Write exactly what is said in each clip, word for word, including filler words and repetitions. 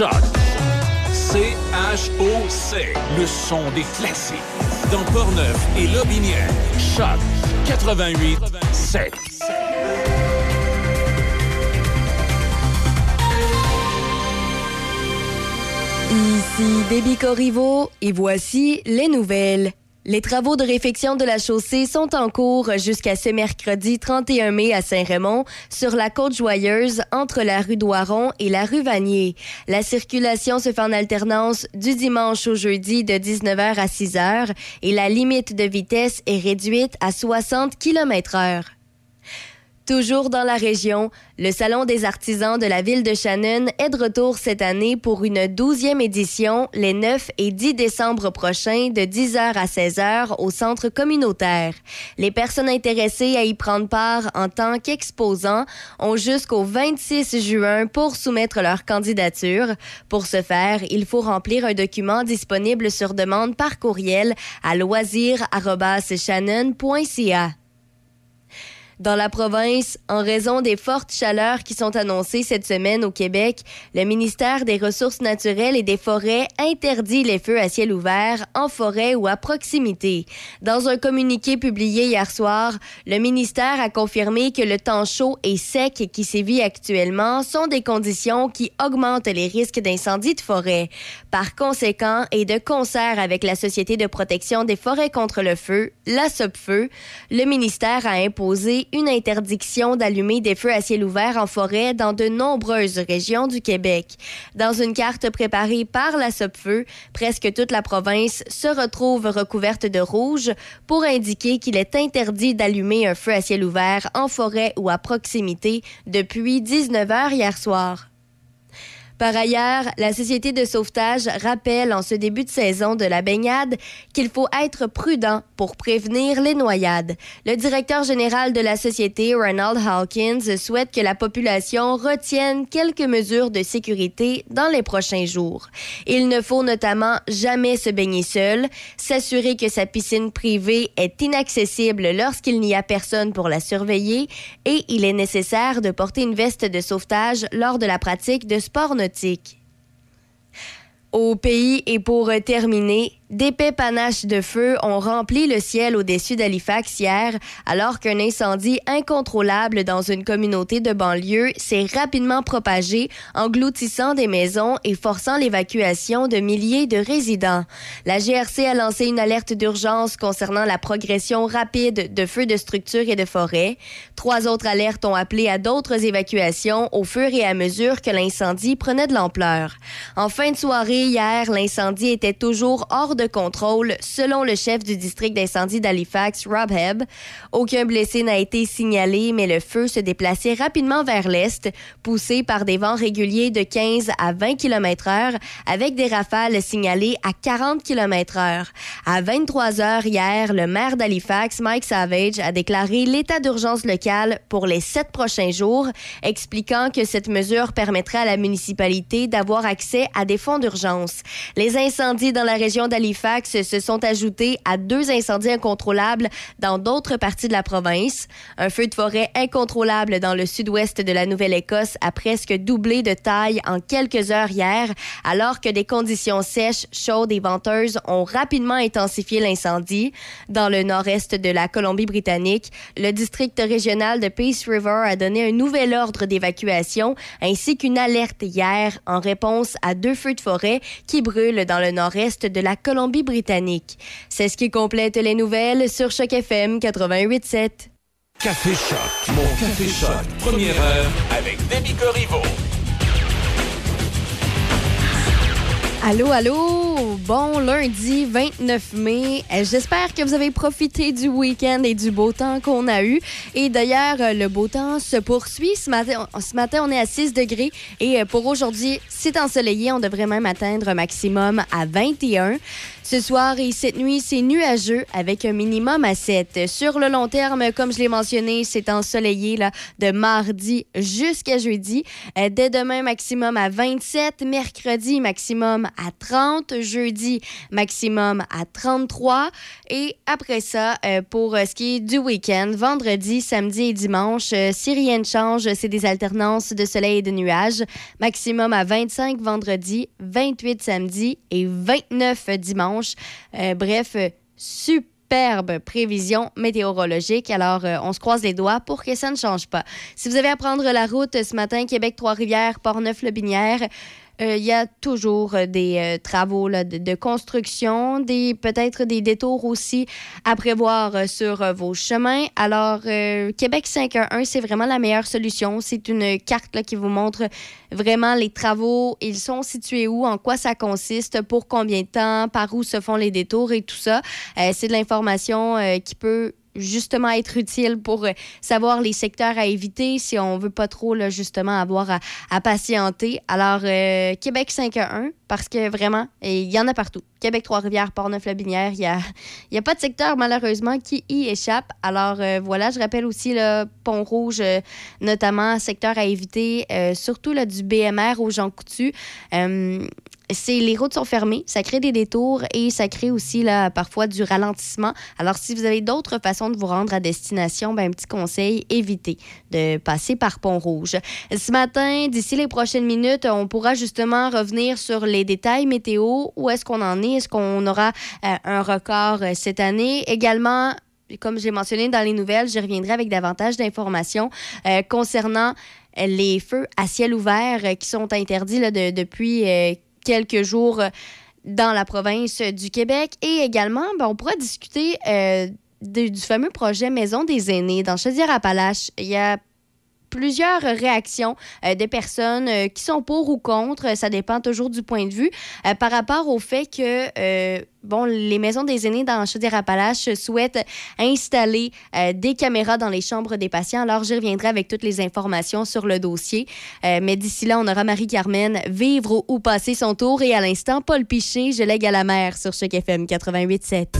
Choc. C H O C. Le son des classiques. Dans Portneuf et Lotbinière. Choc quatre-vingt-huit sept. Ici Déby Corriveau et voici les nouvelles. Les travaux de réfection de la chaussée sont en cours jusqu'à ce mercredi trente et un mai à Saint-Raymond, sur la Côte-Joyeuse, entre la rue Doiron et la rue Vanier. La circulation se fait en alternance du dimanche au jeudi de dix-neuf heures à six heures et la limite de vitesse est réduite à soixante kilomètres heure. Toujours dans la région, le Salon des artisans de la ville de Shannon est de retour cette année pour une douzième édition les neuf et dix décembre prochains de dix heures à seize heures au centre communautaire. Les personnes intéressées à y prendre part en tant qu'exposants ont jusqu'au vingt-six juin pour soumettre leur candidature. Pour ce faire, il faut remplir un document disponible sur demande par courriel à loisirs arobase shannon point c a. Dans la province, en raison des fortes chaleurs qui sont annoncées cette semaine au Québec, le ministère des Ressources naturelles et des Forêts interdit les feux à ciel ouvert en forêt ou à proximité. Dans un communiqué publié hier soir, le ministère a confirmé que le temps chaud et sec qui sévit actuellement sont des conditions qui augmentent les risques d'incendie de forêt. Par conséquent, et de concert avec la Société de protection des forêts contre le feu, la SOPFEU, le ministère a imposé une interdiction d'allumer des feux à ciel ouvert en forêt dans de nombreuses régions du Québec. Dans une carte préparée par la SOPFEU, presque toute la province se retrouve recouverte de rouge pour indiquer qu'il est interdit d'allumer un feu à ciel ouvert en forêt ou à proximité depuis dix-neuf heures hier soir. Par ailleurs, la Société de sauvetage rappelle en ce début de saison de la baignade qu'il faut être prudent pour prévenir les noyades. Le directeur général de la Société, Ronald Hawkins, souhaite que la population retienne quelques mesures de sécurité dans les prochains jours. Il ne faut notamment jamais se baigner seul, s'assurer que sa piscine privée est inaccessible lorsqu'il n'y a personne pour la surveiller et il est nécessaire de porter une veste de sauvetage lors de la pratique de sports nautiques. Au pays et pour terminer, d'épais panaches de feu ont rempli le ciel au-dessus d'Halifax hier, alors qu'un incendie incontrôlable dans une communauté de banlieue s'est rapidement propagé, engloutissant des maisons et forçant l'évacuation de milliers de résidents. La G R C a lancé une alerte d'urgence concernant la progression rapide de feux de structures et de forêts. Trois autres alertes ont appelé à d'autres évacuations au fur et à mesure que l'incendie prenait de l'ampleur. En fin de soirée, hier, l'incendie était toujours hors de de contrôle, selon le chef du district d'incendie d'Halifax, Rob Hebb. Aucun blessé n'a été signalé, mais le feu se déplaçait rapidement vers l'est, poussé par des vents réguliers de quinze à vingt kilomètres heure, avec des rafales signalées à quarante kilomètres heure. À vingt-trois heures hier, le maire d'Halifax, Mike Savage, a déclaré l'état d'urgence local pour les sept prochains jours, expliquant que cette mesure permettrait à la municipalité d'avoir accès à des fonds d'urgence. Les incendies dans la région d'Halifax se sont ajoutés à deux incendies incontrôlables dans d'autres parties de la province. Un feu de forêt incontrôlable dans le sud-ouest de la Nouvelle-Écosse a presque doublé de taille en quelques heures hier, alors que des conditions sèches, chaudes et venteuses ont rapidement intensifié l'incendie. Dans le nord-est de la Colombie-Britannique, le district régional de Peace River a donné un nouvel ordre d'évacuation ainsi qu'une alerte hier en réponse à deux feux de forêt qui brûlent dans le nord-est de la Colombie-Britannique. C'est ce qui complète les nouvelles sur Choc F M quatre-vingt-huit sept. Café Choc, mon Café Choc, première heure avec Déby Corriveau. Allô, allô! Bon lundi vingt-neuf mai. J'espère que vous avez profité du week-end et du beau temps qu'on a eu. Et d'ailleurs, le beau temps se poursuit. Ce matin, ce matin, on est à six degrés. Et pour aujourd'hui, c'est ensoleillé. On devrait même atteindre un maximum à vingt et un. Ce soir et cette nuit, c'est nuageux avec un minimum à sept. Sur le long terme, comme je l'ai mentionné, c'est ensoleillé là, de mardi jusqu'à jeudi. Dès demain, maximum à vingt-sept. Mercredi, maximum à trente. jeudi, maximum à trente-trois. Et après ça, euh, pour ce qui est du week-end, vendredi, samedi et dimanche, euh, si rien ne change, c'est des alternances de soleil et de nuages. Maximum à vingt-cinq vendredi, vingt-huit samedi et vingt-neuf dimanche. Euh, bref, super. Superbe prévision météorologique. Alors, euh, on se croise les doigts pour que ça ne change pas. Si vous avez à prendre la route ce matin, Québec, Trois-Rivières, Portneuf-Lobinière, il euh, y a toujours des euh, travaux là, de, de construction, des, peut-être des détours aussi à prévoir euh, sur euh, vos chemins. Alors, euh, Québec cinq un un, c'est vraiment la meilleure solution. C'est une carte là, qui vous montre vraiment les travaux. Ils sont situés où, en quoi ça consiste, pour combien de temps, par où se font les détours et tout ça. Euh, c'est de l'information euh, qui peut justement être utile pour euh, savoir les secteurs à éviter si on veut pas trop là, justement avoir à, à patienter. Alors, euh, Québec cinq un un, parce que vraiment, il y en a partout. Québec, Trois-Rivières, Portneuf-Lobinière, il n'y a, y a pas de secteur malheureusement qui y échappe. Alors euh, voilà, je rappelle aussi le Pont-Rouge, euh, notamment secteur à éviter, euh, surtout là, du B M R au Jean Coutu. Euh, C'est, les routes sont fermées, ça crée des détours et ça crée aussi là, parfois du ralentissement. Alors, si vous avez d'autres façons de vous rendre à destination, ben, un petit conseil, évitez de passer par Pont-Rouge. Ce matin, d'ici les prochaines minutes, on pourra justement revenir sur les détails météo. Où est-ce qu'on en est? Est-ce qu'on aura euh, un record euh, cette année? Également, comme j'ai mentionné dans les nouvelles, je reviendrai avec davantage d'informations euh, concernant les feux à ciel ouvert euh, qui sont interdits là, de, depuis euh, quelques jours dans la province du Québec. Et également, ben, on pourra discuter euh, de, du fameux projet Maison des aînés dans Chaudière-Appalaches. Il y a plusieurs réactions euh, des personnes euh, qui sont pour ou contre. Ça dépend toujours du point de vue. Euh, par rapport au fait que euh, bon, les maisons des aînés dans Chaudière-Appalaches souhaitent installer euh, des caméras dans les chambres des patients. Alors, j'y reviendrai avec toutes les informations sur le dossier. Euh, mais d'ici là, on aura Marie-Carmen vivre ou passer son tour. Et à l'instant, Paul Piché, Je lègue à la mer sur Choc F M quatre-vingt-huit sept.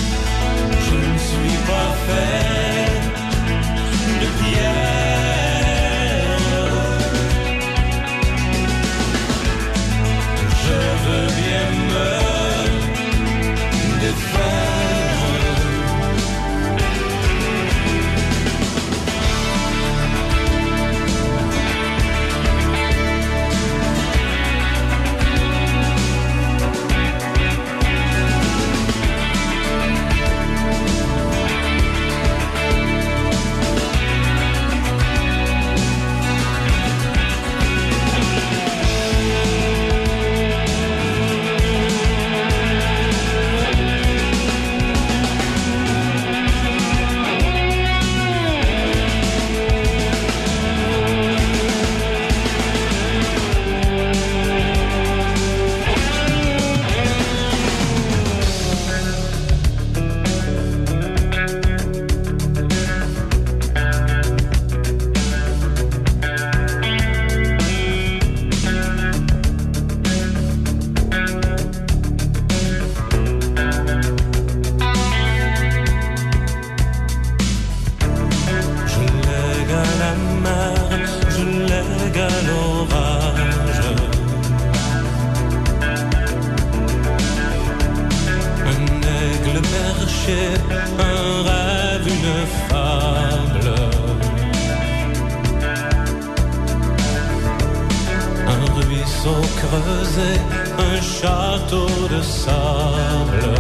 Je ne suis pas fait de pierre. creuser un château de sable.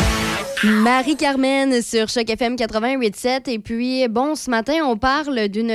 Marie-Carmen sur Choc F M quatre-vingt-huit sept. Et puis, bon, ce matin, on parle d'une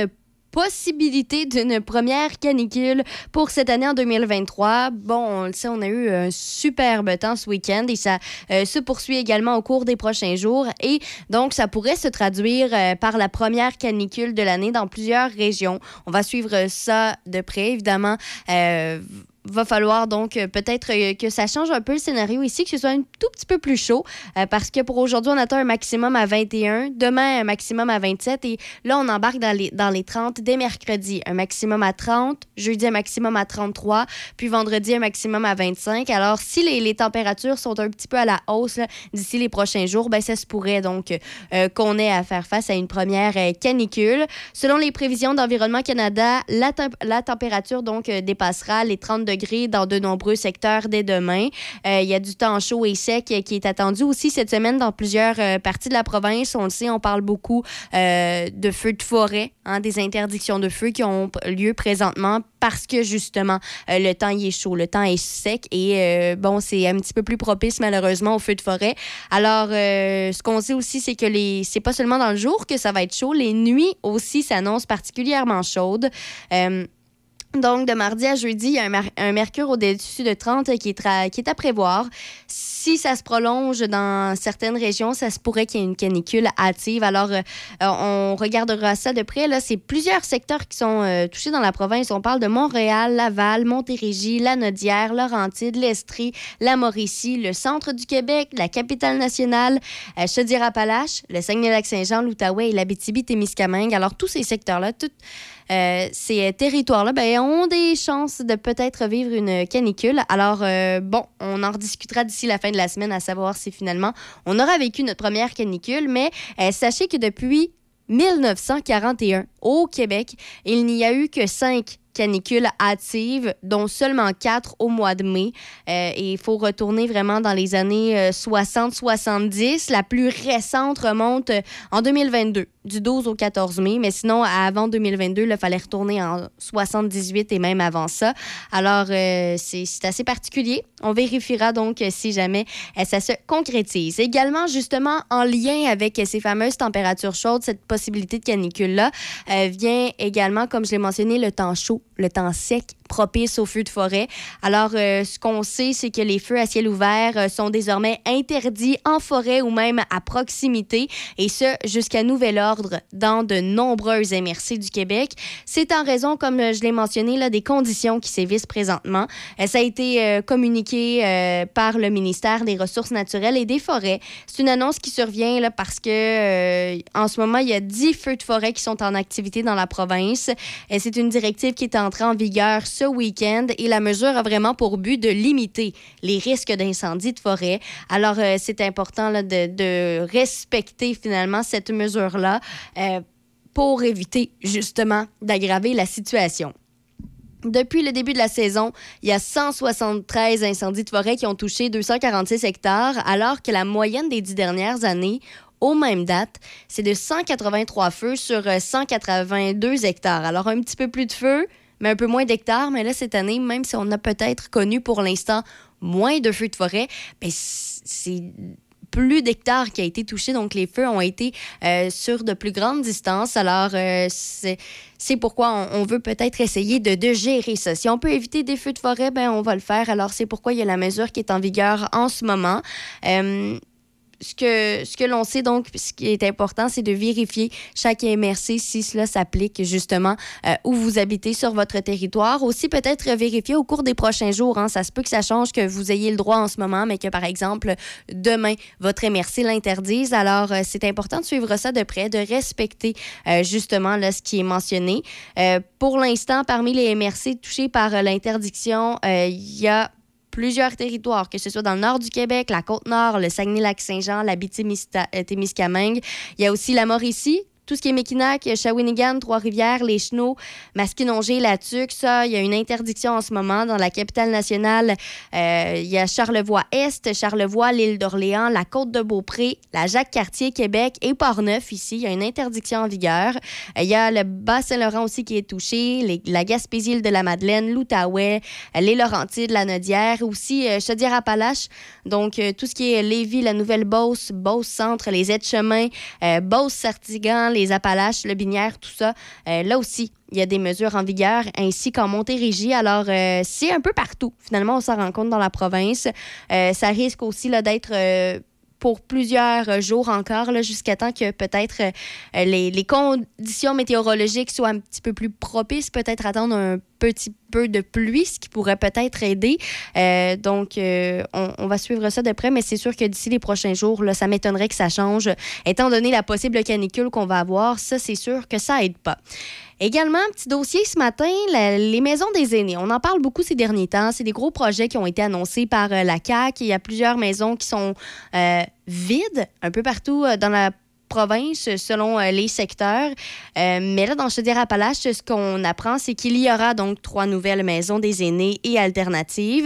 possibilité d'une première canicule pour cette année en deux mille vingt-trois. Bon, on le sait, on a eu un superbe temps ce week-end et ça euh, se poursuit également au cours des prochains jours. Et donc, ça pourrait se traduire euh, par la première canicule de l'année dans plusieurs régions. On va suivre ça de près, évidemment. Euh, Va falloir donc euh, peut-être euh, que ça change un peu le scénario ici, que ce soit un tout petit peu plus chaud, euh, parce que pour aujourd'hui, on attend un maximum à vingt et un, demain, un maximum à vingt-sept, et là, on embarque dans les, dans les trente dès mercredi. Un maximum à trente, jeudi, un maximum à trente-trois, puis vendredi, un maximum à vingt-cinq. Alors, si les, les températures sont un petit peu à la hausse là, d'ici les prochains jours, ben ça se pourrait donc euh, qu'on ait à faire face à une première euh, canicule. Selon les prévisions d'Environnement Canada, la, temp- la température donc euh, dépassera les trente degrés dans de nombreux secteurs dès demain. Euh, il y a du temps chaud et sec qui est attendu aussi cette semaine dans plusieurs euh, parties de la province. On le sait, on parle beaucoup euh, de feux de forêt, hein, des interdictions de feu qui ont lieu présentement parce que justement, euh, le temps y est chaud, le temps est sec et euh, bon, c'est un petit peu plus propice malheureusement aux feux de forêt. Alors, euh, ce qu'on sait aussi, c'est que les c'est pas seulement dans le jour que ça va être chaud, les nuits aussi s'annoncent particulièrement chaudes. Euh, Donc, de mardi à jeudi, il y a un, mar- un mercure au-dessus de trente qui est, tra- qui est à prévoir. Si ça se prolonge dans certaines régions, ça se pourrait qu'il y ait une canicule hâtive. Alors, euh, on regardera ça de près. Là, c'est plusieurs secteurs qui sont euh, touchés dans la province. On parle de Montréal, Laval, Montérégie, Lanaudière, Laurentides, l'Estrie, la Mauricie, le centre du Québec, la capitale nationale, euh, Chaudière-Appalaches, le Saguenay-Lac-Saint-Jean, l'Outaouais et l'Abitibi-Témiscamingue. Alors, tous ces secteurs-là, toutes Euh, ces territoires-là ben, ont des chances de peut-être vivre une canicule. Alors, euh, bon, on en rediscutera d'ici la fin de la semaine à savoir si finalement on aura vécu notre première canicule. Mais euh, sachez que depuis dix-neuf cent quarante et un, au Québec, il n'y a eu que cinq canicules hâtives, dont seulement quatre au mois de mai. Euh, et il faut retourner vraiment dans les années euh, soixante soixante-dix. La plus récente remonte euh, en deux mille vingt-deux, du douze au quatorze mai. Mais sinon, avant deux mille vingt-deux, il fallait retourner en soixante-dix-huit et même avant ça. Alors, euh, c'est, c'est assez particulier. On vérifiera donc euh, si jamais euh, ça se concrétise. Également, justement, en lien avec euh, ces fameuses températures chaudes, cette possibilité de canicule-là euh, vient également, comme je l'ai mentionné, le temps chaud, le temps sec, propice aux feux de forêt. Alors, euh, ce qu'on sait, c'est que les feux à ciel ouvert euh, sont désormais interdits en forêt ou même à proximité, et ce, jusqu'à nouvel ordre dans de nombreuses M R C du Québec. C'est en raison, comme je l'ai mentionné, là, des conditions qui sévissent présentement. Euh, ça a été euh, communiqué euh, par le ministère des Ressources naturelles et des Forêts. C'est une annonce qui survient là, parce que euh, en ce moment, il y a dix feux de forêt qui sont en activité dans la province. Euh, c'est une directive qui est entrée en vigueur ce week-end et la mesure a vraiment pour but de limiter les risques d'incendie de forêt. Alors, euh, c'est important là, de, de respecter finalement cette mesure-là euh, pour éviter justement d'aggraver la situation. Depuis le début de la saison, il y a cent soixante-treize incendies de forêt qui ont touché deux cent quarante-six hectares, alors que la moyenne des dix dernières années, aux mêmes dates, c'est de cent quatre-vingt-trois feux sur cent quatre-vingt-deux hectares. Alors, un petit peu plus de feux, mais un peu moins d'hectares. Mais là, cette année, même si on a peut-être connu pour l'instant moins de feux de forêt, bien, c'est plus d'hectares qui a été touché. Donc, les feux ont été euh, sur de plus grandes distances. Alors, euh, c'est, c'est pourquoi on, on veut peut-être essayer de, de gérer ça. Si on peut éviter des feux de forêt, ben on va le faire. Alors, c'est pourquoi il y a la mesure qui est en vigueur en ce moment. Euh, Ce que, ce que l'on sait, donc, ce qui est important, c'est de vérifier chaque M R C si cela s'applique justement euh, où vous habitez sur votre territoire. Aussi, peut-être vérifier au cours des prochains jours. Hein, ça se peut que ça change, que vous ayez le droit en ce moment, mais que, par exemple, demain, votre M R C l'interdise. Alors, euh, c'est important de suivre ça de près, de respecter euh, justement là, ce qui est mentionné. Euh, pour l'instant, parmi les M R C touchés par euh, l'interdiction, il euh, y a plusieurs territoires, que ce soit dans le nord du Québec, la Côte-Nord, le Saguenay-Lac-Saint-Jean, l'Abitibi-Témiscamingue. Il y a aussi la Mauricie, tout ce qui est Mekinac, Shawinigan, Trois-Rivières, les Chenaux, Masquinongé, la Tuque, ça, il y a une interdiction en ce moment. Dans la capitale nationale, euh, il y a Charlevoix-Est, Charlevoix, l'île d'Orléans, la Côte-de-Beaupré, la Jacques-Cartier, Québec et Port-Neuf, ici. Il y a une interdiction en vigueur. Euh, il y a le Bas-Saint-Laurent aussi qui est touché, les, la Gaspésie, l'île de la Madeleine, l'Outaouais, les Laurentides, la Naudière, aussi euh, Chaudière-Appalaches. Donc, euh, tout ce qui est Lévis, la Nouvelle-Beauce, Beauce-Centre, les Aides-Chemins, euh, Beauce-Sartigan, les Appalaches, le Binière, tout ça, euh, là aussi, il y a des mesures en vigueur, ainsi qu'en Montérégie. Alors, euh, c'est un peu partout. Finalement, on s'en rend compte dans la province. Euh, ça risque aussi là, d'être... Euh, pour plusieurs jours encore, là, jusqu'à temps que peut-être euh, les, les conditions météorologiques soient un petit peu plus propices, peut-être attendre un petit peu de pluie, ce qui pourrait peut-être aider. Euh, donc, euh, on, on va suivre ça de près, mais c'est sûr que d'ici les prochains jours, là, ça m'étonnerait que ça change. Étant donné la possible canicule qu'on va avoir, ça, c'est sûr que ça aide pas. Également, petit dossier ce matin, la, les maisons des aînés. On en parle beaucoup ces derniers temps. C'est des gros projets qui ont été annoncés par euh, la C A Q. Il y a plusieurs maisons qui sont euh, vides un peu partout euh, dans la province, selon euh, les secteurs. Euh, mais là, dans Chaudière-Appalaches, ce qu'on apprend, c'est qu'il y aura donc trois nouvelles maisons des aînés et alternatives.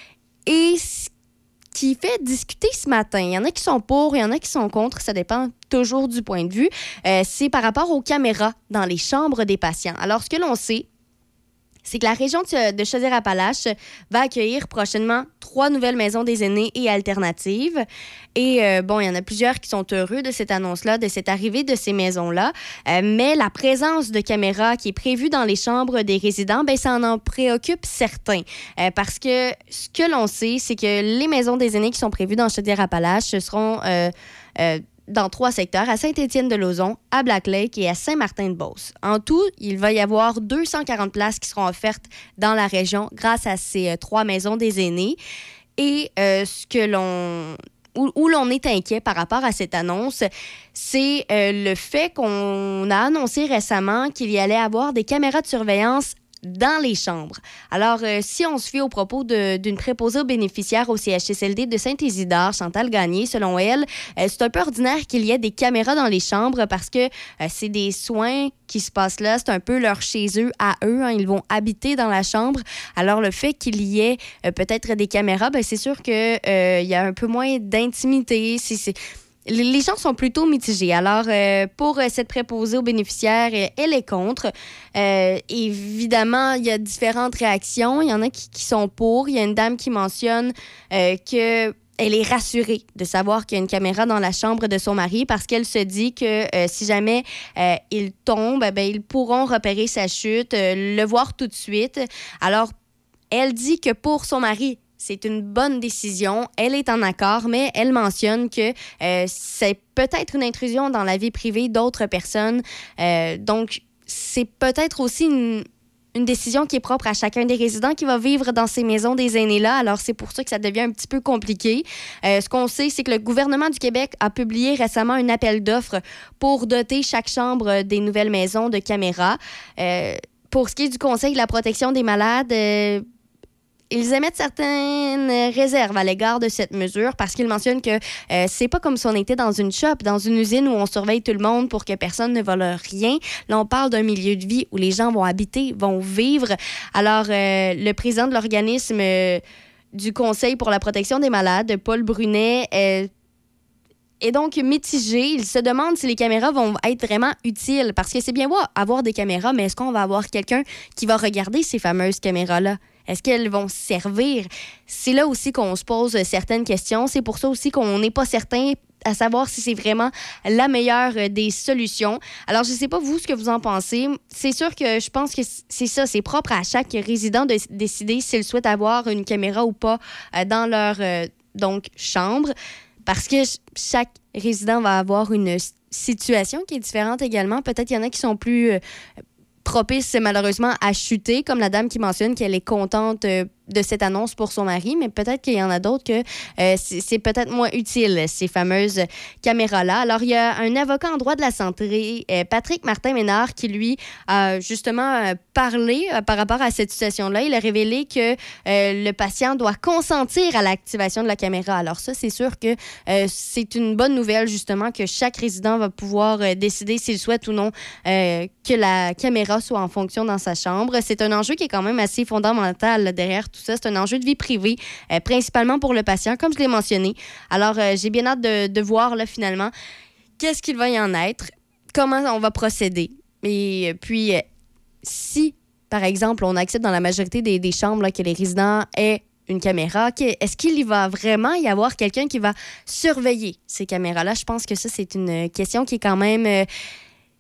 Et ce qui fait discuter ce matin, il y en a qui sont pour, il y en a qui sont contre, ça dépend toujours du point de vue, euh, c'est par rapport aux caméras dans les chambres des patients. Alors, ce que l'on sait, c'est que la région de Chaudière-Appalaches va accueillir prochainement trois nouvelles maisons des aînés et alternatives. Et euh, bon, il y en a plusieurs qui sont heureux de cette annonce-là, de cette arrivée de ces maisons-là. Euh, mais la présence de caméras qui est prévue dans les chambres des résidents, bien, ça en, en préoccupe certains. Euh, parce que ce que l'on sait, c'est que les maisons des aînés qui sont prévues dans Chaudière-Appalaches seront... Euh, euh, dans trois secteurs, à Saint-Étienne-de-Lauzon, à Black Lake et à Saint-Martin-de-Beauce. En tout, il va y avoir deux cent quarante places qui seront offertes dans la région grâce à ces euh, trois maisons des aînés. Et euh, ce que l'on... Où, où l'on est inquiet par rapport à cette annonce, c'est euh, le fait qu'on a annoncé récemment qu'il y allait avoir des caméras de surveillance dans les chambres. Alors, euh, si on se fie aux propos de, d'une préposée aux bénéficiaires au C H S L D de Saint-Isidore, Chantal Gagné, selon elle, euh, c'est un peu ordinaire qu'il y ait des caméras dans les chambres parce que euh, c'est des soins qui se passent là, c'est un peu leur chez eux à eux, hein, ils vont habiter dans la chambre. Alors, le fait qu'il y ait euh, peut-être des caméras, ben, c'est sûr qu'il euh, y a un peu moins d'intimité, c'est... c'est les gens sont plutôt mitigés. Alors, euh, pour euh, cette préposée aux bénéficiaires, euh, elle est contre. Euh, évidemment, il y a différentes réactions. Il y en a qui, qui sont pour. Il y a une dame qui mentionne euh, que... elle est rassurée de savoir qu'il y a une caméra dans la chambre de son mari parce qu'elle se dit que euh, si jamais euh, il tombe, ben, ils pourront repérer sa chute, euh, le voir tout de suite. Alors, elle dit que pour son mari, c'est une bonne décision. Elle est en accord, mais elle mentionne que euh, c'est peut-être une intrusion dans la vie privée d'autres personnes. Euh, donc, c'est peut-être aussi une, une décision qui est propre à chacun des résidents qui va vivre dans ces maisons des aînés-là. Alors, c'est pour ça que ça devient un petit peu compliqué. Euh, ce qu'on sait, c'est que le gouvernement du Québec a publié récemment un appel d'offres pour doter chaque chambre des nouvelles maisons de caméras. Euh, pour ce qui est du Conseil de la protection des malades... Euh, ils émettent certaines réserves à l'égard de cette mesure parce qu'ils mentionnent que euh, c'est pas comme si on était dans une shop, dans une usine où on surveille tout le monde pour que personne ne vole rien. Là, on parle d'un milieu de vie où les gens vont habiter, vont vivre. Alors, euh, le président de l'organisme euh, du Conseil pour la protection des malades, Paul Brunet, euh, est donc mitigé. Il se demande si les caméras vont être vraiment utiles parce que c'est bien beau avoir des caméras, mais est-ce qu'on va avoir quelqu'un qui va regarder ces fameuses caméras-là? Est-ce qu'elles vont servir? C'est là aussi qu'on se pose certaines questions. C'est pour ça aussi qu'on n'est pas certain à savoir si c'est vraiment la meilleure des solutions. Alors, je ne sais pas, vous, ce que vous en pensez. C'est sûr que je pense que c'est ça. C'est propre à chaque résident de décider s'il souhaite avoir une caméra ou pas dans leur euh, donc, chambre. Parce que chaque résident va avoir une situation qui est différente également. Peut-être qu'il y en a qui sont plus... Euh, propice malheureusement à chuter, comme la dame qui mentionne qu'elle est contente euh, de cette annonce pour son mari, mais peut-être qu'il y en a d'autres que euh, c'est, c'est peut-être moins utile, ces fameuses caméras-là. Alors, il y a un avocat en droit de la santé, euh, Patrick Martin-Ménard, qui, lui, a justement euh, parlé euh, par rapport à cette situation-là. Il a révélé que euh, le patient doit consentir à l'activation de la caméra. Alors ça, c'est sûr que euh, c'est une bonne nouvelle, justement, que chaque résident va pouvoir euh, décider s'il souhaite ou non euh, que la caméra soit en fonction dans sa chambre. C'est un enjeu qui est quand même assez fondamental là, derrière tout ça. C'est un enjeu de vie privée, euh, principalement pour le patient, comme je l'ai mentionné. Alors, euh, j'ai bien hâte de, de voir, là, finalement, qu'est-ce qu'il va y en être, comment on va procéder. Et puis, euh, si, par exemple, on accepte dans la majorité des, des chambres là, que les résidents aient une caméra, est-ce qu'il y va vraiment y avoir quelqu'un qui va surveiller ces caméras-là? Je pense que ça, c'est une question qui est quand même... Euh,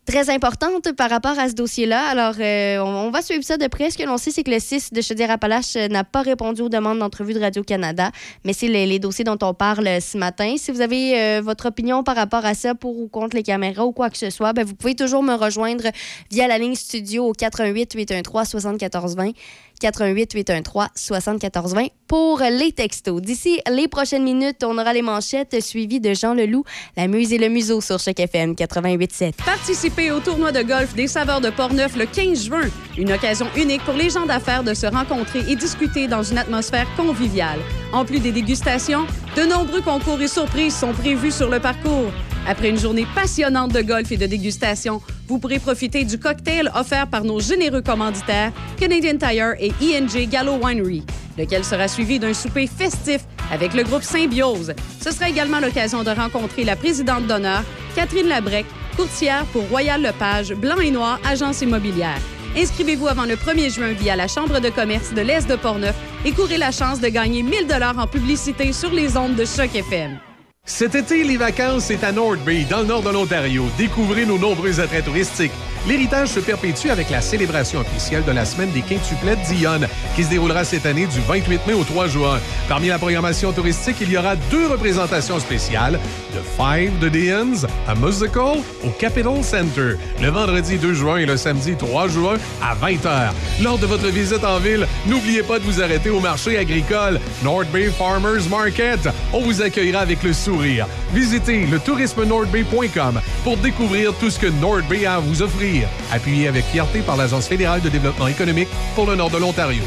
très importante par rapport à ce dossier-là. Alors, euh, on, on va suivre ça de près. Ce que l'on sait, c'est que le C I S de Chaudière-Appalaches n'a pas répondu aux demandes d'entrevue de Radio-Canada, mais c'est les, les dossiers dont on parle ce matin. Si vous avez euh, votre opinion par rapport à ça, pour ou contre les caméras ou quoi que ce soit, ben, vous pouvez toujours me rejoindre via la ligne studio au quatre un huit, huit un trois, sept quatre deux zéro. quatre un huit, huit un trois, sept quatre deux zéro pour les textos. D'ici les prochaines minutes, on aura les manchettes suivies de Jean Leloup, la muse et le museau sur Choc F M quatre-vingt-huit sept. Participez au tournoi de golf des saveurs de Portneuf le quinze juin. Une occasion unique pour les gens d'affaires de se rencontrer et discuter dans une atmosphère conviviale. En plus des dégustations, de nombreux concours et surprises sont prévus sur le parcours. Après une journée passionnante de golf et de dégustation, vous pourrez profiter du cocktail offert par nos généreux commanditaires Canadian Tire et E and J Gallo Winery, lequel sera suivi d'un souper festif avec le groupe Symbiose. Ce sera également l'occasion de rencontrer la présidente d'honneur, Catherine Labrec, courtière pour Royal Lepage, Blanc et Noir, agence immobilière. Inscrivez-vous avant le premier juin via la Chambre de commerce de l'Est de Portneuf et courez la chance de gagner mille dollars en publicité sur les ondes de Choc F M. Cet été, les vacances, c'est à North Bay, dans le nord de l'Ontario. Découvrez nos nombreux attraits touristiques. L'héritage se perpétue avec la célébration officielle de la Semaine des quintuplettes d'Yonne, qui se déroulera cette année du vingt-huit mai au trois juin. Parmi la programmation touristique, il y aura deux représentations spéciales, The Five de Deans, un musical au Capitol Center, le vendredi deux juin et le samedi trois juin à vingt heures. Lors de votre visite en ville, n'oubliez pas de vous arrêter au marché agricole North Bay Farmers Market. On vous accueillera avec le sourire. Visitez le tourisme north bay point com pour découvrir tout ce que North Bay a à vous offrir. Appuyé avec fierté par l'Agence fédérale de développement économique pour le nord de l'Ontario.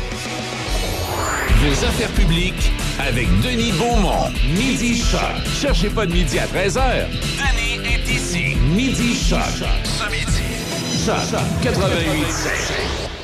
Vos affaires publiques avec Denis Beaumont. Midi Choc. Cherchez pas de midi à treize heures. Denis est ici. Midi Choc. Ce midi. Choc quatre-vingt-huit sept.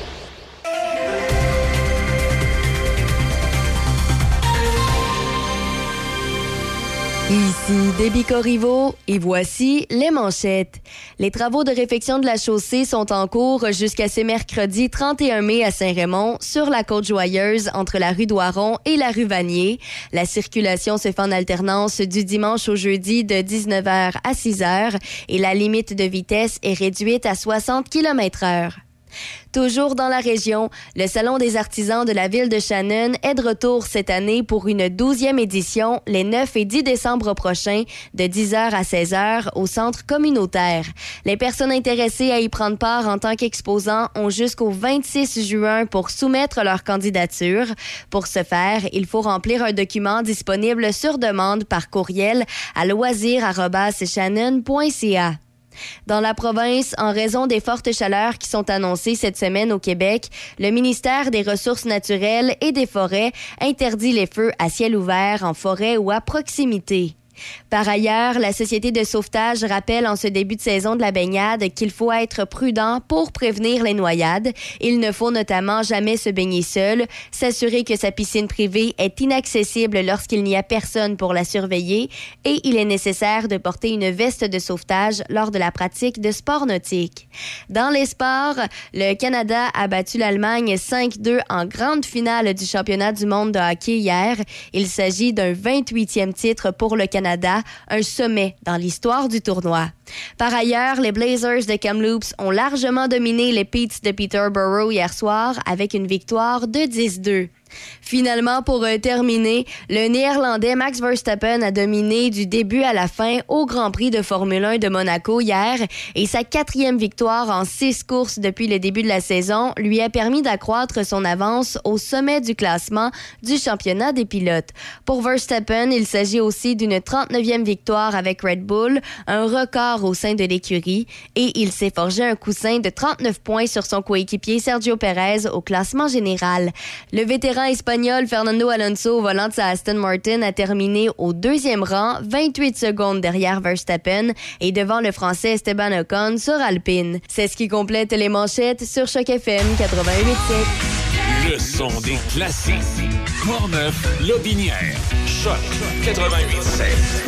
Ici Déby Corriveau et voici les manchettes. Les travaux de réfection de la chaussée sont en cours jusqu'à ce mercredi trente et un mai à Saint-Raymond, sur la Côte-Joyeuse, entre la rue Doiron et la rue Vanier. La circulation se fait en alternance du dimanche au jeudi de dix-neuf heures à six heures et la limite de vitesse est réduite à soixante kilomètres heure. Toujours dans la région, le Salon des artisans de la ville de Shannon est de retour cette année pour une douzième édition les neuf et dix décembre prochains de dix heures à seize heures au centre communautaire. Les personnes intéressées à y prendre part en tant qu'exposants ont jusqu'au vingt-six juin pour soumettre leur candidature. Pour ce faire, il faut remplir un document disponible sur demande par courriel à loisir arobase shannon point c a. Dans la province, en raison des fortes chaleurs qui sont annoncées cette semaine au Québec, le ministère des Ressources naturelles et des Forêts interdit les feux à ciel ouvert en forêt ou à proximité. Par ailleurs, la Société de sauvetage rappelle en ce début de saison de la baignade qu'il faut être prudent pour prévenir les noyades. Il ne faut notamment jamais se baigner seul, s'assurer que sa piscine privée est inaccessible lorsqu'il n'y a personne pour la surveiller et il est nécessaire de porter une veste de sauvetage lors de la pratique de sports nautiques. Dans les sports, le Canada a battu l'Allemagne cinq deux en grande finale du championnat du monde de hockey hier. Il s'agit d'un vingt-huitième titre pour le Canada, un sommet dans l'histoire du tournoi. Par ailleurs, les Blazers de Kamloops ont largement dominé les Petes de Peterborough hier soir avec une victoire de dix deux. Finalement, pour euh, terminer, le Néerlandais Max Verstappen a dominé du début à la fin au Grand Prix de Formule un de Monaco hier et sa quatrième victoire en six courses depuis le début de la saison lui a permis d'accroître son avance au sommet du classement du championnat des pilotes. Pour Verstappen, il s'agit aussi d'une trente-neuvième victoire avec Red Bull, un record au sein de l'écurie, et il s'est forgé un coussin de trente-neuf points sur son coéquipier Sergio Pérez au classement général. Le vétéran espagnol Fernando Alonso, au volant de sa Aston Martin, a terminé au deuxième rang, vingt-huit secondes derrière Verstappen et devant le Français Esteban Ocon sur Alpine. C'est ce qui complète les manchettes sur Choc F M quatre-vingt-huit sept. Le son des classiques. Portneuf, Lotbinière. Choc quatre-vingt-huit sept.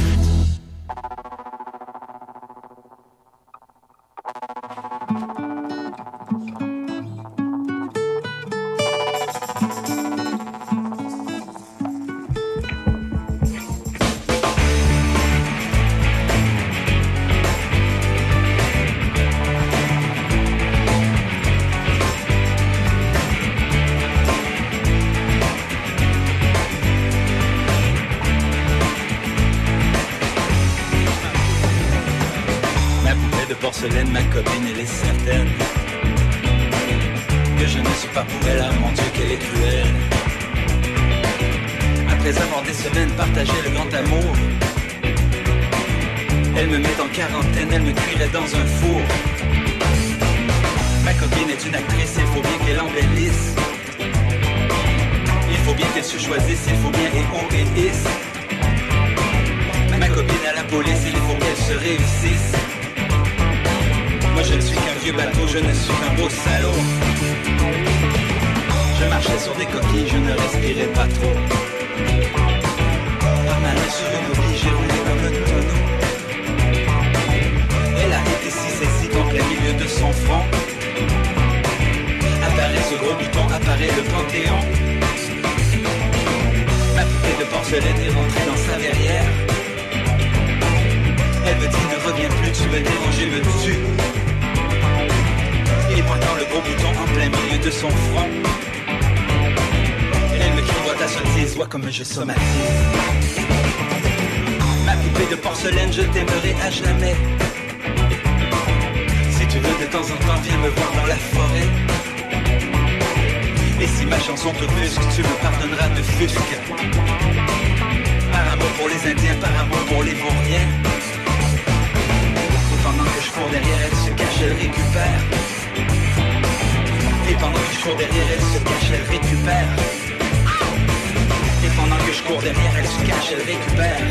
de porcelaine, ma copine, elle est certaine que je ne suis pas pour elle, ah mon Dieu, qu'elle est cruelle. Après avoir des semaines partagé le grand amour, elle me met en quarantaine, elle me cuirait dans un four. Ma copine est une actrice, il faut bien qu'elle embellisse. Il faut bien qu'elle se choisisse, il faut bien et on et is. Ma copine à la police, il faut qu'elle se réussisse. Moi je ne suis qu'un vieux bateau, je ne suis qu'un beau salaud. Je marchais sur des coquilles, je ne respirais pas trop. Par ma main sur une oubli, j'ai roulé comme un tonneau. Elle a été si saisie qu'en plein milieu de son front apparaît ce gros bouton, apparaît le Panthéon. Ma poupée de porcelaine est rentrée dans sa verrière. Elle me dit ne reviens plus, tu me déranges et me tues. Et pointant le gros bouton en plein milieu de son front, elle me crie vois ta sottise, vois comme je somatise. Ma poupée de porcelaine, je t'aimerai à jamais. Si tu veux de temps en temps, viens me voir dans la forêt. Et si ma chanson te brusque, tu me pardonneras de fusque. Par amour pour les Indiens, par amour pour les Vauriens. Et pendant que je cours derrière, elle se cache, elle récupère. Et pendant que je cours derrière, elle se cache, elle récupère. Et pendant que je cours derrière, elle se cache, elle récupère.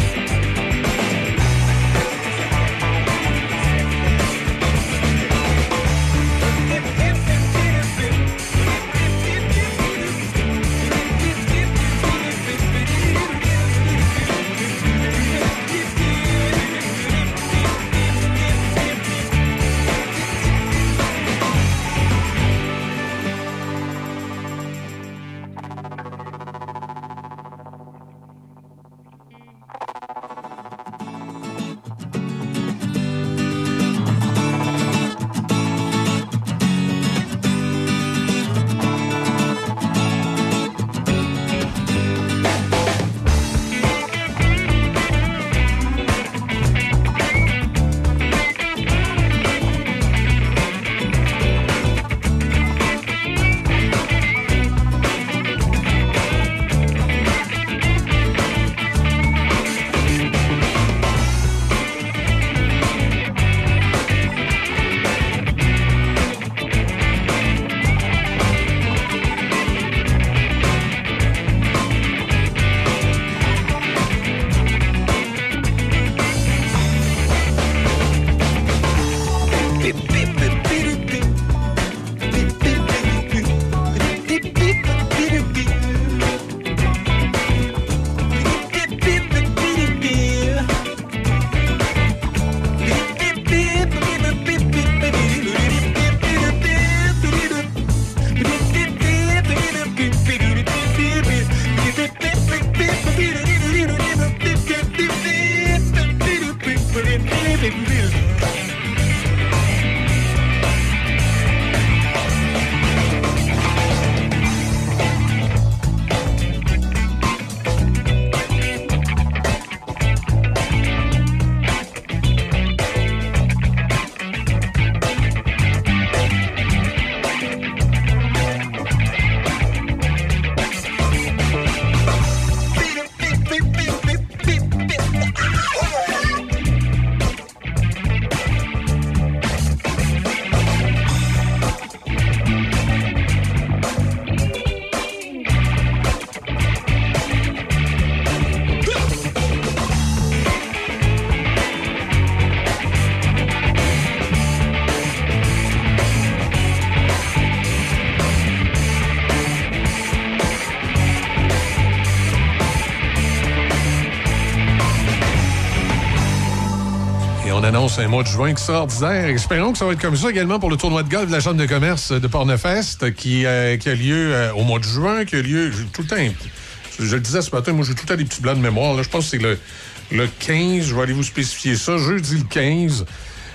annonce un mois de juin extraordinaire. Espérons que ça va être comme ça également pour le tournoi de golf de la Chambre de commerce de Pornefest qui, euh, qui a lieu euh, au mois de juin, qui a lieu tout le temps. Je, je le disais ce matin, moi j'ai tout le temps des petits blancs de mémoire. Là. Je pense que c'est le, le quinze, je vais aller vous spécifier ça, jeudi le quinze.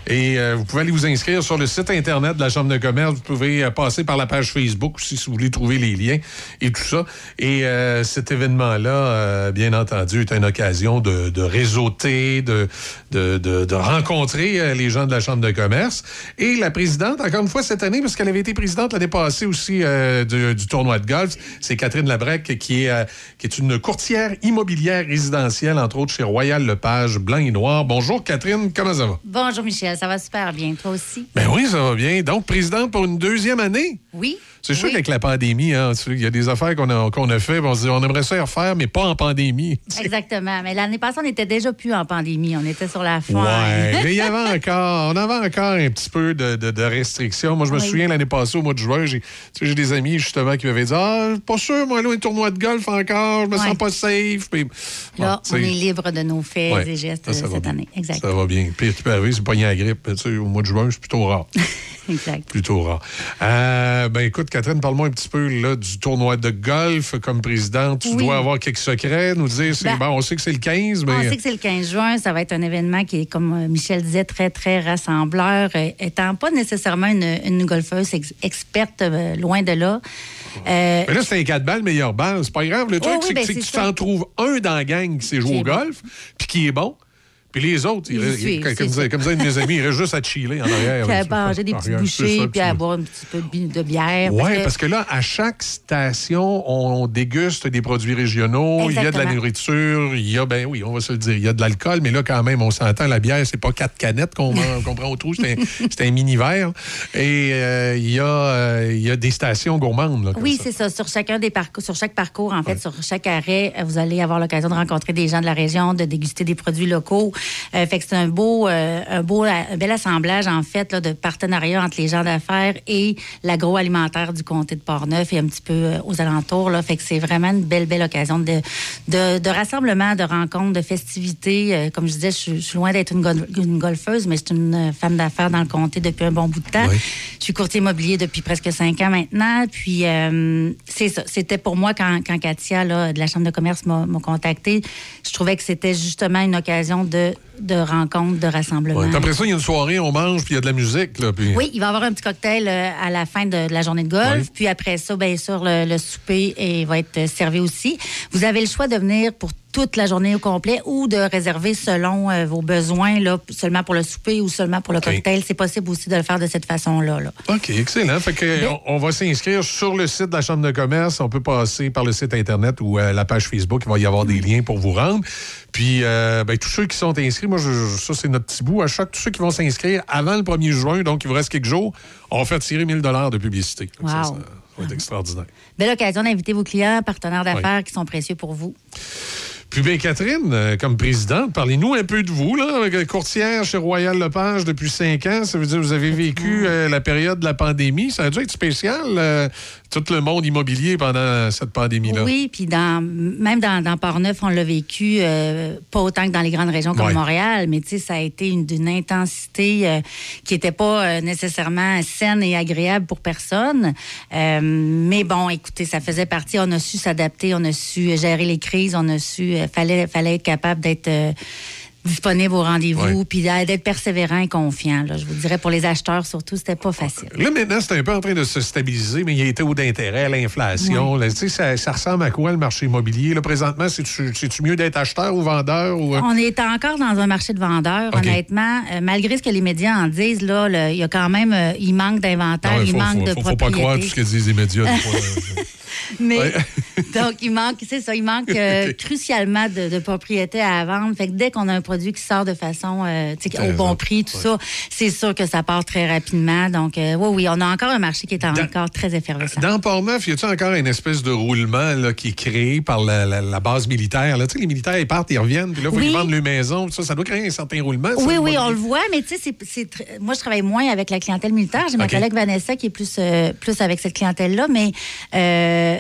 Et euh, vous pouvez aller vous inscrire sur le site Internet de la Chambre de commerce. Vous pouvez euh, passer par la page Facebook aussi si vous voulez trouver les liens et tout ça. Et euh, cet événement-là, euh, bien entendu, est une occasion de, de réseauter, de, de, de, de rencontrer euh, les gens de la Chambre de commerce. Et la présidente, encore une fois cette année, parce qu'elle avait été présidente l'année passée aussi euh, du, du tournoi de golf, c'est Catherine Labrec, qui est, euh, qui est une courtière immobilière résidentielle, entre autres chez Royal Lepage, blanc et noir. Bonjour Catherine, comment ça va? Bonjour Michel, ça va super bien. Toi aussi? Ben oui, ça va bien. Donc, présidente pour une deuxième année? Oui. C'est sûr oui. qu'avec la pandémie, hein, il y a des affaires qu'on a, qu'on a fait, on se dit, on aimerait ça y refaire, mais pas en pandémie. Exactement. Mais l'année passée, on n'était déjà plus en pandémie. On était sur la fin. Ouais, mais il y avait encore, on avait encore un petit peu de, de, de restrictions. Moi, je me oui. souviens, l'année passée, au mois de juin, j'ai, j'ai des amis, justement, qui m'avaient dit, ah, pas sûr, moi, là, un tournoi de golf encore, je me ouais. sens pas safe. Puis, là, bon, on est libre de nos faits ouais, et gestes ça, ça cette année. Exact. Ça va bien. Puis, tu peux arriver, c'est pogné à la grippe. Tu sais, au mois de juin, c'est plutôt rare. Exact. Plutôt rare. Euh, ben, écoute, Catherine, parle-moi un petit peu là, du tournoi de golf comme présidente. Tu oui. dois avoir quelques secrets, nous dire. C'est, ben, bon, on sait que c'est le quinze, mais... On sait que c'est le quinze juin. Ça va être un événement qui est, comme Michel disait, très, très rassembleur. Étant pas nécessairement une, une golfeuse ex- experte, euh, loin de là. Euh, mais là, c'est un quatre balles, meilleure balle. C'est pas grave. Le truc, oh, oui, c'est, ben, c'est c'est que tu ça. t'en trouves un dans la gang qui sait jouer au golf, puis qui est bon. Puis les autres, ils, ils, suivent, comme, disait, comme disait un de mes amis, ils restent juste à chiller en arrière. Puis à manger des petites bouchées, puis à boire un petit peu de bière. Oui, parce, que... parce que là, à chaque station, on déguste des produits régionaux. Exactement. Il y a de la nourriture, il y a, ben oui, on va se le dire, il y a de l'alcool, mais là, quand même, on s'entend, la bière, c'est pas quatre canettes qu'on, qu'on prend au trou, c'est un, c'est un mini-verre. Et euh, il, y a, euh, il y a des stations gourmandes. Là, oui, ça. c'est ça. Sur chacun des parcours, sur chaque parcours, en fait, ouais. sur chaque arrêt, vous allez avoir l'occasion de rencontrer des gens de la région, de déguster des produits locaux. Euh, fait que c'est un beau, euh, un beau, un bel assemblage, en fait, là, de partenariat entre les gens d'affaires et l'agroalimentaire du comté de Portneuf et un petit peu euh, aux alentours. Là. Fait que c'est vraiment une belle, belle occasion de, de, de rassemblement, de rencontres, de festivités. Euh, comme je disais, je, je suis loin d'être une, gol- une golfeuse, mais je suis une femme d'affaires dans le comté depuis un bon bout de temps. Oui. Je suis courtier immobilier depuis presque cinq ans maintenant. Puis, euh, c'est ça. C'était pour moi, quand, quand Katia, là, de la Chambre de commerce, m'a, m'a contactée, je trouvais que c'était justement une occasion de de rencontres, de rassemblements. Ouais, après ça, il y a une soirée, on mange, puis il y a de la musique. Là, puis... Oui, il va y avoir un petit cocktail euh, à la fin de, de la journée de golf. Oui. Puis après ça, bien sûr, le, le souper et va être servi aussi. Vous avez le choix de venir pour toute la journée au complet ou de réserver selon euh, vos besoins, là, seulement pour le souper ou seulement pour le okay. cocktail. C'est possible aussi de le faire de cette façon-là. Là. OK, excellent. Fait que, Mais... on, on va s'inscrire sur le site de la Chambre de commerce. On peut passer par le site Internet ou euh, la page Facebook. Il va y avoir des liens pour vous rendre. Puis, euh, ben, tous ceux qui sont inscrits, moi, je, je, ça, c'est notre petit bout. À chaque, tous ceux qui vont s'inscrire avant le premier juin, donc il vous reste quelques jours, on va faire tirer mille dollars de publicité. Wow. Ça, ça va être extraordinaire. Belle occasion d'inviter vos clients, partenaires d'affaires oui. qui sont précieux pour vous. Puis bien, Catherine, euh, comme présidente, parlez-nous un peu de vous, là, courtière chez Royal Lepage depuis cinq ans. Ça veut dire que vous avez vécu euh, la période de la pandémie. Ça a dû être spécial, euh, tout le monde immobilier pendant cette pandémie-là. Oui, puis dans, même dans, dans Portneuf, on l'a vécu, euh, pas autant que dans les grandes régions comme ouais. Montréal, mais tu sais, ça a été une, d'une intensité euh, qui n'était pas euh, nécessairement saine et agréable pour personne. Euh, mais bon, écoutez, ça faisait partie. On a su s'adapter, on a su gérer les crises, on a su... Euh, fallait, fallait être capable d'être... Euh, disponible au rendez-vous, ouais. puis d'être persévérant et confiant. Là. Je vous dirais, pour les acheteurs, surtout, c'était pas facile. Là, maintenant, c'est un peu en train de se stabiliser, mais il y a été taux d'intérêt, l'inflation. Ouais. Là, ça, ça ressemble à quoi, le marché immobilier? Là, présentement, c'est-tu, c'est-tu mieux d'être acheteur ou vendeur? Ou... On est encore dans un marché de vendeurs, okay. honnêtement. Euh, malgré ce que les médias en disent, là, le, il y a quand même... Euh, il manque d'inventaire, non, il faut, manque faut, de faut, propriété. Faut pas croire tout ce que disent les médias. Des fois, mais, ouais. donc, il manque, c'est ça, il manque euh, okay. crucialement de, de propriétés à vendre. Fait que dès qu'on a un produit qui sort de façon euh, au bon prix, tout ouais. ça, c'est sûr que ça part très rapidement. Donc, euh, oui, oui, on a encore un marché qui est dans, encore très effervescent. Dans Portneuf, y a-t-il encore une espèce de roulement là, qui est créé par la, la, la base militaire? Là? Tu sais, les militaires, ils partent, ils reviennent, puis là, il faut oui. qu'ils vendent leur maison. Ça, ça doit créer un certain roulement. Ça, oui, oui, on le voit, mais tu sais, c'est, c'est tr... moi, je travaille moins avec la clientèle militaire. J'ai ma okay. collègue Vanessa qui est plus, euh, plus avec cette clientèle-là, mais... Euh,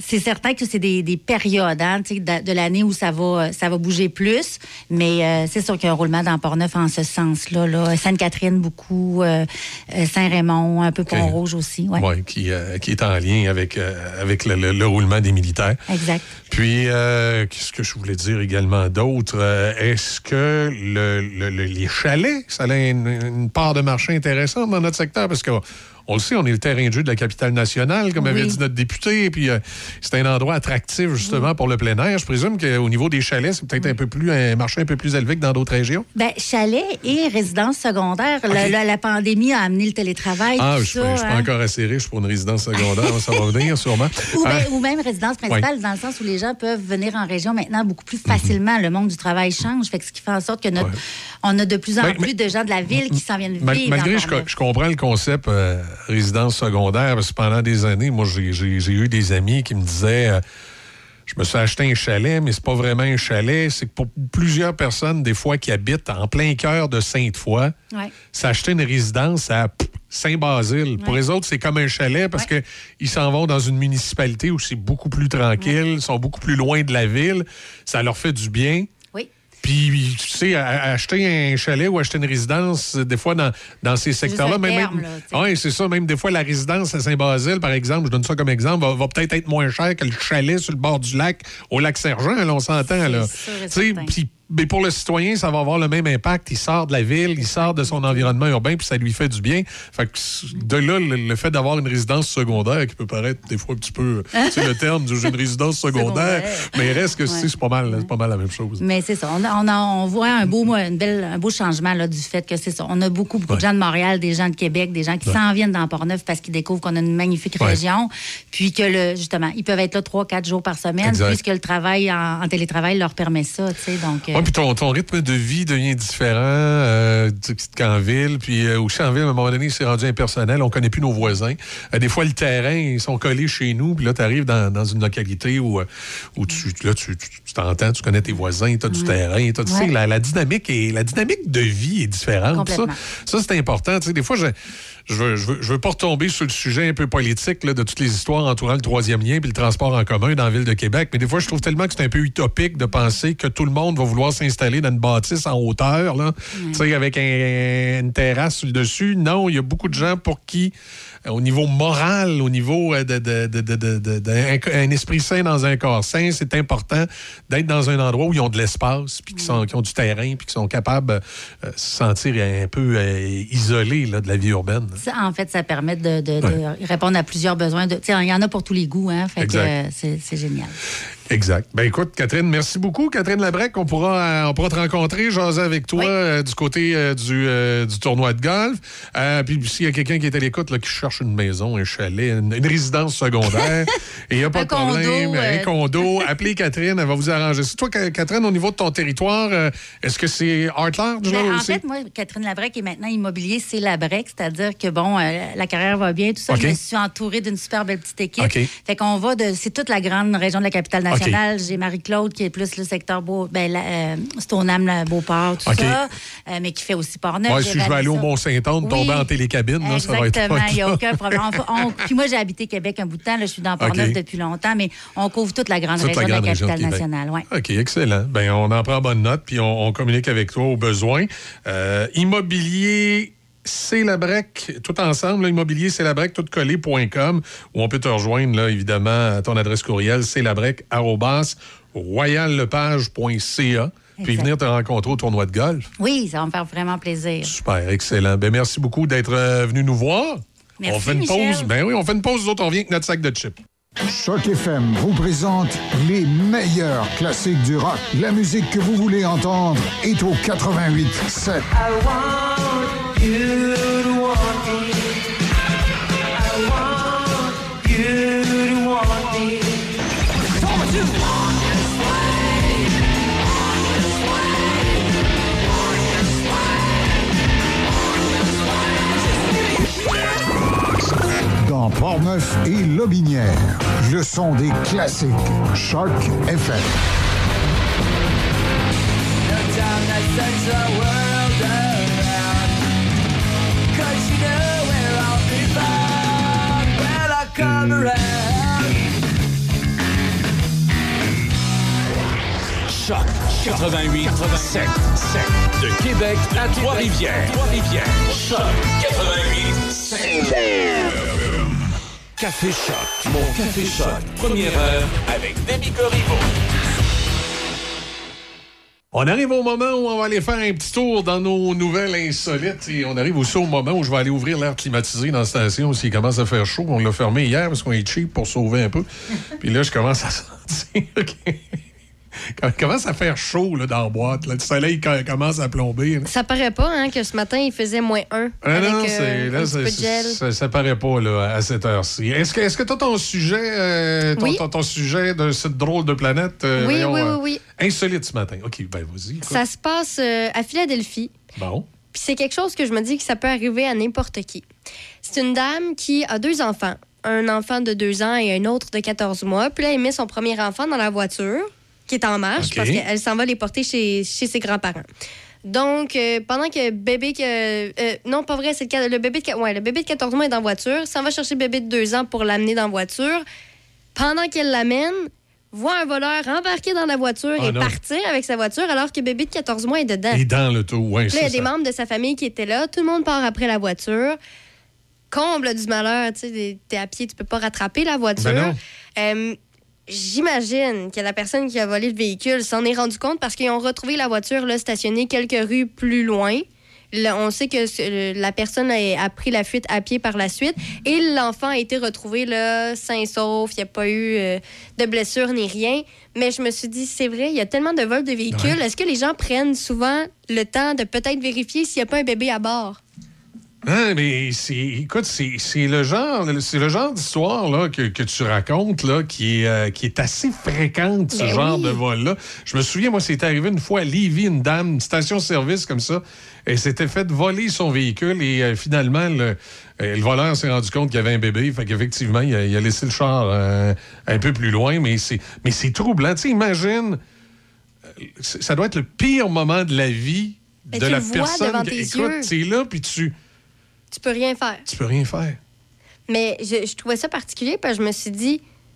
c'est certain que c'est des, des périodes hein, de, de l'année où ça va, ça va bouger plus, mais euh, c'est sûr qu'il y a un roulement dans Port-Neuf en ce sens-là. Là. Sainte-Catherine, beaucoup, euh, Saint-Raymond, un peu okay. Pont-Rouge aussi. Oui, ouais, qui, euh, qui est en lien avec, euh, avec le, le, le roulement des militaires. Exact. Puis, euh, qu'est-ce que je voulais dire également d'autre? Euh, est-ce que le, le, le, les chalets, ça a une, une part de marché intéressante dans notre secteur? Parce que on le sait, on est le terrain de jeu de la capitale nationale, comme oui. avait dit notre député, et puis euh, c'est un endroit attractif, justement, oui. pour le plein air. Je présume qu'au niveau des chalets, c'est peut-être oui. un peu plus un marché un peu plus élevé que dans d'autres régions? Bien, chalets et résidences secondaires. Okay. La, la, la pandémie a amené le télétravail, Ah, tout je ça. ne suis hein? pas encore assez riche pour une résidence secondaire, ça va venir, sûrement. Ou, ah. ben, ou même résidence principale, oui. dans le sens où les gens peuvent venir en région maintenant beaucoup plus facilement. Mm-hmm. Le monde du travail change, fait que ce qui fait en sorte que notre, ouais. on a de plus en ben, plus mais, de gens de la ville qui s'en viennent vivre. Mal, malgré, je, je comprends le concept euh, résidence secondaire, parce que pendant des années, moi, j'ai, j'ai, j'ai eu des amis qui me disaient euh, je me suis acheté un chalet, mais c'est pas vraiment un chalet. C'est que pour plusieurs personnes, des fois, qui habitent en plein cœur de Sainte-Foy, ouais. s'acheter une résidence à Saint-Basile. Ouais. Pour les autres, c'est comme un chalet parce ouais. qu'ils s'en vont dans une municipalité où c'est beaucoup plus tranquille, ouais. sont beaucoup plus loin de la ville. Ça leur fait du bien. Puis, tu sais, acheter un chalet ou acheter une résidence, des fois, dans, dans ces secteurs-là, même, terme, même oui, c'est ça, même des fois, la résidence à Saint-Basile, par exemple, je donne ça comme exemple, va, va peut-être être moins cher que le chalet sur le bord du lac, au lac Sergent, là, on s'entend, là. Tu sais, puis mais pour le citoyen, ça va avoir le même impact. Il sort de la ville, il sort de son environnement urbain, puis ça lui fait du bien. Fait que de là, le, le fait d'avoir une résidence secondaire, qui peut paraître des fois un petit peu, c'est le terme du j'ai une résidence secondaire, mais il reste que ouais. c'est pas mal, c'est pas mal la même chose. Mais c'est ça. On, a, on, a, on voit un beau, une belle, un beau changement là, du fait que c'est ça. On a beaucoup, beaucoup ouais. de gens de Montréal, des gens de Québec, des gens qui ouais. s'en viennent dans Port-Neuf parce qu'ils découvrent qu'on a une magnifique ouais. région, puis que le, justement, ils peuvent être là trois, quatre jours par semaine, exact. Puisque le travail en, en télétravail leur permet ça, tu sais. Donc. Ouais, puis ton, ton rythme de vie devient différent euh, qu'en ville. Puis euh, aussi en ville, à un moment donné, c'est rendu impersonnel. On connaît plus nos voisins. Euh, des fois, le terrain, ils sont collés chez nous. Puis là, tu arrives dans, dans une localité où, où tu, là, tu, tu, tu t'entends, tu connais tes voisins, tu as du mmh. terrain. T'as, tu ouais. sais, la, la, dynamique est, la dynamique de vie est différente. Ça, ça, c'est important. Tu sais, des fois, je... Je veux, je, veux, je veux pas retomber sur le sujet un peu politique là, de toutes les histoires entourant le troisième lien puis le transport en commun dans la ville de Québec. Mais des fois, je trouve tellement que c'est un peu utopique de penser que tout le monde va vouloir s'installer dans une bâtisse en hauteur, là, mmh. tu sais, avec un, une terrasse sur le dessus. Non, il y a beaucoup de gens pour qui, au niveau moral, au niveau de, de, de, de, de, de, de un, un esprit sain dans un corps sain, c'est important d'être dans un endroit où ils ont de l'espace, puis qui, sont, qui ont du terrain, puis qui sont capables de euh, se sentir un peu euh, isolés là, de la vie urbaine. Ça, en fait, ça permet de, de, de ouais. répondre à plusieurs besoins. De, il y en a pour tous les goûts, hein, fait que euh, c'est, c'est génial. Exact. Ben écoute, Catherine, merci beaucoup. Catherine Labrec, on pourra, euh, on pourra te rencontrer, jaser avec toi oui. euh, du côté euh, du, euh, du tournoi de golf. Euh, puis s'il y a quelqu'un qui est à l'écoute, là, qui cherche une maison, un chalet, une, une résidence secondaire, et il n'y a pas un de problème, condo, un euh... condo, appelez Catherine, elle va vous arranger. C'est toi, Catherine, au niveau de ton territoire, euh, est-ce que c'est Art Large? Ben, en aussi? fait, moi, Catherine Labrec est maintenant immobilier, c'est Labrec, c'est-à-dire que, bon, euh, la carrière va bien, tout ça. Okay. Je me suis entourée d'une super belle petite équipe. Okay. Fait qu'on va de... C'est toute la grande région de la capitale nationale. Okay. J'ai Marie-Claude qui est plus le secteur Beau... Ben, la, euh, Stoneham, Beauport, tout okay. ça, euh, mais qui fait aussi Port-Neuf. Ouais, si je vais aller au Mont-Saint-Anne, oui. tomber en télécabine, là, ça va être... Exactement, il n'y a aucun problème. On, on... Puis moi, j'ai habité Québec un bout de temps, là, je suis dans Port-Neuf okay. depuis longtemps, mais on couvre toute la grande toute région la grande de la capitale de nationale. Ouais. OK, excellent. Ben, on en prend bonne note, puis on, on communique avec toi au besoin. Euh, immobilier... C'est Labrec, tout ensemble, là, immobilier c'est labrec, tout collé point com, où on peut te rejoindre, là, évidemment, à ton adresse courriel, c'est labrec arobase royal lepage point c a, puis venir te rencontrer au tournoi de golf. Oui, ça va me faire vraiment plaisir. Super, excellent. Ben, merci beaucoup d'être euh, venu nous voir. Merci, on fait une Michel. pause. Ben oui, on fait une pause, nous autres, on vient avec notre sac de chips. Choc F M vous présente les meilleurs classiques du rock. La musique que vous voulez entendre est au quatre-vingt-huit sept. You to want me. I want you to want me. One, two, on this way. On this way. On this way. Dans Port-Neuf et Lobinière, le son des classiques. Choc F M. No time that sends the world around. You know where I'll be found when I come around. Choc quatre-vingt-huit sept de Québec à Trois-Rivières. Trois-Rivières. Choc quatre-vingt-huit sept. Café Choc. Mon Café Choc. Première heure avec Demi Corriveau. On arrive au moment où on va aller faire un petit tour dans nos nouvelles insolites et on arrive aussi au moment où je vais aller ouvrir l'air climatisé dans la station s'il commence à faire chaud. On l'a fermé hier parce qu'on est cheap pour sauver un peu. Puis là, je commence à sentir que... commence à faire chaud là, dans la boîte. Là. Le soleil commence à plomber. Là. Ça paraît pas hein, que ce matin, il faisait moins un. Ah avec, non, euh, c'est, là, un petit peu de c'est, gel. ça, ça paraît pas là, à cette heure-ci. Est-ce que est-ce que tu as ton sujet, euh, ton, Oui. ton, ton sujet de cette drôle de planète? euh, Oui, voyons, oui, euh, oui, insolite ce matin. OK, ben vas-y. écoute. Ça se passe euh, à Philadelphie. Bon. Puis c'est quelque chose que je me dis que ça peut arriver à n'importe qui. C'est une dame qui a deux enfants. Un enfant de deux ans et un autre de quatorze mois. Puis là, elle met son premier enfant dans la voiture, qui est en marche, OK. parce qu'elle s'en va les porter chez, chez ses grands-parents. Donc, euh, pendant que bébé... Que, euh, non, pas vrai, c'est le, ca- le, bébé de, ouais, le bébé de quatorze mois est dans la voiture. S'en va chercher le bébé de deux ans pour l'amener dans la voiture. Pendant qu'elle l'amène, voit un voleur embarquer dans la voiture Ah et non. partir avec sa voiture alors que bébé de quatorze mois est dedans. Et dans le tout, ouais, Puis là, il y a c'est des ça. membres de sa famille qui étaient là. Tout le monde part après la voiture. Comble du malheur, tu sais, t'es à pied, tu peux pas rattraper la voiture. Ben non. Euh, J'imagine que la personne qui a volé le véhicule s'en est rendu compte parce qu'ils ont retrouvé la voiture là, stationnée quelques rues plus loin. Là, on sait que ce- la personne a, a pris la fuite à pied par la suite et l'enfant a été retrouvé là, sain et sauf. Il n'y a pas eu euh, de blessure ni rien. Mais je me suis dit, c'est vrai, il y a tellement de vols de véhicules. Ouais. Est-ce que les gens prennent souvent le temps de peut-être vérifier s'il n'y a pas un bébé à bord? Hein, mais c'est, écoute, c'est, c'est le genre, c'est le genre d'histoire là que, que tu racontes là qui est, euh, qui est assez fréquente ce Ben genre oui. de vol-là. Je me souviens, moi, c'est arrivé une fois à Lévis, une dame, une station-service comme ça, elle s'était fait voler son véhicule et euh, finalement le, euh, le voleur s'est rendu compte qu'il y avait un bébé, fait qu'effectivement il a, il a laissé le char euh, un peu plus loin, mais c'est, mais c'est troublant. Tu sais, imagine, euh, ça doit être le pire moment de la vie Ben, de tu la le vois personne. devant que- tes écoute, yeux. t'es là puis tu Tu peux rien faire. tu peux rien faire. Mais je, je trouvais ça particulier parce que je me suis dit,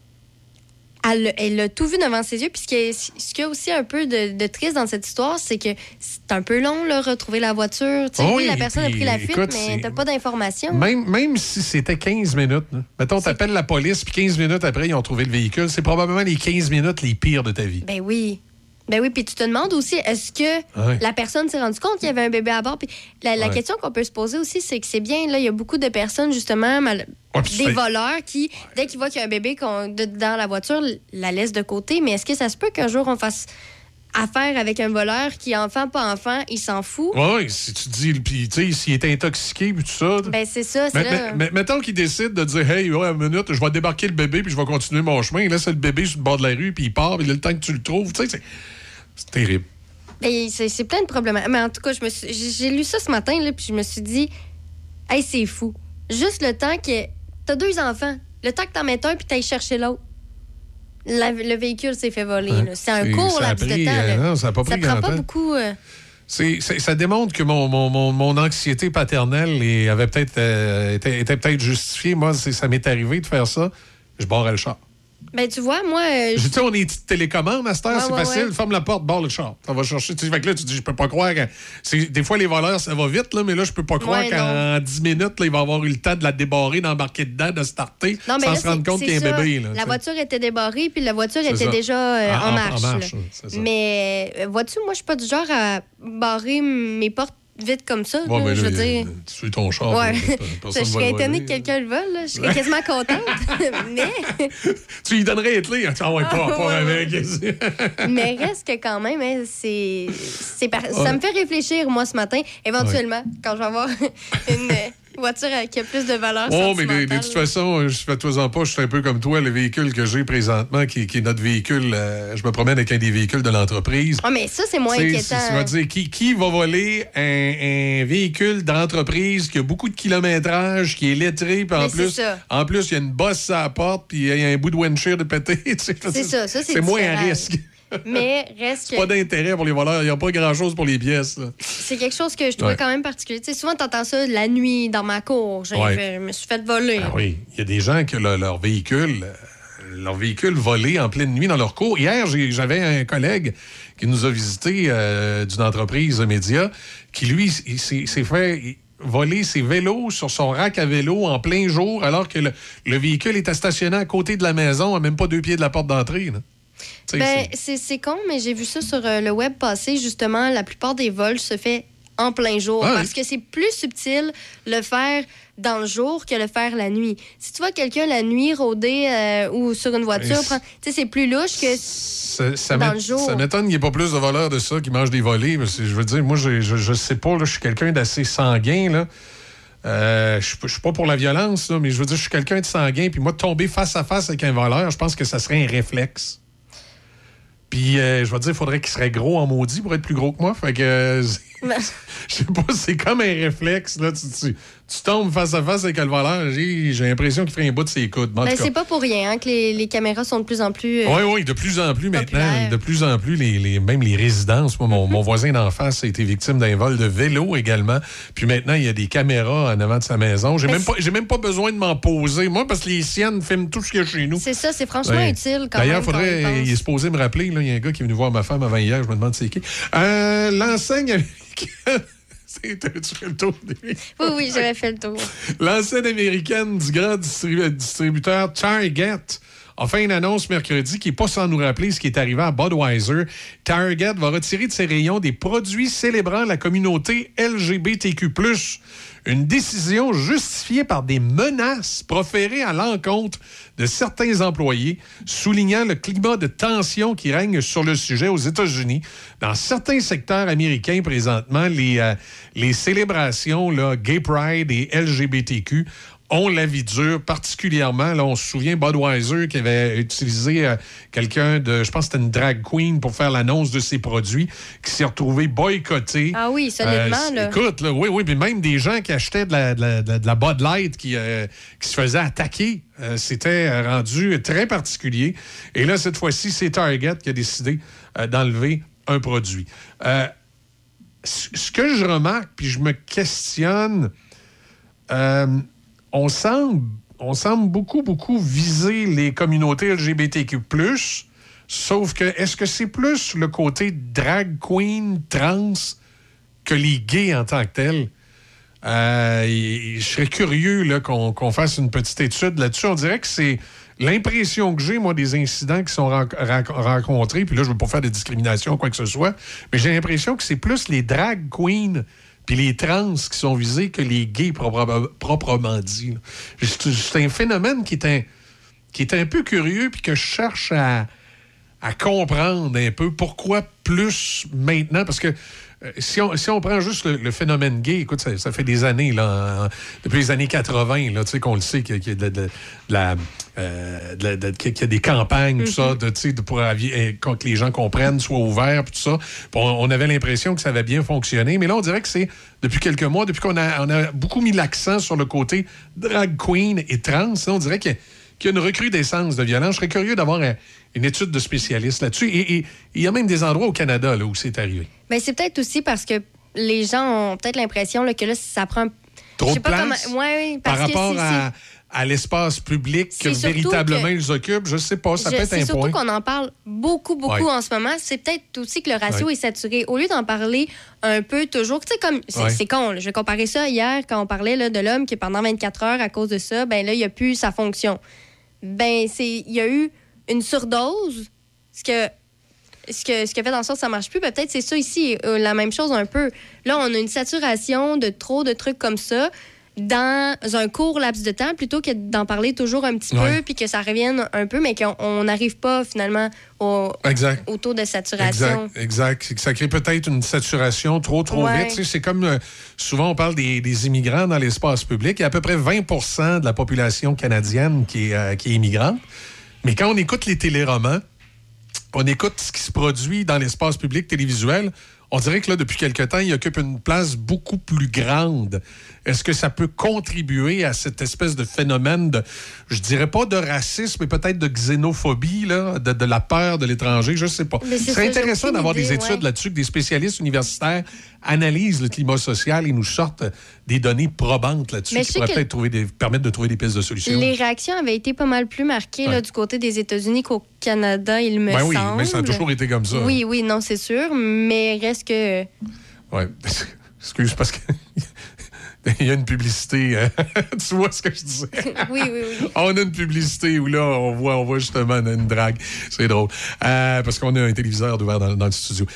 elle, elle a tout vu devant ses yeux. Puis ce qui est, ce qui est aussi un peu de, de triste dans cette histoire, c'est que c'est un peu long, là, retrouver la voiture. Tu sais, Oh oui, oui, la personne a puis, pris la fuite, écoute, mais c'est- t'as pas d'informations. Même, même si c'était quinze minutes, là. Mettons, t'appelles la police, puis quinze minutes après, ils ont trouvé le véhicule. C'est probablement les quinze minutes les pires de ta vie. Ben oui. Ben oui, puis tu te demandes aussi, est-ce que Ouais. la personne s'est rendue compte qu'il y avait un bébé à bord? Puis la, la Ouais. question qu'on peut se poser aussi, c'est que c'est bien, là, il y a beaucoup de personnes, justement, mal- Ouais, puis des c'est- voleurs qui, dès qu'ils voient qu'il y a un bébé qu'on- de- dans la voiture, la laissent de côté. Mais est-ce que ça se peut qu'un jour on fasse affaire avec un voleur qui, enfant, pas enfant, il s'en fout? Oui, si tu dis, puis tu sais, s'il est intoxiqué, puis tout ça. Ben c'est ça, c'est Mais, là. mais- mais- mettons qu'il décide de dire, hey, ouais, une minute, je vais débarquer le bébé, puis je vais continuer mon chemin. Il laisse le bébé sur le bord de la rue, puis il part, puis il a le temps que tu le trouves. Tu sais, c'est, c'est terrible. Ben, c'est c'est plein de problèmes. Mais en tout cas, je me suis- j'ai j'ai lu ça ce matin, là, puis je me suis dit, hey, c'est fou. Juste le temps que. T'as deux enfants. Le temps que t'en mettes un, puis t'ailles chercher l'autre. La- le véhicule s'est fait voler. Ouais. là. C'est un C'est- court ça a laps pris, de temps. là. euh, non, ça a pas pris prend grand pas temps. beaucoup. euh, C'est, c'est- ça démontre que mon, mon, mon, mon anxiété paternelle est- avait peut-être, euh, était, était peut-être justifiée. Moi, c'est- ça m'est arrivé de faire ça. Je barrais le char. Ben, tu vois, moi. euh, Je je- dis, on est petites télécommandes, à cette heure, Ouais, c'est ouais, facile. ouais. Ferme la porte, barre le char. Ça va chercher. Tu sais, fait que là, tu dis, je peux pas croire que. c'est- Des fois, les voleurs, ça va vite, là, mais là, je peux pas croire Ouais, qu'en dix minutes, là, il va avoir eu le temps de la débarrer, d'embarquer dedans, de starter, Non, mais sans là, se rendre c'est- compte c'est qu'il y a un ça. bébé. Là, la tu sais. voiture était débarrée, puis la voiture C'est était ça. déjà euh, En- en, en- en marche. marche, là. c'est ça. Mais euh, vois-tu, moi, je suis pas du genre à barrer mes portes vite comme ça. Ouais, là, mais je là, veux dire. Tu suis ton char. Ouais. là, Ça, personne je va serais le étonnée voler. que quelqu'un le vole. là. Je serais quasiment contente. mais, Tu lui donnerais les clés. Ah ouais, pas, pas avec. mais reste que quand même, hein, c'est, c'est par- ça me fait réfléchir, moi, ce matin. Éventuellement, quand je vais avoir une euh, voiture euh, qui a plus de valeur Oh, mais de, sentimentale. de toute façon, je fais-toi-en pas, je suis un peu comme toi, le véhicule que j'ai présentement, qui, qui est notre véhicule, euh, je me promène avec un des véhicules de l'entreprise. Ah, mais ça, c'est moins Tu sais, inquiétant. c'est- Tu vas dire, qui, qui va voler un, un véhicule d'entreprise qui a beaucoup de kilométrage, qui est lettré, puis en Mais c'est plus, ça. en plus, il y a une bosse à la porte, puis il y a un bout de windshield de pété. tu sais, C'est ça, ça, c'est C'est moins un différent. risque. Mais reste que Pas d'intérêt pour les voleurs, il n'y a pas grand-chose pour les pièces. là. c'est quelque chose que je trouvais Ouais. quand même particulier. Tu sais, souvent, t'entends ça la nuit dans ma cour. J'ai Ouais. fait- je me suis fait voler. Ah oui, il y a des gens que le- leur véhicule, euh, leur véhicule volé en pleine nuit dans leur cours. Hier, j'ai, j'avais un collègue qui nous a visité euh, d'une entreprise média qui, lui, il s'est, s'est fait... Il, voler ses vélos sur son rack à vélo en plein jour, alors que le, le véhicule était stationné à côté de la maison, à même pas deux pieds de la porte d'entrée. Là. Ben, c'est... C'est, c'est con, mais j'ai vu ça sur euh, le web passer. Justement, la plupart des vols se fait en plein jour. Ah, parce oui. que c'est plus subtil le faire dans le jour que le faire la nuit. Si tu vois quelqu'un la nuit rôder euh, ou sur une voiture, prend... c'est plus louche que ça, ça dans le jour. Ça m'étonne qu'il n'y ait pas plus de voleurs de ça qui mangent des volets. Parce que, je veux dire, moi, je, je, je sais pas, là, je suis quelqu'un d'assez sanguin, là. Euh, je ne suis pas pour la violence, là, mais je veux dire, je suis quelqu'un de sanguin. Puis moi, de tomber face à face avec un voleur, je pense que ça serait un réflexe. Puis, euh, je vais te dire, il faudrait qu'il serait gros en maudit pour être plus gros que moi. Fait que, euh, je sais pas, c'est comme un réflexe. Là. Tu, tu, tu tombes face à face avec le voleur, j'ai, j'ai l'impression qu'il ferait un bout de ses coudes. Ben, c'est pas pour rien hein, que les, les caméras sont de plus en plus euh, Oui, oui, de plus en plus populaires. Maintenant. De plus en plus, les, les, même les résidences. Moi, mon, mm-hmm. mon voisin d'en face a été victime d'un vol de vélo également. Puis maintenant, il y a des caméras en avant de sa maison. J'ai, même pas, j'ai même pas besoin de m'en poser. Moi, parce que les siennes filment tout ce qu'il y a chez nous. C'est ça, c'est franchement ouais. utile quand D'ailleurs, même. D'ailleurs, il faudrait. Il est supposé me rappeler. Il y a un gars qui est venu voir ma femme avant hier. Je me demande c'est qui. Euh, l'enseigne américaine. Tu fais le tour des... Oui, oui, j'avais fait le tour. L'enseigne américaine du grand distribu- distributeur Target a fait une annonce mercredi qui n'est pas sans nous rappeler ce qui est arrivé à Budweiser. Target va retirer de ses rayons des produits célébrant la communauté L G B T Q plus. Une décision justifiée par des menaces proférées à l'encontre de certains employés, soulignant le climat de tension qui règne sur le sujet aux États-Unis. Dans certains secteurs américains, présentement, les, euh, les célébrations là, Gay Pride et L G B T Q ont la vie dure, particulièrement, là, on se souvient, Budweiser qui avait utilisé euh, quelqu'un de, je pense que c'était une drag queen pour faire l'annonce de ses produits, qui s'est retrouvé boycotté. Ah oui, solidement, euh, là. Écoute, là, oui, oui, puis même des gens qui achetaient de la, de la, de la Bud Light qui, euh, qui se faisaient attaquer. Euh, c'était rendu très particulier. Et là, cette fois-ci, c'est Target qui a décidé euh, d'enlever un produit. Euh, ce que je remarque, puis je me questionne... Euh, On semble, on semble beaucoup, beaucoup viser les communautés L G B T Q plus, sauf que est-ce que c'est plus le côté drag queen, trans, que les gays en tant que tels? Euh, je serais curieux là, qu'on, qu'on fasse une petite étude là-dessus. On dirait que c'est l'impression que j'ai, moi, des incidents qui sont ren- ren- rencontrés, puis là, je ne veux pas faire de discrimination ou quoi que ce soit, mais j'ai l'impression que c'est plus les drag queens puis les trans qui sont visés que les gays propre, proprement dit. C'est, c'est un phénomène qui est un, qui est un peu curieux puis que je cherche à, à comprendre un peu pourquoi plus maintenant. Parce que euh, si, on, si on prend juste le, le phénomène gay, écoute, ça, ça fait des années, là, en, depuis les années quatre-vingts, là, tu sais, qu'on le sait, qu'il y a, qu'il y a, de, de, de la, euh, de, de, qu'il y a des campagnes, tout ça, de, tu sais, de, pour que les gens comprennent, soient ouverts, tout ça. On, on avait l'impression que ça avait bien fonctionné. Mais là, on dirait que c'est depuis quelques mois, depuis qu'on a, on a beaucoup mis l'accent sur le côté drag queen et trans, là, on dirait qu'il y a, qu'il y a une recrudescence de violence. Je serais curieux d'avoir un, une étude de spécialistes là-dessus. Et il y a même des endroits au Canada là, où c'est arrivé. Bien, c'est peut-être aussi parce que les gens ont peut-être l'impression là, que là, ça prend... Trop je sais de pas place comment... ouais, oui, parce par que rapport c'est, à, à l'espace public que véritablement que... ils occupent. Je sais pas, ça je, peut être un point. C'est surtout qu'on en parle beaucoup, beaucoup ouais. en ce moment. C'est peut-être aussi que le ratio ouais. est saturé. Au lieu d'en parler un peu toujours, tu sais, comme... C'est, ouais. c'est con, là. Je vais comparer ça hier quand on parlait là, de l'homme qui, pendant vingt-quatre heures, à cause de ça, ben là, il n'y a plus sa fonction. Ben, c'est... Il y a eu une surdose, ce que... Ce, que, ce qui a fait en sorte que ça ne marche plus, ben, peut-être c'est ça ici, euh, la même chose un peu. Là, on a une saturation de trop de trucs comme ça dans un court laps de temps, plutôt que d'en parler toujours un petit ouais. peu, puis que ça revienne un peu, mais qu'on n'arrive pas finalement au, au taux de saturation. Exact, exact. Ça crée peut-être une saturation trop, trop ouais. vite. Tu sais, c'est comme, euh, souvent on parle des, des immigrants dans l'espace public. Il y a à peu près vingt pour cent de la population canadienne qui est, euh, qui est immigrante. Mais quand on écoute les téléromans, on écoute ce qui se produit dans l'espace public télévisuel, on dirait que là, depuis quelque temps, il occupe une place beaucoup plus grande. Est-ce que ça peut contribuer à cette espèce de phénomène de, je dirais pas de racisme, mais peut-être de xénophobie, là, de, de la peur de l'étranger? Je sais pas. Ce serait intéressant d'avoir idée, des études ouais. là-dessus, que des spécialistes universitaires analysent le climat social et nous sortent des données probantes là-dessus Mais qui je sais pourraient que- peut-être trouver des, permettre de trouver des pistes de solutions. Les réactions avaient été pas mal plus marquées Ouais. là, du côté des États-Unis qu'au Canada, il me Ben oui, semble. mais ça a toujours été comme ça. Oui, oui, non, c'est sûr, mais reste que... Ouais. Excuse, parce que il y a une publicité. Hein? Tu vois ce que je disais? Oui, oui, oui. On a une publicité où là, on voit, on voit justement une drague. C'est drôle. Euh, parce qu'on a un téléviseur ouvert dans, dans le studio.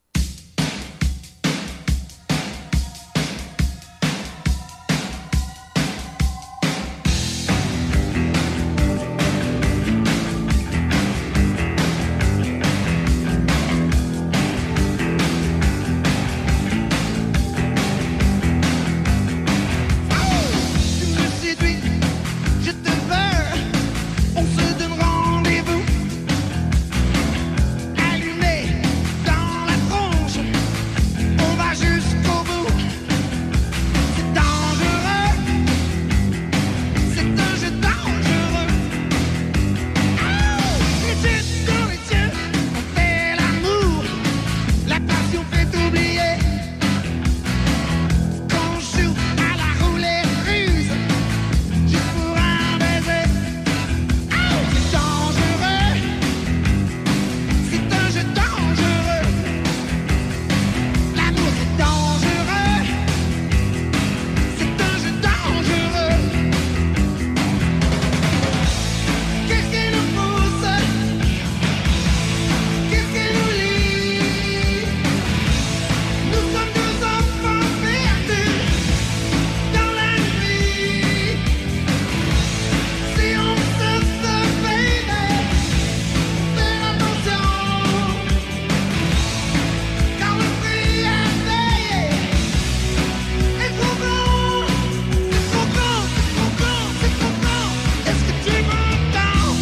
Tu me séduis, je te veux, on se donne rendez-vous. Allumé dans la tronche, on va jusqu'au bout. C'est dangereux, c'est un jeu dangereux. Les yeux dans les yeux, on fait l'amour, la passion fait oublier. Qu'on joue à la roulette russe, juste pour un baiser. C'est dangereux, c'est un jeu dangereux. L'amour c'est dangereux, c'est un jeu dangereux. Qu'est-ce qui nous pousse, qu'est-ce qui nous lie? Nous sommes deux enfants perdus dans la nuit. Si on se fait faire attention, car le prix à payer est trop grand. C'est trop grand, c'est trop grand, c'est trop grand. Est-ce que tu m'entends?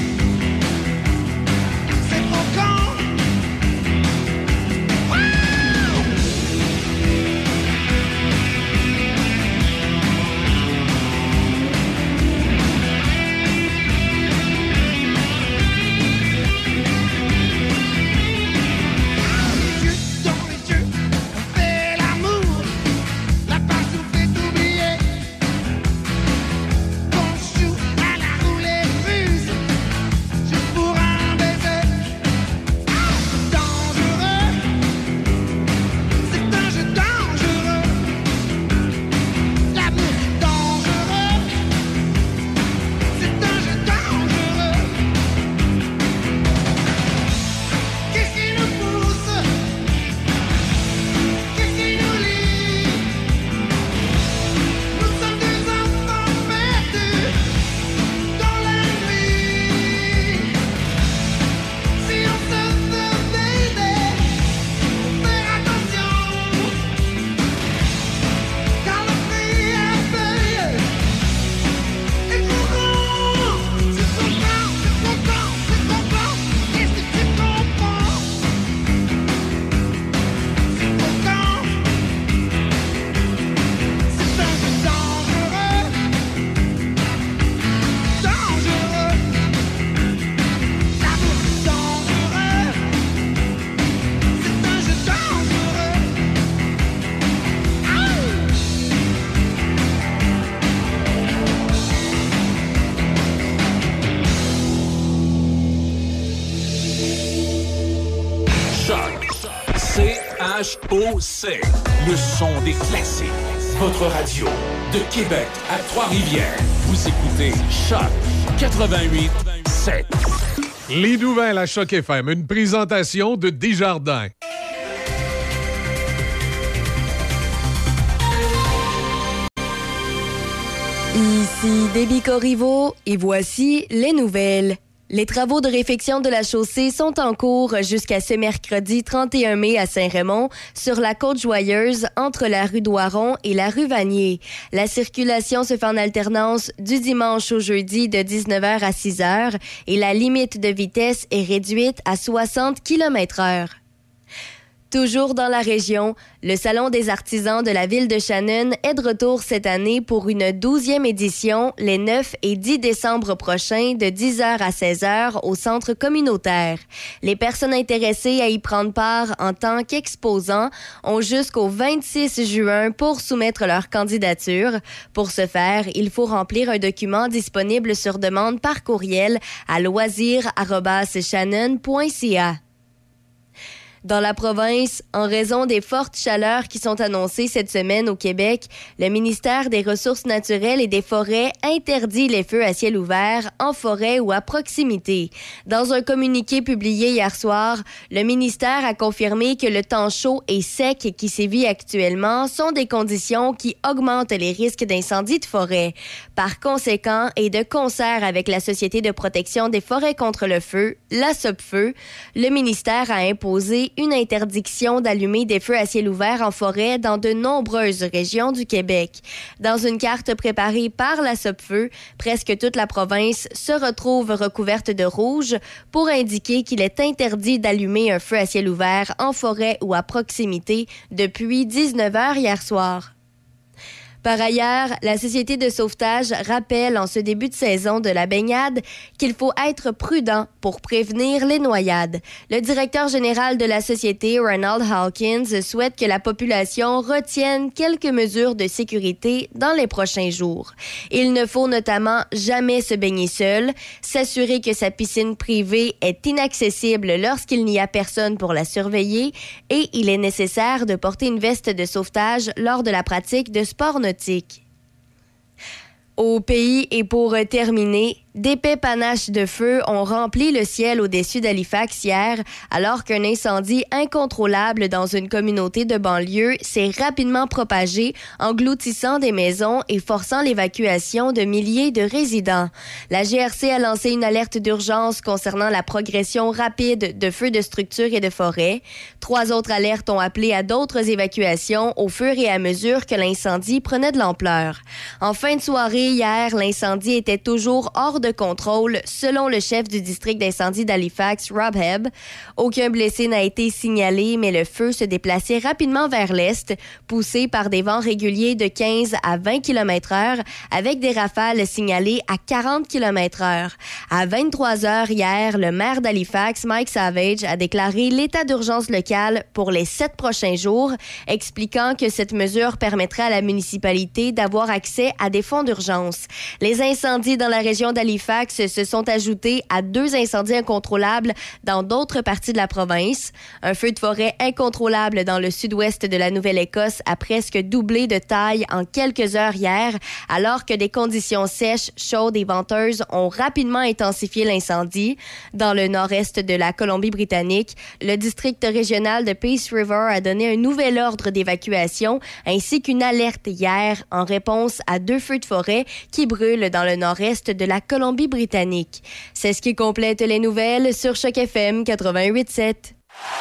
C'est trop grand. Les yeux dans les yeux, on fait l'amour, la passion fait oublier. On joue à la roulette russe, juste pour un baiser. C'est dangereux, c'est un jeu dangereux. L'amour c'est dangereux, c'est un jeu dangereux. Qu'est-ce qui nous pousse? Qu'est-ce qui nous lie? Nous sommes des enfants perdus dans la nuit. Si on se fait baiser, faire attention, car le prix à payer est trop grand. C'est trop grand, c'est trop grand, c'est trop grand. Est-ce que tu comprends? C'est trop grand. C'est un jeu dangereux, dangereux. L'amour c'est dangereux, c'est un jeu dangereux. Choc. C H O C. Le son des classiques. Votre radio de Québec à Trois-Rivières. Vous écoutez Choc quatre-vingt-huit sept. Les nouvelles à Choc F M, une présentation de Desjardins. Ici Déby Corriveau et voici les nouvelles. Les travaux de réfection de la chaussée sont en cours jusqu'à ce mercredi trente et un mai à Saint-Raymond, sur la Côte-Joyeuse, entre la rue Doiron et la rue Vanier. La circulation se fait en alternance du dimanche au jeudi de dix-neuf heures à six heures et la limite de vitesse est réduite à soixante kilomètres heure. Toujours dans la région, le Salon des artisans de la ville de Shannon est de retour cette année pour une douzième édition les neuf et dix décembre prochains de dix heures à seize heures au centre communautaire. Les personnes intéressées à y prendre part en tant qu'exposants ont jusqu'au vingt-six juin pour soumettre leur candidature. Pour ce faire, il faut remplir un document disponible sur demande par courriel à loisirs arobase shannon point c a. Dans la province, en raison des fortes chaleurs qui sont annoncées cette semaine au Québec, le ministère des Ressources naturelles et des Forêts interdit les feux à ciel ouvert en forêt ou à proximité. Dans un communiqué publié hier soir, le ministère a confirmé que le temps chaud et sec qui sévit actuellement sont des conditions qui augmentent les risques d'incendie de forêt. Par conséquent, et de concert avec la Société de protection des forêts contre le feu, la SOPFEU, le ministère a imposé une interdiction d'allumer des feux à ciel ouvert en forêt dans de nombreuses régions du Québec. Dans une carte préparée par la SOPFEU, presque toute la province se retrouve recouverte de rouge pour indiquer qu'il est interdit d'allumer un feu à ciel ouvert en forêt ou à proximité depuis dix-neuf heures hier soir. Par ailleurs, la Société de sauvetage rappelle en ce début de saison de la baignade qu'il faut être prudent pour prévenir les noyades. Le directeur général de la Société, Ronald Hawkins, souhaite que la population retienne quelques mesures de sécurité dans les prochains jours. Il ne faut notamment jamais se baigner seul, s'assurer que sa piscine privée est inaccessible lorsqu'il n'y a personne pour la surveiller et il est nécessaire de porter une veste de sauvetage lors de la pratique de sports nautiques. Au pays et pour terminer, d'épais panaches de feu ont rempli le ciel au-dessus d'Halifax hier, alors qu'un incendie incontrôlable dans une communauté de banlieue s'est rapidement propagé, engloutissant des maisons et forçant l'évacuation de milliers de résidents. La G R C a lancé une alerte d'urgence concernant la progression rapide de feux de structures et de forêts. Trois autres alertes ont appelé à d'autres évacuations au fur et à mesure que l'incendie prenait de l'ampleur. En fin de soirée, hier, l'incendie était toujours hors de contrôle, selon le chef du district d'incendie d'Halifax, Rob Hebb. Aucun blessé n'a été signalé, mais le feu se déplaçait rapidement vers l'est, poussé par des vents réguliers de quinze à vingt kilomètres heure, avec des rafales signalées à quarante kilomètres heure. À vingt-trois heures hier, le maire d'Halifax, Mike Savage, a déclaré l'état d'urgence local pour les sept prochains jours, expliquant que cette mesure permettrait à la municipalité d'avoir accès à des fonds d'urgence. Les incendies dans la région d'Halifax se sont ajoutés à deux incendies incontrôlables dans d'autres parties de la province. Un feu de forêt incontrôlable dans le sud-ouest de la Nouvelle-Écosse a presque doublé de taille en quelques heures hier, alors que des conditions sèches, chaudes et venteuses ont rapidement intensifié l'incendie. Dans le nord-est de la Colombie-Britannique, le district régional de Peace River a donné un nouvel ordre d'évacuation ainsi qu'une alerte hier en réponse à deux feux de forêt qui brûlent dans le nord-est de la Colombie-Britannique. C'est ce qui complète les nouvelles sur Choc F M quatre-vingt-huit sept.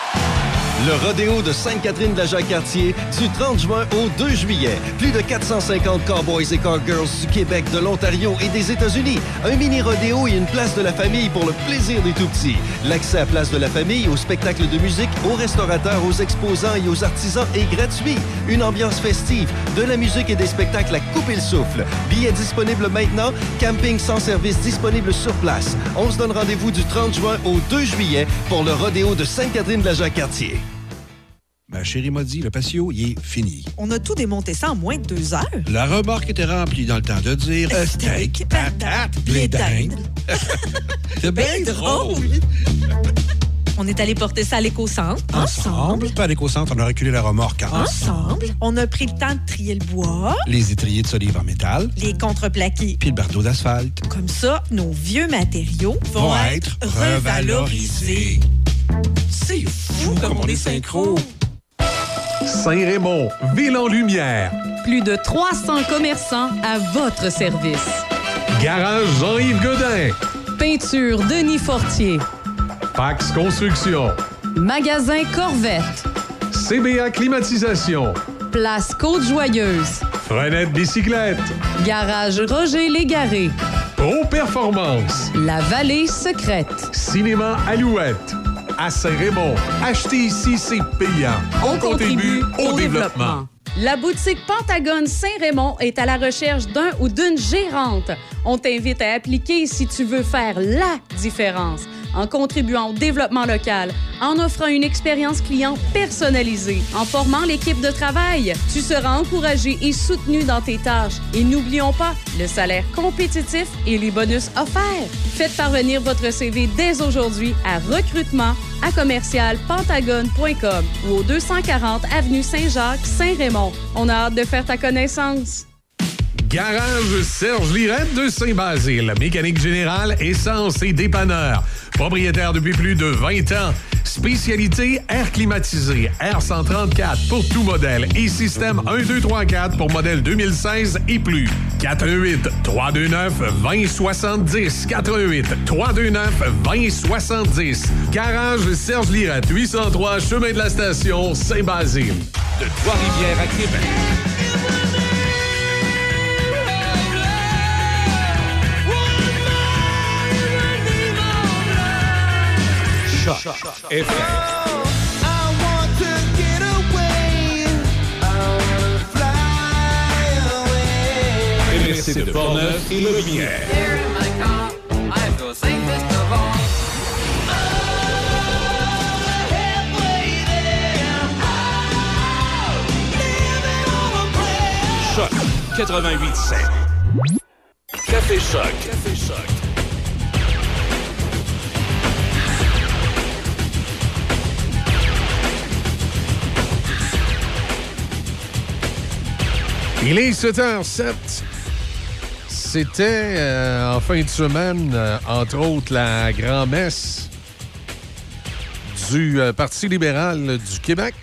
Le rodéo de Sainte-Catherine-de-la-Jacques-Cartier du trente juin au deux juillet. Plus de quatre cent cinquante cowboys et cowgirls du Québec, de l'Ontario et des États-Unis. Un mini-rodéo et une place de la famille pour le plaisir des tout-petits. L'accès à Place de la Famille, aux spectacles de musique, aux restaurateurs, aux exposants et aux artisans est gratuit. Une ambiance festive, de la musique et des spectacles à couper le souffle. Billets disponibles maintenant. Camping sans service disponible sur place. On se donne rendez-vous du trente juin au deux juillet pour le rodéo de Sainte-Catherine-de-la-Jacques-Cartier. Ma chérie m'a dit, le patio, il est fini. On a tout démonté ça en moins de deux heures. La remorque était remplie dans le temps de dire euh, steak, patate, blé d'Inde. C'est bien drôle. On est allé porter ça à l'éco-centre. Ensemble. Pas à l'éco-centre, on a reculé la remorque. Ensemble. On a pris le temps de trier le bois. Les étriers de solive en métal. Les contreplaqués. Puis le bardeau d'asphalte. Comme ça, nos vieux matériaux vont, vont être revalorisés. C'est fou comme on est synchro. Saint-Raymond, ville en lumière. Plus de trois cents commerçants à votre service. Garage Jean-Yves Godin. Peinture Denis Fortier. Pax Construction. Magasin Corvette. C B A Climatisation. Place Côte-Joyeuse. Frenette Bicyclette. Garage Roger Légaré. Pro Performance. La Vallée Secrète. Cinéma Alouette. à Saint-Raymond. Acheter ici, c'est payant. On, On contribue, contribue au, au développement. développement. La boutique Pentagone Saint-Raymond est à la recherche d'un ou d'une gérante. On t'invite à appliquer si tu veux faire la différence, en contribuant au développement local, en offrant une expérience client personnalisée, en formant l'équipe de travail. Tu seras encouragé et soutenu dans tes tâches. Et n'oublions pas, le salaire compétitif et les bonus offerts. Faites parvenir votre C V dès aujourd'hui à recrutement à commercial pentagone point com ou au deux cent quarante avenue Saint-Jacques, Saint-Raymond. On a hâte de faire ta connaissance. Garage Serge Lirette de Saint-Basile. Mécanique générale, essence et dépanneur. Propriétaire depuis plus de vingt ans. Spécialité air climatisé, R cent trente-quatre pour tout modèle et système un, deux, trois, quatre pour modèle deux mille seize et plus. quatre un huit, trois deux neuf, deux zéro sept zéro. quatre un huit, trois deux neuf, deux zéro sept zéro. Garage Serge Lirette, huit cent trois, chemin de la station, Saint-Basile. De Trois-Rivières à Québec. Choc F M. M S C de Portneuf et Lotbinière. Choc quatre-vingt-huit sept. Café Choc. Café Choc. Il est sept heures zéro sept. C'était euh, en fin de semaine, euh, entre autres, la grand-messe du euh, Parti libéral du Québec.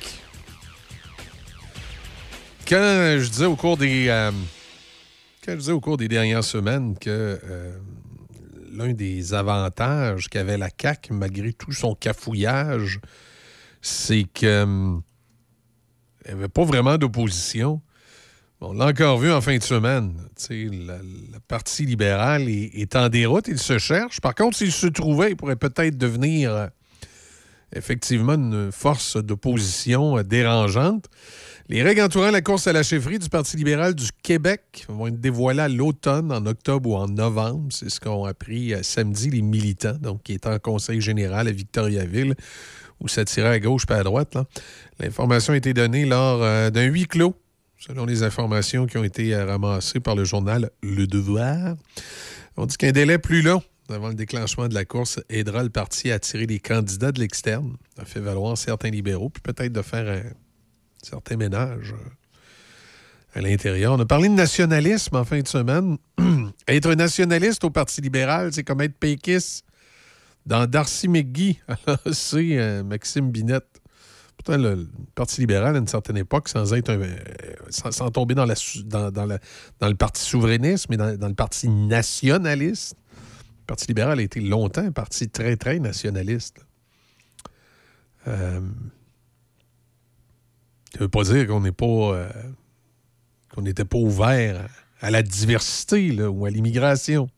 Quand je disais au cours des euh, quand je disais au cours des dernières semaines que euh, l'un des avantages qu'avait la C A Q, malgré tout son cafouillage, c'est qu'elle n'y avait pas vraiment d'opposition. On l'a encore vu en fin de semaine. Le Parti libéral est, est en déroute, il se cherche. Par contre, s'il se trouvait, il pourrait peut-être devenir euh, effectivement une force d'opposition euh, dérangeante. Les règles entourant la course à la chefferie du Parti libéral du Québec vont être dévoilées à l'automne, en octobre ou en novembre. C'est ce qu'ont appris euh, samedi les militants, donc qui étaient en conseil général à Victoriaville, où ça tirait à gauche puis à droite. Là. L'information a été donnée lors euh, d'un huis clos, selon les informations qui ont été ramassées par le journal Le Devoir. On dit qu'un délai plus long avant le déclenchement de la course aidera le parti à attirer des candidats de l'externe, à faire valoir certains libéraux, puis peut-être de faire un certain ménage à l'intérieur. On a parlé de nationalisme en fin de semaine. Être nationaliste au Parti libéral, c'est comme être péquiste dans Darcy McGee. Alors, c'est euh, Maxime Binette. Pourtant, le, le Parti libéral, à une certaine époque, sans être un, euh, sans, sans tomber dans, la, dans, dans, la, dans le parti souverainiste, mais dans, dans le parti nationaliste, le Parti libéral a été longtemps un parti très, très nationaliste. Euh, ça ne veut pas dire qu'on n'est pas euh, qu'on n'était pas ouvert à, à la diversité là, ou à l'immigration.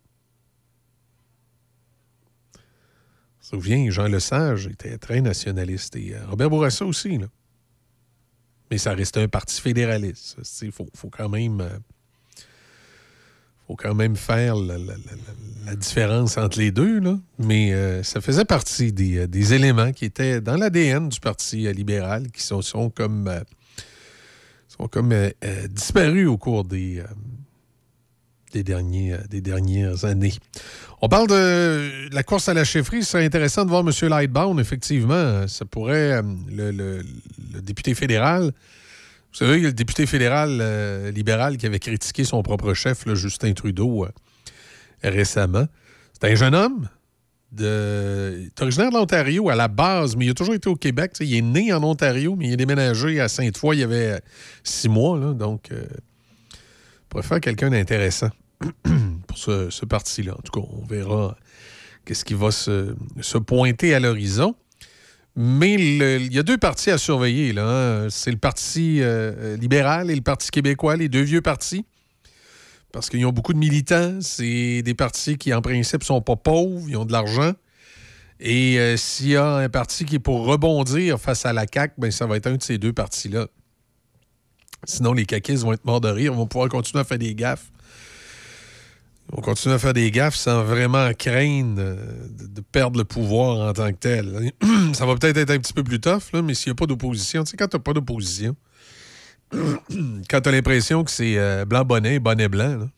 Je me souviens, Jean Lesage était très nationaliste. Et euh, Robert Bourassa aussi. Là. Mais ça restait un parti fédéraliste. Il faut, faut, quand même, euh, faut quand même faire la, la, la, la différence entre les deux. Là. Mais euh, ça faisait partie des, des éléments qui étaient dans l'A D N du Parti euh, libéral, qui sont, sont comme, euh, sont comme euh, euh, disparus au cours des... Euh, Des, derniers, des dernières années. On parle de la course à la chefferie. Ce serait intéressant de voir M. Lightbound. Effectivement, ça pourrait... Le, le, le député fédéral... Vous savez, il y a le député fédéral euh, libéral qui avait critiqué son propre chef, là, Justin Trudeau, euh, récemment. C'est un jeune homme. De... Il est originaire de l'Ontario à la base, mais il a toujours été au Québec. T'sais, il est né en Ontario, mais il est déménagé à Sainte-Foy il y avait six mois. Là, donc, euh, il pourrait faire quelqu'un d'intéressant pour ce, ce parti-là. En tout cas, on verra qu'est-ce qui va se, se pointer à l'horizon. Mais le, il y a deux partis à surveiller. Là, hein. C'est le Parti euh, libéral et le Parti québécois, les deux vieux partis. Parce qu'ils ont beaucoup de militants. C'est des partis qui, en principe, sont pas pauvres. Ils ont de l'argent. Et euh, s'il y a un parti qui est pour rebondir face à la C A Q, ben, ça va être un de ces deux partis-là. Sinon, les caquistes vont être morts de rire, vont pouvoir continuer à faire des gaffes. Ils vont continuer à faire des gaffes sans vraiment craindre de, de perdre le pouvoir en tant que tel. Ça va peut-être être un petit peu plus tough, là, mais s'il n'y a pas d'opposition, tu sais, quand tu n'as pas d'opposition, quand tu as l'impression que c'est euh, blanc-bonnet, bonnet-blanc, là,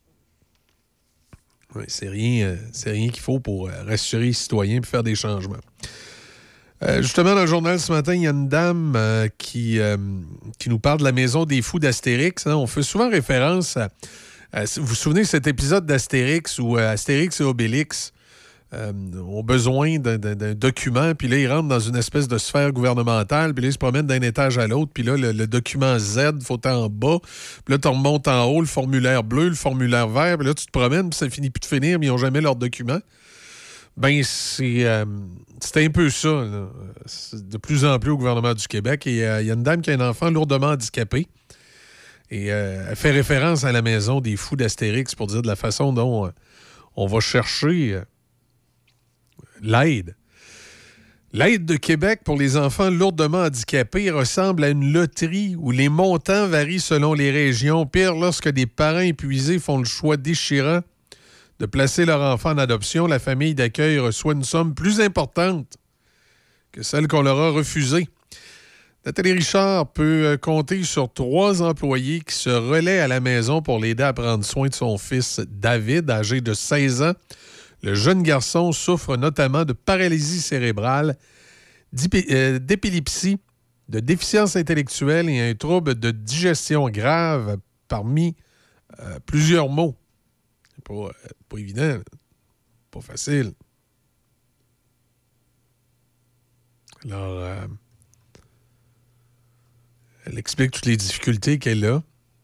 ouais, c'est rien, euh, c'est rien qu'il faut pour euh, rassurer les citoyens et faire des changements. Euh, justement, dans le journal ce matin, il y a une dame euh, qui, euh, qui nous parle de la maison des fous d'Astérix. Hein. On fait souvent référence à... à vous vous souvenez de cet épisode d'Astérix où euh, Astérix et Obélix euh, ont besoin d'un, d'un, d'un document, puis là, ils rentrent dans une espèce de sphère gouvernementale, puis là, ils se promènent d'un étage à l'autre, puis là, le, le document Z, il faut en bas, puis là, tu remontes en haut, le formulaire bleu, le formulaire vert, puis là, tu te promènes, puis ça finit plus de finir, mais ils n'ont jamais leur document. Ben, c'est, euh, c'est un peu ça, là. C'est de plus en plus au gouvernement du Québec. Et il euh, y a une dame qui a un enfant lourdement handicapé. Et euh, elle fait référence à la maison des fous d'Astérix pour dire de la façon dont euh, on va chercher euh, l'aide. L'aide de Québec pour les enfants lourdement handicapés ressemble à une loterie où les montants varient selon les régions. Pire, lorsque des parents épuisés font le choix déchirant de placer leur enfant en adoption, la famille d'accueil reçoit une somme plus importante que celle qu'on leur a refusée. Nathalie Richard peut compter sur trois employés qui se relaient à la maison pour l'aider à prendre soin de son fils David, âgé de seize ans. Le jeune garçon souffre notamment de paralysie cérébrale, d'épilepsie, de déficience intellectuelle et un trouble de digestion grave parmi euh, plusieurs maux. C'est pas, euh, pas évident, pas facile. Alors, euh, elle explique toutes les difficultés qu'elle a.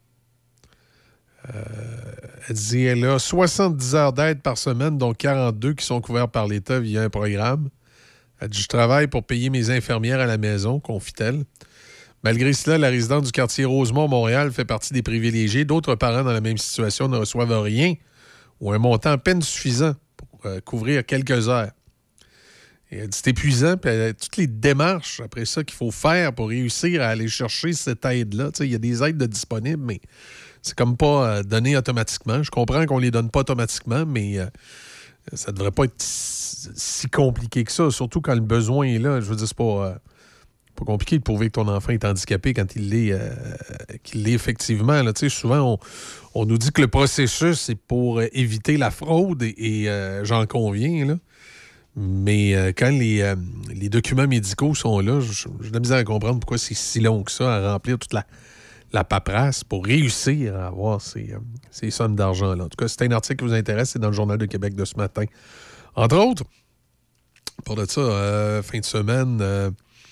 Euh, elle dit qu'elle a soixante-dix heures d'aide par semaine, dont quarante-deux qui sont couverts par l'État via un programme. Elle dit « Je travaille pour payer mes infirmières à la maison », confie-t-elle. Malgré cela, la résidente du quartier Rosemont, Montréal, fait partie des privilégiés. D'autres parents dans la même situation ne reçoivent rien ou un montant à peine suffisant pour euh, couvrir quelques heures. Et elle dit c'est épuisant, puis elle, toutes les démarches après ça qu'il faut faire pour réussir à aller chercher cette aide-là. Il y a des aides de disponibles, mais c'est comme pas euh, donné automatiquement. Je comprends qu'on les donne pas automatiquement, mais euh, ça devrait pas être si, si compliqué que ça, surtout quand le besoin est là. Je veux dire, c'est pas, euh, pas compliqué de prouver que ton enfant est handicapé quand il l'est, euh, qu'il l'est effectivement. Là. Souvent, on, on nous dit que le processus, c'est pour euh, éviter la fraude, et, et euh, j'en conviens, là. Mais euh, quand les, euh, les documents médicaux sont là, j'ai de la misère à comprendre pourquoi c'est si long que ça à remplir toute la, la paperasse pour réussir à avoir ces, euh, ces sommes d'argent-là. En tout cas, c'est un article qui vous intéresse, c'est dans le Journal de Québec de ce matin. Entre autres, pour de ça, euh, fin de semaine, euh,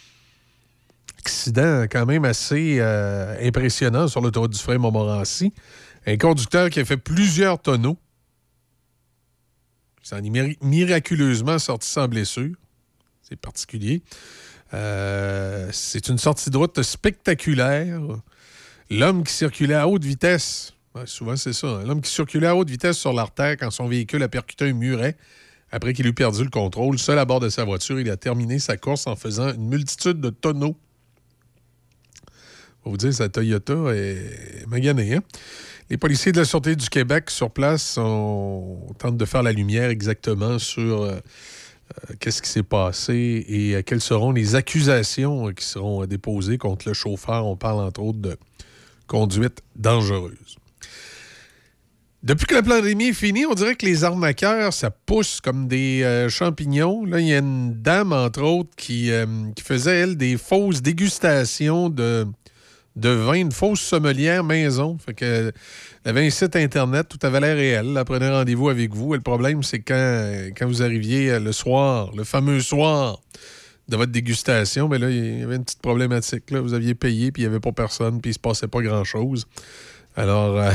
accident quand même assez euh, impressionnant sur l'autoroute du Frein-Montmorency. Un conducteur qui a fait plusieurs tonneaux. Il s'en est mir- miraculeusement sorti sans blessure. C'est particulier. Euh, c'est une sortie de route spectaculaire. L'homme qui circulait à haute vitesse, ouais, souvent c'est ça, hein, l'homme qui circulait à haute vitesse sur l'artère quand son véhicule a percuté un muret après qu'il eut perdu le contrôle. Seul à bord de sa voiture, il a terminé sa course en faisant une multitude de tonneaux. On va vous dire, sa Toyota est maganée, hein? Les policiers de la Sûreté du Québec sur place on tente de faire la lumière exactement sur euh, euh, qu'est-ce qui s'est passé et euh, quelles seront les accusations euh, qui seront euh, déposées contre le chauffeur. On parle entre autres de conduite dangereuse. Depuis que la pandémie est finie, on dirait que les arnaqueurs, ça pousse comme des euh, champignons. Là, il y a une dame, entre autres, qui, euh, qui faisait, elle, des fausses dégustations de... de vin, une fausse sommelière maison. Fait que, elle avait un site Internet, tout avait l'air réel. Elle prenait rendez-vous avec vous. Et le problème, c'est quand, quand vous arriviez le soir, le fameux soir de votre dégustation, bien là, il y avait une petite problématique. Là. Vous aviez payé, puis il n'y avait pas personne, puis il ne se passait pas grand-chose. Alors, euh...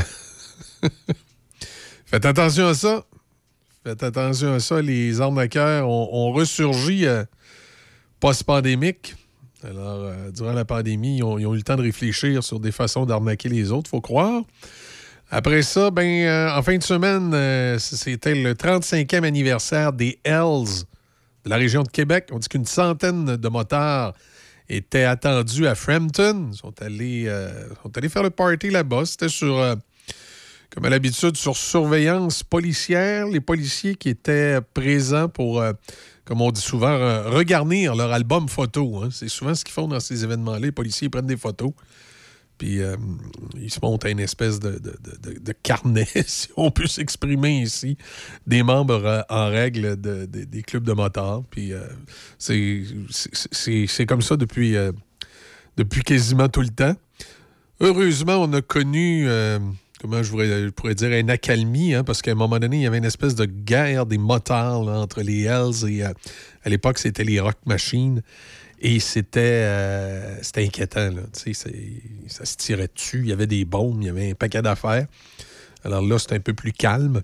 faites attention à ça. Faites attention à ça. Les arnaqueurs ont, ont ressurgi euh, post-pandémique. Alors, euh, durant la pandémie, ils ont, ils ont eu le temps de réfléchir sur des façons d'arnaquer les autres, faut croire. Après ça, ben, euh, en fin de semaine, euh, c'était le trente-cinquième anniversaire des Hells de la région de Québec. On dit qu'une centaine de motards étaient attendus à Frampton. Ils sont allés, euh, sont allés faire le party là-bas. C'était sur, euh, comme à l'habitude, sur surveillance policière. Les policiers qui étaient présents pour, euh, comme on dit souvent, euh, regarnir leur album photo. Hein. C'est souvent ce qu'ils font dans ces événements-là. Les policiers prennent des photos. Puis euh, ils se montent à une espèce de, de, de, de carnet, si on peut s'exprimer ici, des membres euh, en règle de, de, des clubs de motards. Puis euh, c'est, c'est, c'est comme ça depuis, euh, depuis quasiment tout le temps. Heureusement, on a connu, euh, comment je pourrais, je pourrais dire, une accalmie, hein, parce qu'à un moment donné, il y avait une espèce de guerre des motards là, entre les Hells et, euh, à l'époque, c'était les Rock Machines. Et c'était, euh, c'était inquiétant, là. Tu sais, ça se tirait dessus. Il y avait des bombes, il y avait un paquet d'affaires. Alors là, c'est un peu plus calme.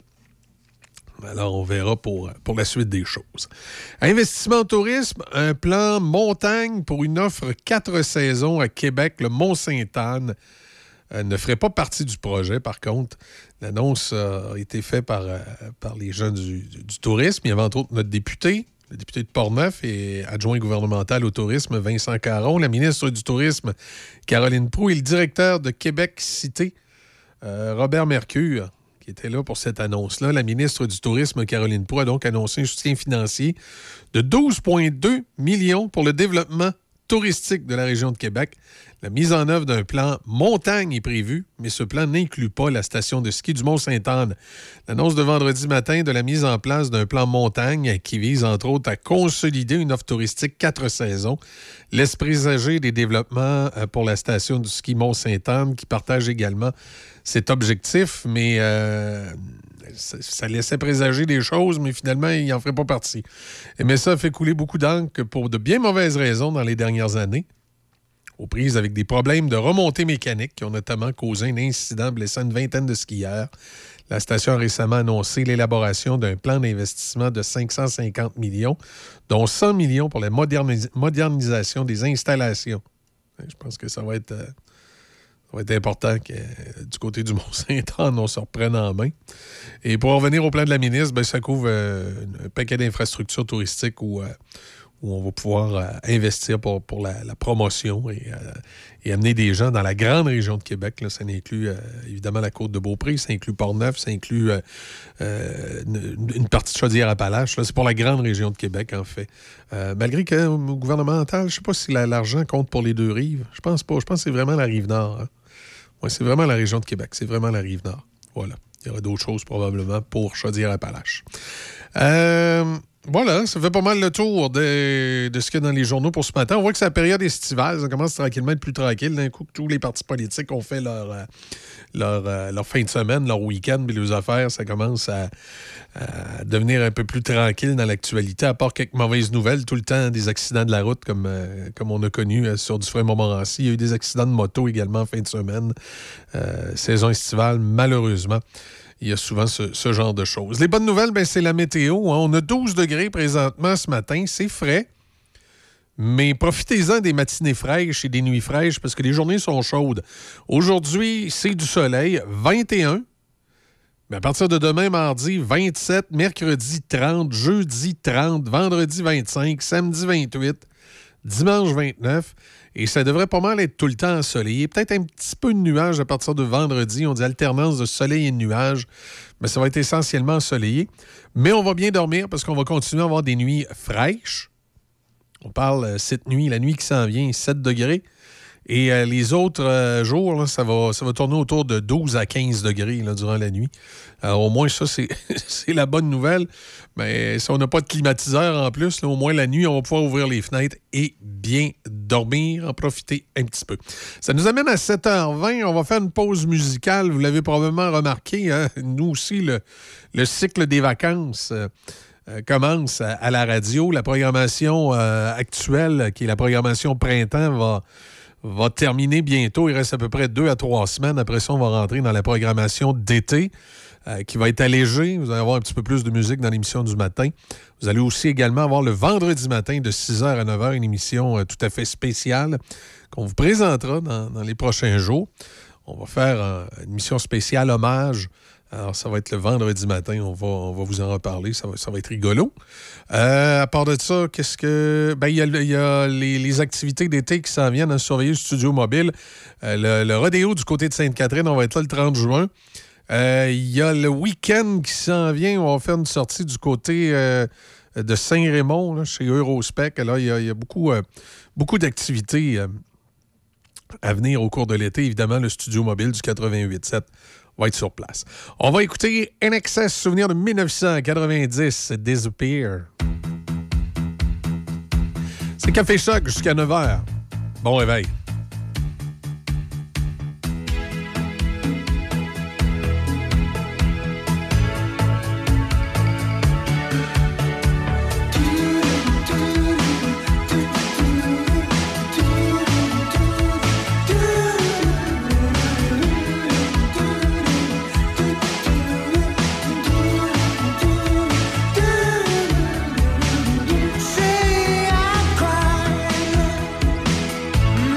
Alors, on verra pour, pour la suite des choses. Investissement en tourisme, un plan montagne pour une offre quatre saisons à Québec. Le Mont-Sainte-Anne euh, ne ferait pas partie du projet, par contre. L'annonce a été faite par, euh, par les gens du, du, du tourisme. Il y avait entre autres notre député, le député de Portneuf et adjoint gouvernemental au tourisme, Vincent Caron, la ministre du Tourisme, Caroline Proulx, et le directeur de Québec Cité, euh, Robert Mercure, qui était là pour cette annonce-là. La ministre du Tourisme, Caroline Proulx, a donc annoncé un soutien financier de douze virgule deux millions pour le développement touristique de la région de Québec. La mise en œuvre d'un plan montagne est prévue, mais ce plan n'inclut pas la station de ski du Mont-Sainte-Anne. L'annonce de vendredi matin de la mise en place d'un plan montagne qui vise, entre autres, à consolider une offre touristique quatre saisons, laisse présager des développements pour la station du ski Mont-Sainte-Anne qui partage également cet objectif, mais euh, ça, ça laissait présager des choses, mais finalement, il n'en ferait pas partie. Mais ça a fait couler beaucoup d'encre pour de bien mauvaises raisons dans les dernières années, aux prises avec des problèmes de remontée mécanique qui ont notamment causé un incident blessant une vingtaine de skieurs. La station a récemment annoncé l'élaboration d'un plan d'investissement de cinq cent cinquante millions, dont cent millions pour la modernis- modernisation des installations. Je pense que ça va être, euh, ça va être important que euh, du côté du Mont-Sainte-Anne, on se reprenne en main. Et pour revenir au plan de la ministre, ben, ça couvre euh, un paquet d'infrastructures touristiques où... Euh, où on va pouvoir euh, investir pour, pour la, la promotion et, euh, et amener des gens dans la grande région de Québec. Là, ça inclut euh, évidemment la Côte-de-Beaupré, ça inclut Portneuf, ça inclut euh, euh, une, une partie de Chaudière-Appalaches. Là, c'est pour la grande région de Québec, en fait. Euh, malgré que au gouvernemental, je ne sais pas si la, l'argent compte pour les deux rives. Je pense pas. Je pense que c'est vraiment la Rive-Nord. Hein. Ouais, c'est vraiment la région de Québec. C'est vraiment la Rive-Nord. Voilà. Il y aura d'autres choses probablement pour Chaudière-Appalaches. Euh... Voilà, ça fait pas mal le tour de, de ce qu'il y a dans les journaux pour ce matin. On voit que c'est la période estivale. Ça commence tranquillement à être plus tranquille. D'un coup, que tous les partis politiques ont fait leur, leur, leur fin de semaine, leur week-end, puis leurs affaires, ça commence à, à devenir un peu plus tranquille dans l'actualité, à part quelques mauvaises nouvelles. Tout le temps, des accidents de la route, comme, comme on a connu sur Dufresne-Montmorency. Il y a eu des accidents de moto également en fin de semaine. Euh, saison estivale, malheureusement. Il y a souvent ce, ce genre de choses. Les bonnes nouvelles, ben, c'est la météo. Hein. On a douze degrés présentement ce matin. C'est frais. Mais profitez-en des matinées fraîches et des nuits fraîches parce que les journées sont chaudes. Aujourd'hui, c'est du soleil, vingt et un. Mais à partir de demain, mardi, vingt-sept, mercredi, trente, jeudi, trente, vendredi, vingt-cinq, samedi, vingt-huit, dimanche, vingt-neuf. Et ça devrait pas mal être tout le temps ensoleillé. Peut-être un petit peu de nuages à partir de vendredi. On dit alternance de soleil et de nuages. Mais ça va être essentiellement ensoleillé. Mais on va bien dormir parce qu'on va continuer à avoir des nuits fraîches. On parle euh, cette nuit, la nuit qui s'en vient, sept degrés. Et euh, les autres euh, jours, là, ça, va, ça va tourner autour de douze à quinze degrés là, durant la nuit. Alors, au moins, ça, c'est, c'est la bonne nouvelle. Mais si on n'a pas de climatiseur en plus, là, au moins la nuit, on va pouvoir ouvrir les fenêtres et bien dormir, en profiter un petit peu. Ça nous amène à sept heures vingt. On va faire une pause musicale. Vous l'avez probablement remarqué. Hein? Nous aussi, le, le cycle des vacances euh, euh, commence à, à la radio. La programmation euh, actuelle, qui est la programmation printemps, va... va terminer bientôt. Il reste à peu près deux à trois semaines. Après ça, on va rentrer dans la programmation d'été euh, qui va être allégée. Vous allez avoir un petit peu plus de musique dans l'émission du matin. Vous allez aussi également avoir le vendredi matin de six heures à neuf heures une émission euh, tout à fait spéciale qu'on vous présentera dans, dans les prochains jours. On va faire euh, une émission spéciale hommage Alors, ça va être le vendredi matin. On va, on va vous en reparler. Ça va, ça va être rigolo. Euh, à part de ça, qu'est-ce que... Ben, il y a, il y a les, les activités d'été qui s'en viennent à surveiller le studio mobile. Euh, le, le rodéo du côté de Sainte-Catherine, on va être là le trente juin. Euh, il y a le week-end qui s'en vient. On va faire une sortie du côté euh, de Saint-Raymond, là, chez Eurospec. Là, il y a, il y a beaucoup, euh, beaucoup d'activités euh, à venir au cours de l'été. Évidemment, le studio mobile du quatre-vingt-huit sept va être sur place. On va écouter N X S, souvenir de dix-neuf cent quatre-vingt-dix, Disappear. C'est Café Choc jusqu'à neuf heures. Bon réveil. Say I'm crying.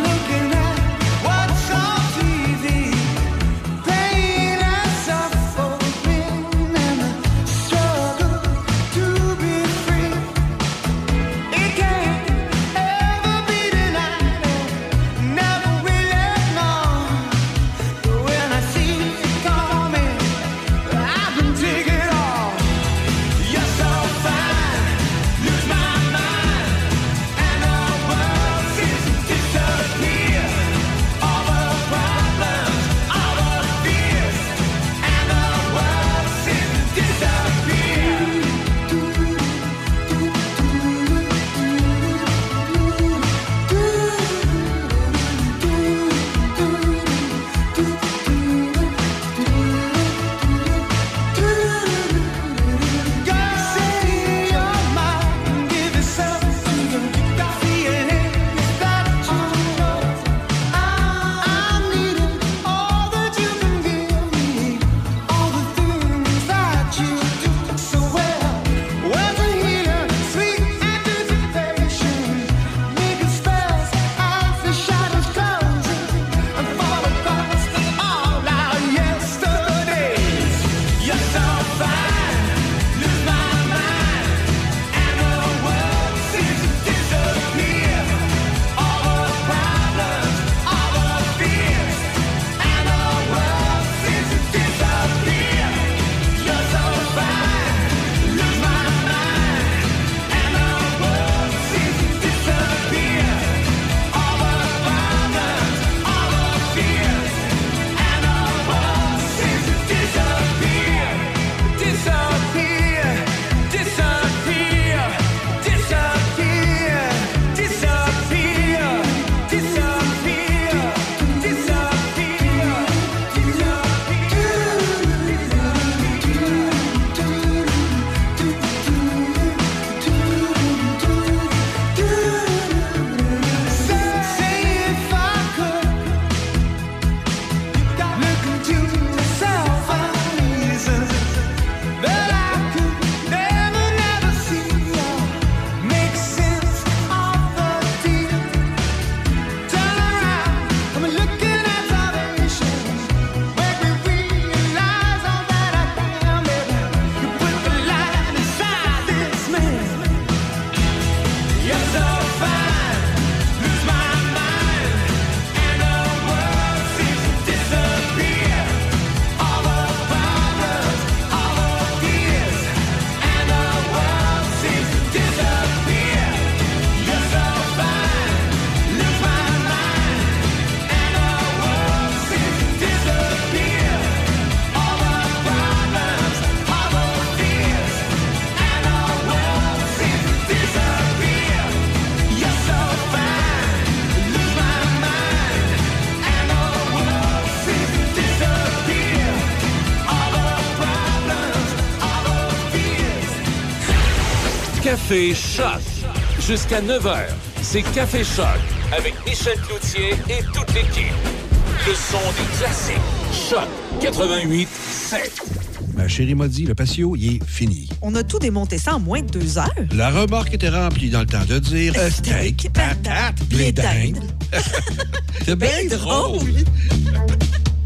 Café Choc. Jusqu'à neuf heures, c'est Café Choc avec Michel Cloutier et toute l'équipe. Le son des classiques. Choc quatre-vingt-huit sept. Ma chérie m'a dit, le patio, il est fini. On a tout démonté ça en moins de deux heures. La remorque était remplie dans le temps de dire euh, steak, patate, blé d'Inde. C'est bien drôle.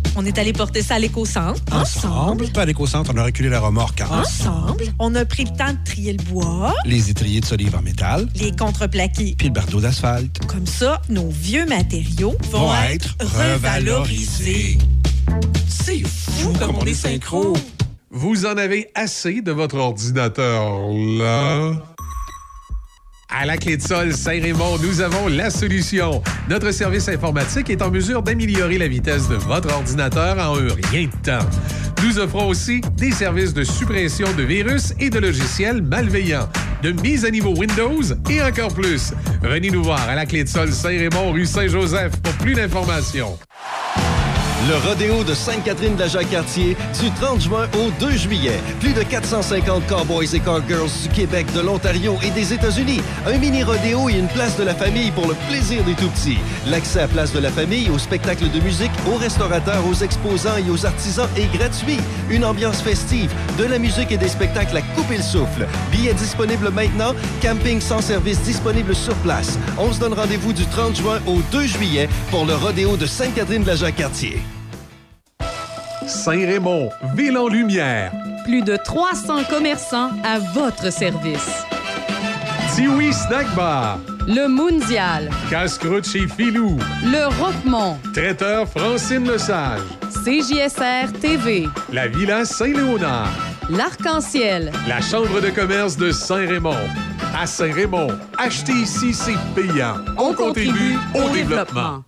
On est allé porter ça à l'éco-centre. Ensemble. Pas à l'éco-centre, on a reculé la remorque. Ensemble. On a pris le temps de trier le bois. Les étriers de solive en métal. Les contreplaqués. Puis le bardeau d'asphalte. Comme ça, nos vieux matériaux vont, Vont être revalorisés. C'est fou comme on est synchro. Vous en avez assez de votre ordinateur, là? À la Clé de Sol Saint-Raymond, nous avons la solution. Notre service informatique est en mesure d'améliorer la vitesse de votre ordinateur en un rien de temps. Nous offrons aussi des services de suppression de virus et de logiciels malveillants, de mise à niveau Windows et encore plus. Venez nous voir à la Clé de Sol Saint-Raymond, rue Saint-Joseph pour plus d'informations. Le rodéo de Sainte-Catherine-de-la-Jacques-Cartier du trente juin au deux juillet. Plus de quatre cent cinquante cowboys et cowgirls du Québec, de l'Ontario et des États-Unis. Un mini-rodéo et une place de la famille pour le plaisir des tout-petits. L'accès à place de la famille, aux spectacles de musique, aux restaurateurs, aux exposants et aux artisans est gratuit. Une ambiance festive, de la musique et des spectacles à couper le souffle. Billets disponibles maintenant, camping sans service disponible sur place. On se donne rendez-vous du trente juin au deux juillet pour le rodéo de Sainte-Catherine-de-la-Jacques-Cartier. Saint-Raymond, ville en lumière. Plus de trois cents commerçants à votre service. Tiwi Snack Bar. Le Mondial. Casse-croûte chez Filou. Le Roquemont. Traiteur Francine Lesage. C J S R T V. La Villa Saint-Léonard. L'Arc-en-Ciel. La Chambre de commerce de Saint-Raymond. À Saint-Raymond, acheter ici, c'est payant. On, On contribue, contribue au, au développement. développement.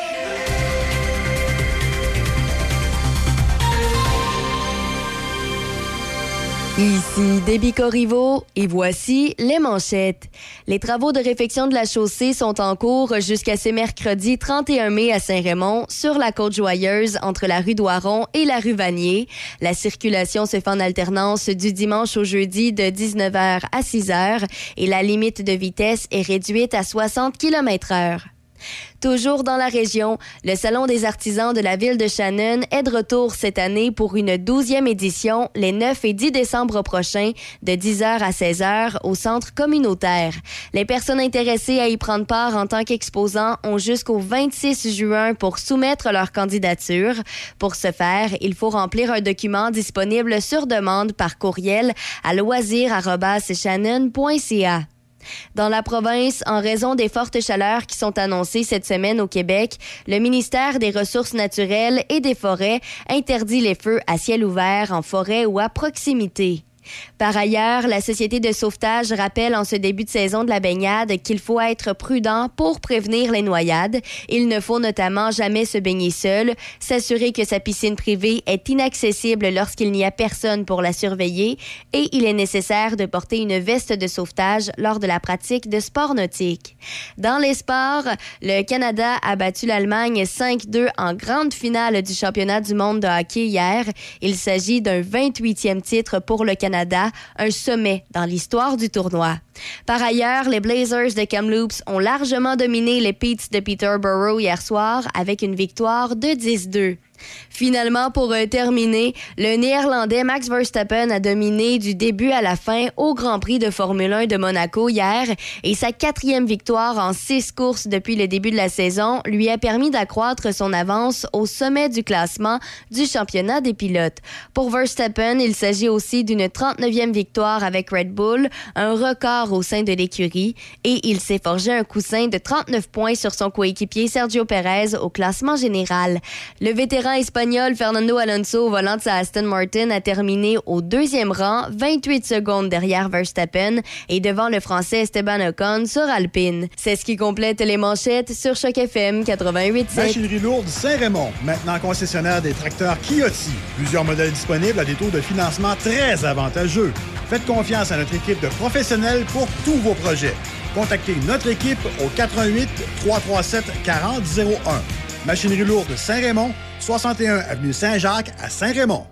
Ici Déby Corriveau et voici les manchettes. Les travaux de réfection de la chaussée sont en cours jusqu'à ce mercredi trente et un mai à Saint-Raymond, sur la Côte-Joyeuse, entre la rue Doiron et la rue Vanier. La circulation se fait en alternance du dimanche au jeudi de dix-neuf heures à six heures et la limite de vitesse est réduite à soixante kilomètres heure. Toujours dans la région, le Salon des artisans de la ville de Shannon est de retour cette année pour une douzième édition les neuf et dix décembre prochains de dix heures à seize heures au centre communautaire. Les personnes intéressées à y prendre part en tant qu'exposants ont jusqu'au vingt-six juin pour soumettre leur candidature. Pour ce faire, il faut remplir un document disponible sur demande par courriel à loisir arobase shannon point c a. Dans la province, en raison des fortes chaleurs qui sont annoncées cette semaine au Québec, le ministère des Ressources naturelles et des Forêts interdit les feux à ciel ouvert en forêt ou à proximité. Par ailleurs, la Société de sauvetage rappelle en ce début de saison de la baignade qu'il faut être prudent pour prévenir les noyades. Il ne faut notamment jamais se baigner seul, s'assurer que sa piscine privée est inaccessible lorsqu'il n'y a personne pour la surveiller et il est nécessaire de porter une veste de sauvetage lors de la pratique de sports nautiques. Dans les sports, le Canada a battu l'Allemagne cinq deux en grande finale du championnat du monde de hockey hier. Il s'agit d'un vingt-huitième titre pour le Canada, un sommet dans l'histoire du tournoi. Par ailleurs, les Blazers de Kamloops ont largement dominé les Petes de Peterborough hier soir avec une victoire de dix deux. Finalement, pour euh, terminer, le Néerlandais Max Verstappen a dominé du début à la fin au Grand Prix de Formule un de Monaco hier et sa quatrième victoire en six courses depuis le début de la saison lui a permis d'accroître son avance au sommet du classement du championnat des pilotes. Pour Verstappen, il s'agit aussi d'une trente-neuvième victoire avec Red Bull, un record au sein de l'écurie, et il s'est forgé un coussin de trente-neuf points sur son coéquipier Sergio Pérez au classement général. Le vétéran espagnol Fernando Alonso, au volant de sa Aston Martin, a terminé au deuxième rang, vingt-huit secondes derrière Verstappen et devant le Français Esteban Ocon sur Alpine. C'est ce qui complète les manchettes sur Choc F M quatre-vingt-huit sept. Machinerie lourde Saint-Raymond, maintenant concessionnaire des tracteurs Kioti. Plusieurs modèles disponibles à des taux de financement très avantageux. Faites confiance à notre équipe de professionnels pour tous vos projets. Contactez notre équipe au quatre un huit, trois trois sept, quatre zéro zéro un. Machinerie lourde Saint-Raymond, soixante et un avenue Saint-Jacques à Saint-Raymond.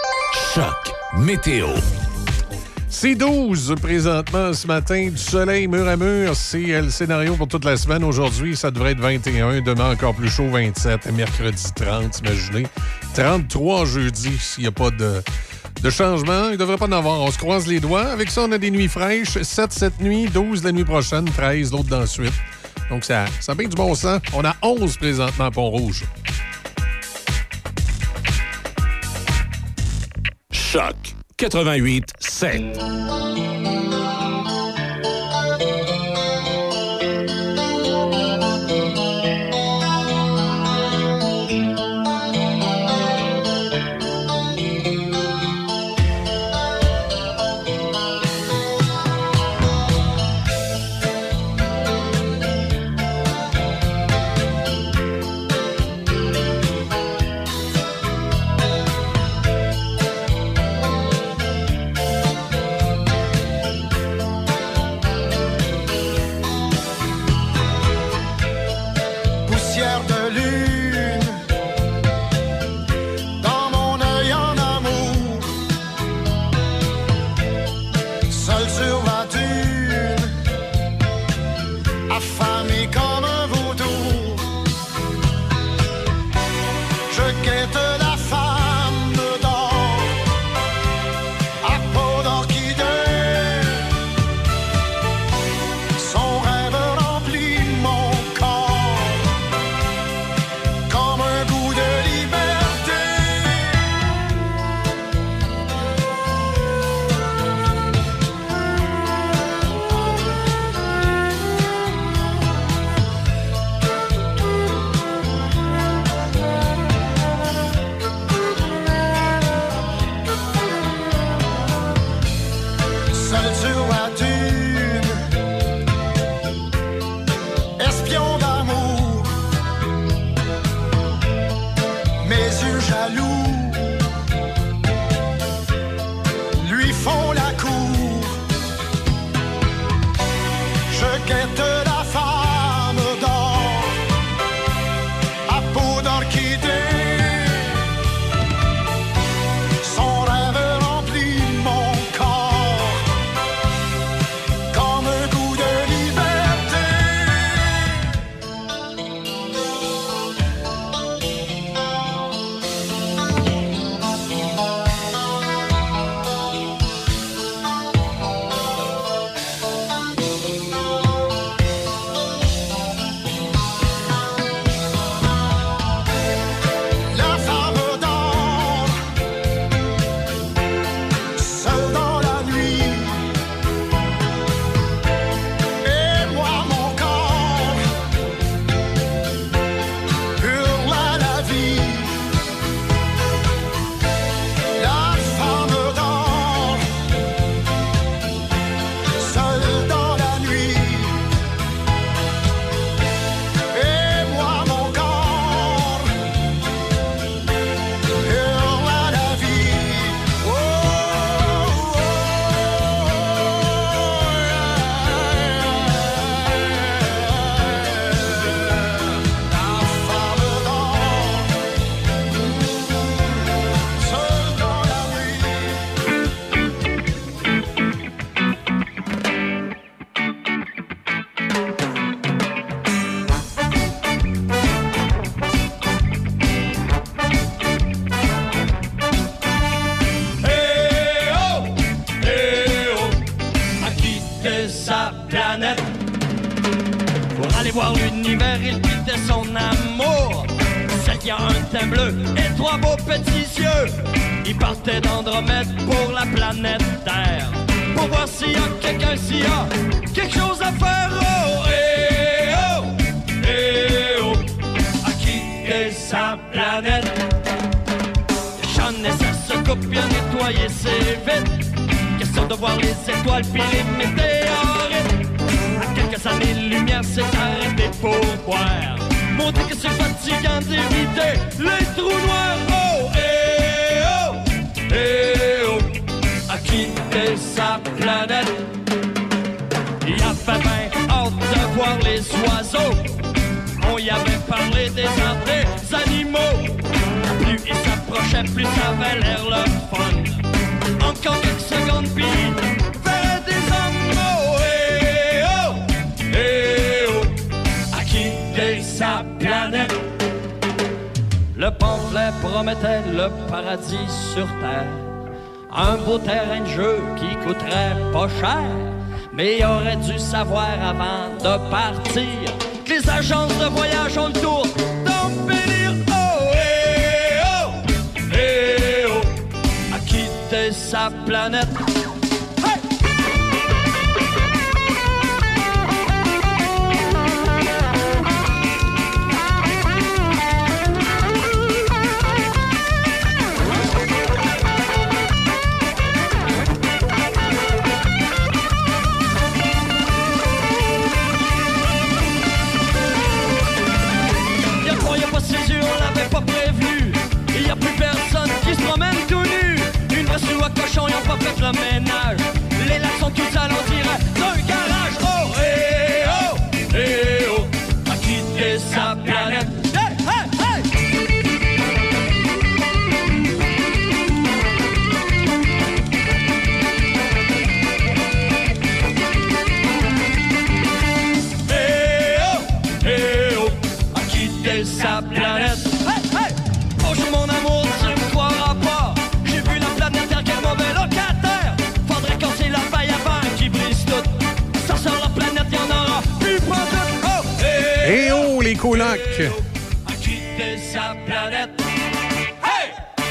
Choc météo. C'est douze présentement ce matin, du soleil mur à mur. C'est euh, le scénario pour toute la semaine. Aujourd'hui, ça devrait être vingt et un. Demain, encore plus chaud, vingt-sept. Mercredi, trente, imaginez. trente-trois jeudi, s'il n'y a pas de, de changement. Il ne devrait pas en avoir. On se croise les doigts. Avec ça, on a des nuits fraîches. sept cette nuit, douze la nuit prochaine, treize l'autre d'ensuite. Donc, ça, ça a bien du bon sens. On a onze présentement à Pont-Rouge. Choc quatre-vingt-huit sept. voir l'univers, il quittait son amour. Celle qui a un teint bleu et trois beaux petits yeux. Il partait d'Andromède pour la planète Terre, pour voir s'il y a quelqu'un, s'il y a quelque chose à faire. Oh, eh, oh, eh, oh, à quitter sa planète. Jean et ça se coupe bien nettoyer, c'est vite. Question de voir les étoiles puis les météorites. À quelques années-lumière, c'est arrêté pour boire. Montrer que c'est fatigant d'éviter les trous noirs. Oh, eh, oh, eh, oh, à quitter sa planète. Il avait bien hâte de voir les oiseaux. On y avait parlé des arbres, des animaux. Plus il s'approchait, plus ça avait l'air le fun. Encore quelques secondes, puis vers des hommes. Oh, eh, oh, eh, oh, à quitter sa planète. Le pamphlet promettait le paradis sur terre, un beau terrain de jeu qui coûterait pas cher. Mais il aurait dû savoir avant de partir que les agences de voyage ont le tour d'embellir. Oh, eh, oh, eh, oh, à quitter quitter sa planète. Cochons, ils ont pas fait le ménage. Les lacs sont tous à l'endirait d'un garage. Oh, eh, oh, eh, oh, a quitté sa planète. Hey, hey, hey! Eh, oh, eh, oh, a quitté sa planète. Hey, hey! Bonjour mon amour, tu me croiras pas. J'ai vu la planète Terre, quel mauvais locataire. Faudrait casser la paille avant qu'il brise tout. Ça sort la planète, y'en aura plus pas tout. Oh, hey, Eh oh, les colocs! a quitté sa planète. Hey!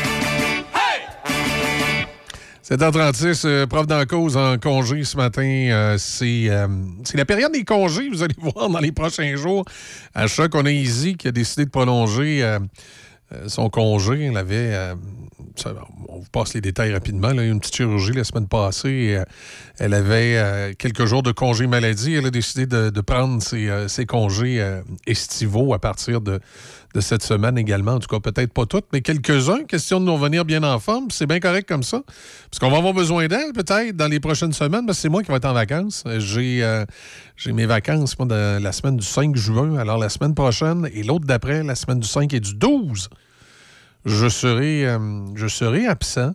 Hey! sept heures trente-six, euh, prof d'en cause en congé ce matin. Euh, c'est, euh, c'est la période des congés, vous allez voir dans les prochains jours. À chaque on a Izzy qui a décidé de prolonger euh, euh, son congé. Elle avait, euh, ça, on vous passe les détails rapidement, là, une petite chirurgie la semaine passée. Euh, elle avait euh, quelques jours de congé maladie. Elle a décidé de, de prendre ses, euh, ses congés euh, estivaux à partir de, de cette semaine également. En tout cas, peut-être pas toutes, mais quelques-uns. Question de nous revenir bien en forme. C'est bien correct comme ça. Parce qu'on va avoir besoin d'elle peut-être dans les prochaines semaines, parce que c'est moi qui vais être en vacances. J'ai, euh, j'ai mes vacances moi, de la semaine du cinq juin. Alors la semaine prochaine et l'autre d'après, la semaine du cinq et du douze, je serai, euh, je serai absent.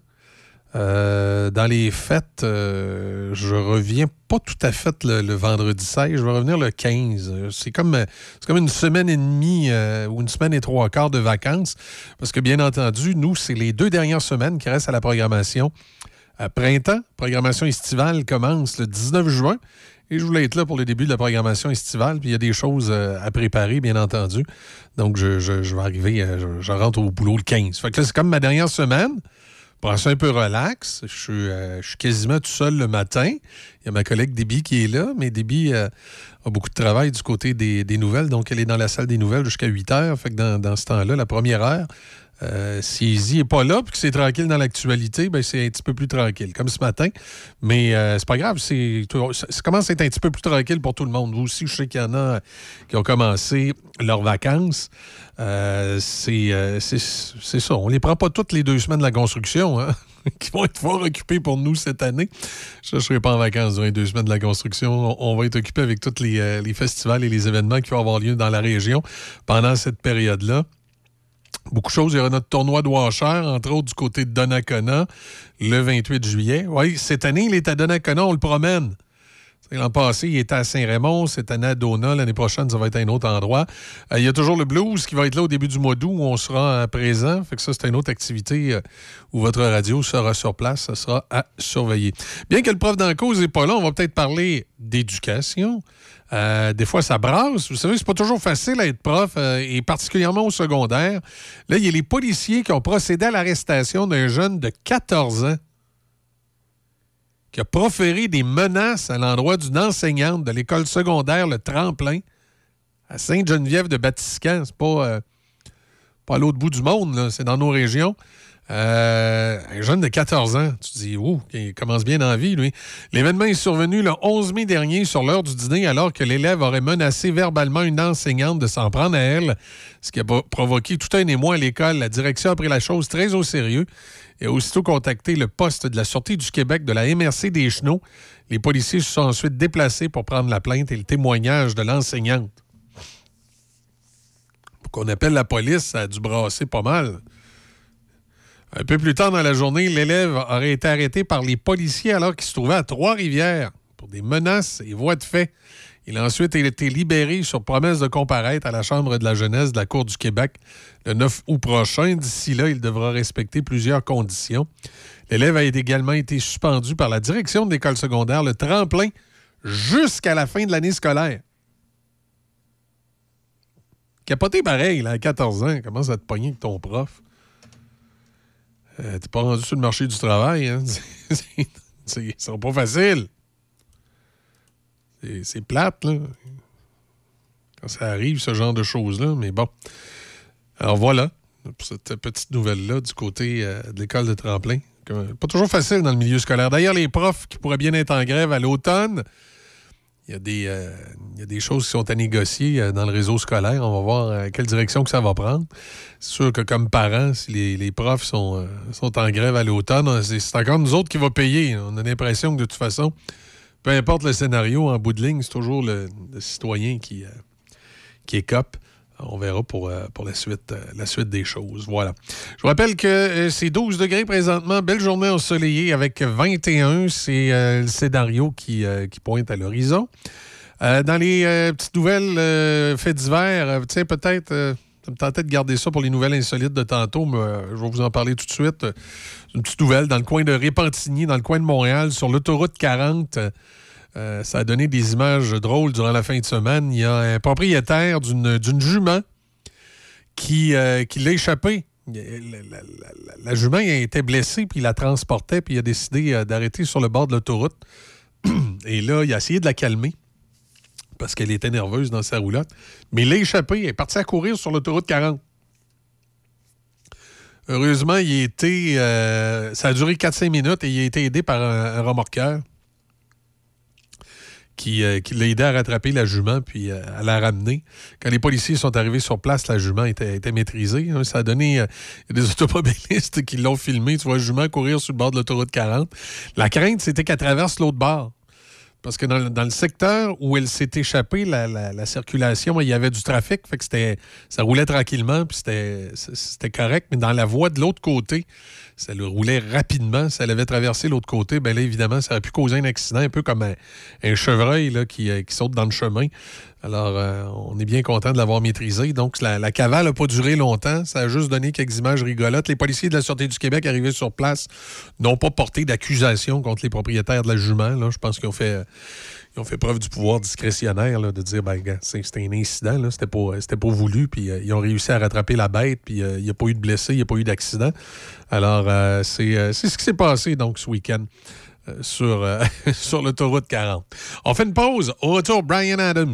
Euh, dans les fêtes, euh, je reviens pas tout à fait le, le vendredi seize, je vais revenir le quinze. C'est comme, c'est comme une semaine et demie euh, ou une semaine et trois quarts de vacances, parce que bien entendu, nous, c'est les deux dernières semaines qui restent à la programmation. À printemps, programmation estivale commence le dix-neuf juin, et je voulais être là pour le début de la programmation estivale, puis il y a des choses euh, à préparer, bien entendu. Donc, je, je, je vais arriver, euh, je, je rentre au boulot le quinze. Fait que là, c'est comme ma dernière semaine. Pour ça un peu relax. Je suis, euh, je suis quasiment tout seul le matin. Il y a ma collègue Déby qui est là, mais Déby euh, a beaucoup de travail du côté des, des nouvelles, donc elle est dans la salle des nouvelles jusqu'à huit heures. Fait que dans, dans ce temps-là, la première heure, euh, si Izzy n'est pas là puis que c'est tranquille dans l'actualité, ben c'est un petit peu plus tranquille, comme ce matin. Mais euh, c'est pas grave, c'est, ça commence à être un petit peu plus tranquille pour tout le monde. Vous aussi, je sais qu'il y en a qui ont commencé leurs vacances. Euh, c'est, euh, c'est, c'est ça. On les prend pas toutes les deux semaines de la construction, hein, qui vont être fort occupés pour nous cette année. Je ne serai pas en vacances durant les deux semaines de la construction. On, on va être occupés avec tous les, euh, les festivals et les événements qui vont avoir lieu dans la région pendant cette période-là. Beaucoup de choses. Il y aura notre tournoi de Washer, entre autres du côté de Donnacona, le vingt-huit juillet. Oui, cette année, il est à Donnacona, on le promène. L'an passé, il était à Saint-Raymond. Cette année, à Dona. L'année prochaine, ça va être à un autre endroit. Euh, il y a toujours le blues qui va être là au début du mois d'août où on sera euh, présent. Fait que ça, c'est une autre activité euh, où votre radio sera sur place. Ça sera à surveiller. Bien que le prof d'en cause n'est pas là, on va peut-être parler d'éducation. Euh, des fois, ça brasse. Vous savez, c'est pas toujours facile à être prof, euh, et particulièrement au secondaire. Là, il y a les policiers qui ont procédé à l'arrestation d'un jeune de quatorze ans qui a proféré des menaces à l'endroit d'une enseignante de l'école secondaire Le Tremplin à Sainte-Geneviève-de-Batiscan. C'est pas, euh, pas à l'autre bout du monde, là. C'est dans nos régions. Euh, un jeune de quatorze ans, tu te dis, ouh, il commence bien dans la vie, lui. L'événement est survenu le onze mai dernier sur l'heure du dîner, alors que l'élève aurait menacé verbalement une enseignante de s'en prendre à elle, ce qui a provoqué tout un émoi à l'école. La direction a pris la chose très au sérieux et a aussitôt contacté le poste de la Sûreté du Québec de la M R C des Chenaux. Les policiers se sont ensuite déplacés pour prendre la plainte et le témoignage de l'enseignante. Pour qu'on appelle la police, ça a dû brasser pas mal. Un peu plus tard dans la journée, l'élève aurait été arrêté par les policiers alors qu'il se trouvait à Trois-Rivières pour des menaces et voies de fait. Il a ensuite été libéré sur promesse de comparaître à la Chambre de la jeunesse de la Cour du Québec le neuf août prochain. D'ici là, il devra respecter plusieurs conditions. L'élève a également été suspendu par la direction de l'école secondaire Le Tremplin jusqu'à la fin de l'année scolaire. Capoté pareil, là, à quatorze ans, commence à te pogner avec ton prof. Euh, t'es pas rendu sur le marché du travail, hein? c'est, c'est, c'est pas facile. C'est, c'est plate, là. Quand ça arrive, ce genre de choses-là, mais bon. Alors voilà, pour cette petite nouvelle-là du côté euh, de l'école de Tremplin. Pas toujours facile dans le milieu scolaire. D'ailleurs, les profs qui pourraient bien être en grève à l'automne, il y a des, euh, il y a des choses qui sont à négocier euh, dans le réseau scolaire. On va voir euh, quelle direction que ça va prendre. C'est sûr que comme parents, si les, les profs sont, euh, sont en grève à l'automne, c'est, c'est encore nous autres qui va payer. On a l'impression que de toute façon, peu importe le scénario, en bout de ligne, c'est toujours le, le citoyen qui, euh, qui écope. On verra pour, euh, pour la, suite, euh, la suite des choses. Voilà. Je vous rappelle que euh, c'est douze degrés présentement. Belle journée ensoleillée avec vingt et un. C'est euh, le scénario qui, euh, qui pointe à l'horizon. Euh, dans les euh, petites nouvelles euh, faits divers, euh, tu sais, peut-être... Euh, ça me tentait de garder ça pour les nouvelles insolites de tantôt, mais euh, je vais vous en parler tout de suite. Euh, une petite nouvelle dans le coin de Repentigny, dans le coin de Montréal, sur l'autoroute quarante. Euh, ça a donné des images drôles durant la fin de semaine. Il y a un propriétaire d'une, d'une jument qui, euh, qui l'a échappé. La, la, la, la jument a été blessée, puis il la transportait, puis il a décidé euh, d'arrêter sur le bord de l'autoroute. Et là, il a essayé de la calmer parce qu'elle était nerveuse dans sa roulotte. Mais il l'a échappé. Elle est partie à courir sur l'autoroute quarante. Heureusement, il a été, euh, ça a duré quatre à cinq minutes et il a été aidé par un, un remorqueur. Qui, euh, qui l'a aidé à rattraper la jument puis euh, à la ramener. Quand les policiers sont arrivés sur place, la jument était, était maîtrisée. Hein. Ça a donné... Euh, il y a des automobilistes qui l'ont filmé. Tu vois, la jument courir sur le bord de l'autoroute quarante. La crainte, c'était qu'elle traverse l'autre bord. Parce que dans le, dans le secteur où elle s'est échappée, la, la, la circulation, il y avait du trafic. Fait que c'était, ça roulait tranquillement puis c'était, c'était correct. Mais dans la voie de l'autre côté, ça le roulait rapidement. Si elle avait traversé l'autre côté, bien là, évidemment, ça aurait pu causer un accident, un peu comme un, un chevreuil là, qui, qui saute dans le chemin. Alors, euh, on est bien content de l'avoir maîtrisé. Donc, la, la cavale n'a pas duré longtemps. Ça a juste donné quelques images rigolotes. Les policiers de la Sûreté du Québec arrivés sur place n'ont pas porté d'accusation contre les propriétaires de la jument. Là. Je pense qu'ils ont fait... Ils ont fait preuve du pouvoir discrétionnaire là, de dire ben, c'est, c'était un incident, là, c'était, pas, c'était pas voulu, puis euh, ils ont réussi à rattraper la bête, puis il euh, n'y a pas eu de blessés, il n'y a pas eu d'accident. Alors, euh, c'est, euh, c'est ce qui s'est passé donc ce week-end euh, sur, euh, sur l'autoroute quarante. On fait une pause. Au retour, Bryan Adams.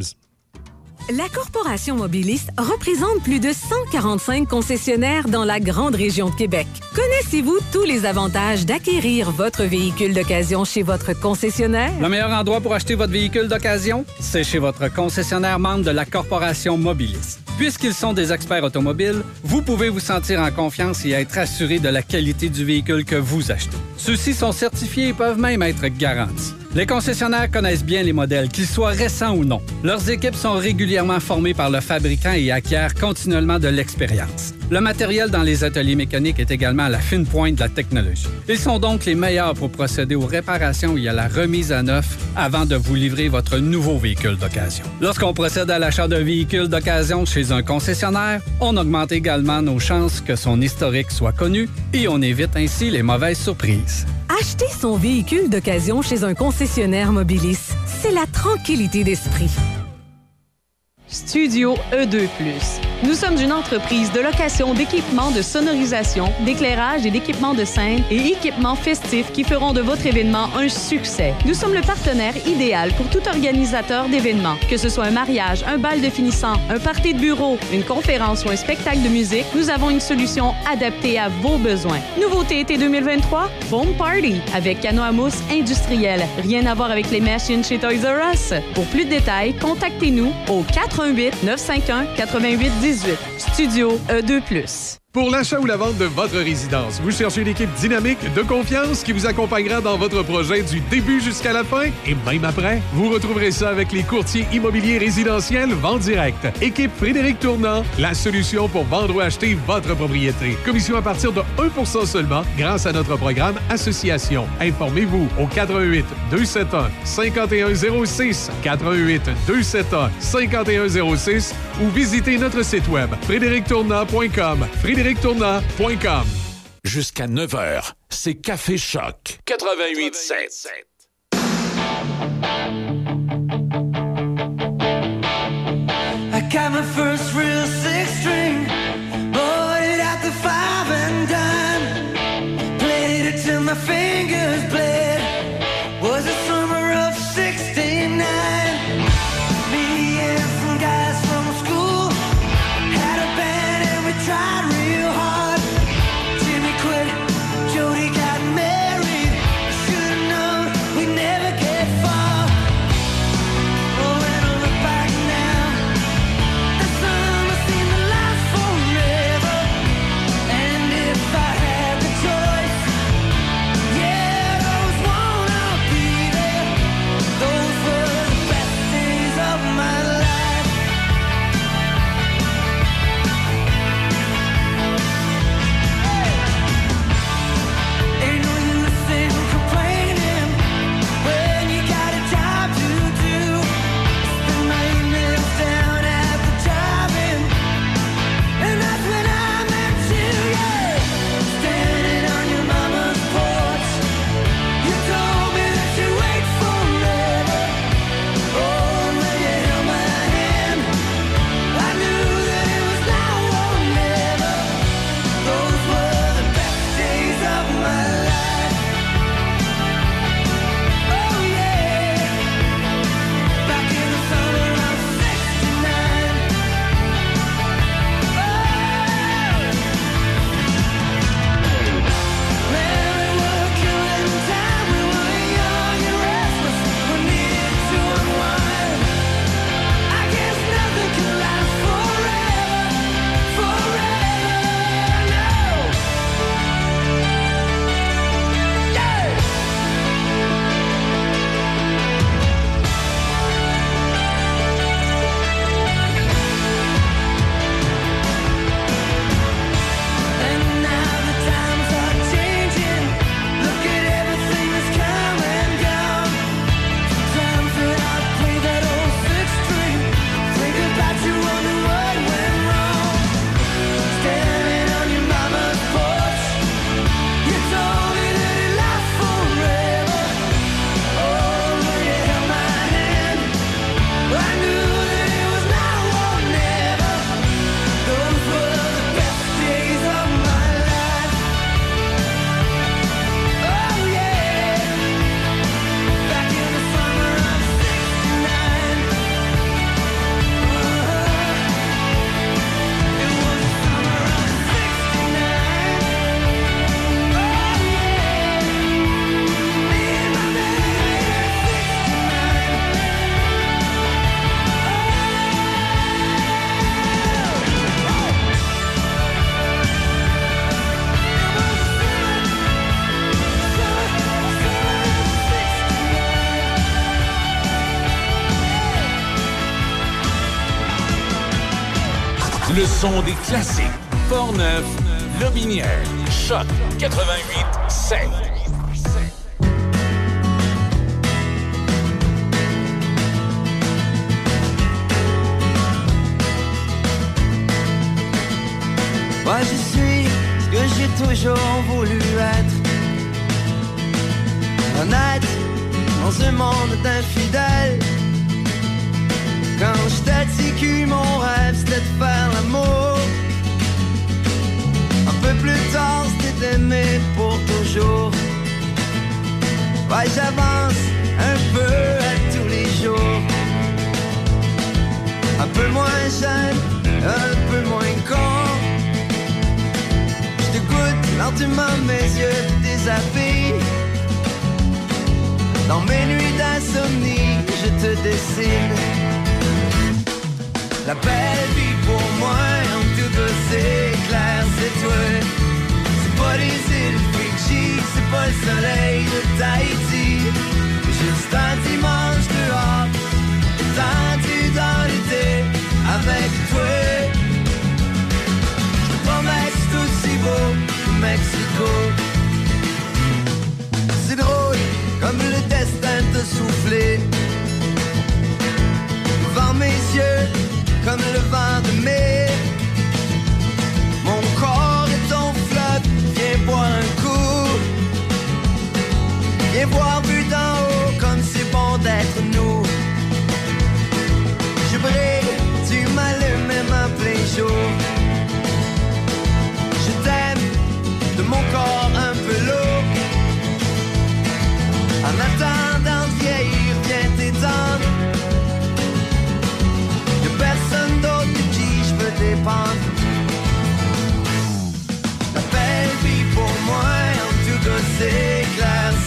La Corporation Mobiliste représente plus de cent quarante-cinq concessionnaires dans la grande région de Québec. Connaissez-vous tous les avantages d'acquérir votre véhicule d'occasion chez votre concessionnaire? Le meilleur endroit pour acheter votre véhicule d'occasion, c'est chez votre concessionnaire membre de la Corporation Mobiliste. Puisqu'ils sont des experts automobiles, vous pouvez vous sentir en confiance et être assuré de la qualité du véhicule que vous achetez. Ceux-ci sont certifiés et peuvent même être garantis. Les concessionnaires connaissent bien les modèles, qu'ils soient récents ou non. Leurs équipes sont régulièrement formées par le fabricant et acquièrent continuellement de l'expérience. Le matériel dans les ateliers mécaniques est également à la fine pointe de la technologie. Ils sont donc les meilleurs pour procéder aux réparations et à la remise à neuf avant de vous livrer votre nouveau véhicule d'occasion. Lorsqu'on procède à l'achat d'un véhicule d'occasion chez un concessionnaire, on augmente également nos chances que son historique soit connu et on évite ainsi les mauvaises surprises. Acheter son véhicule d'occasion chez un concessionnaire Mobilis, c'est la tranquillité d'esprit. Studio E deux plus. Nous sommes une entreprise de location d'équipements de sonorisation, d'éclairage et d'équipements de scène et équipements festifs qui feront de votre événement un succès. Nous sommes le partenaire idéal pour tout organisateur d'événements. Que ce soit un mariage, un bal de finissant, un party de bureau, une conférence ou un spectacle de musique, nous avons une solution adaptée à vos besoins. Nouveauté été deux mille vingt-trois, Foam Party avec canot à mousse industriel. Rien à voir avec les machines chez Toys R Us. Pour plus de détails, contactez-nous au quatre un huit neuf cinq un huit huit dix-huit. Studio E deux plus. Pour l'achat ou la vente de votre résidence, vous cherchez une équipe dynamique, de confiance, qui vous accompagnera dans votre projet du début jusqu'à la fin et même après. Vous retrouverez ça avec les courtiers immobiliers résidentiels Vente Direct. Équipe Frédéric Tournant, la solution pour vendre ou acheter votre propriété. Commission à partir de un pour cent seulement grâce à notre programme Association. Informez-vous au quatre un huit deux sept un cinq un zéro six, quatre un huit deux sept un cinq un zéro six ou visitez notre site web frédéric tournant point com. frédéric tournant point com. Jusqu'à neuf heures, c'est Café Choc quatre-vingt-huit sept. I got my first real six string, bought it at the five and dime. fingers bled. Was the summer of sixty-nine. Me and some guys from school had a band and we tried real hard. Jimmy quit, Jody got married. Should've known we'd never get far. Oh, when I look back now, the summer seemed to last forever. And if I had the choice, yeah, those won't all be there. Those were the best days of my life. Ain't no use in complaining when you got a job to do. Spend my evenings down at the drive-in, and that's when I met you, yeah. Standing on your mama's porch, you told me that you'd wait forever. Oh, when you held my hand, I knew that it was now or never. Those were the best days of my life. Oh yeah, back in the summer of sixty-nine. Man, we were killing time. We were young and restless. We needed to unwind. I guess nothing can last forever, forever, no. Yeah. And now the times are changing. Look at everything that's come and gone. Sometimes when I play that old six string, think about you, wonder what went wrong. Standing on your mama's porch, you told me that it lasts forever. Oh, when you held my hand, I knew that it was now or never. Those were the best days of my life. Oh yeah, back in the summer of sixty-nine. It was the summer of sixty-nine. Oh yeah, me and my baby Le son des classiques. Portneuf, Lobinière, Choc quatre-vingt-huit sept. Moi je suis ce que j'ai toujours voulu être. Honnête dans un monde d'infidèles. Quand je t'ai dit que mon rêve c'était de faire l'amour, un peu plus tard c'était d'aimer pour toujours. Ouais, j'avance un peu à tous les jours. Un peu moins jeune, un peu moins con. Je te goûte lentement, mes yeux te déshabillent. Dans mes nuits d'insomnie, je te dessine. La belle vie pour moi, en tout beau, c'est clair, c'est toi. C'est pas les îles Fidji, c'est pas le soleil de Tahiti. Juste un dimanche dehors, tendu dans l'été, avec toi. Je te promets, c'est aussi beau, Mexico. C'est drôle, comme le destin te soufflé. Devant mes yeux, comme le vent de mai. Mon corps est en flotte, viens boire un coup. Viens voir vu d'en haut comme c'est bon d'être nous. Je brille, tu m'allumes même en plein jour. Je t'aime, de mon corps un peu lourd.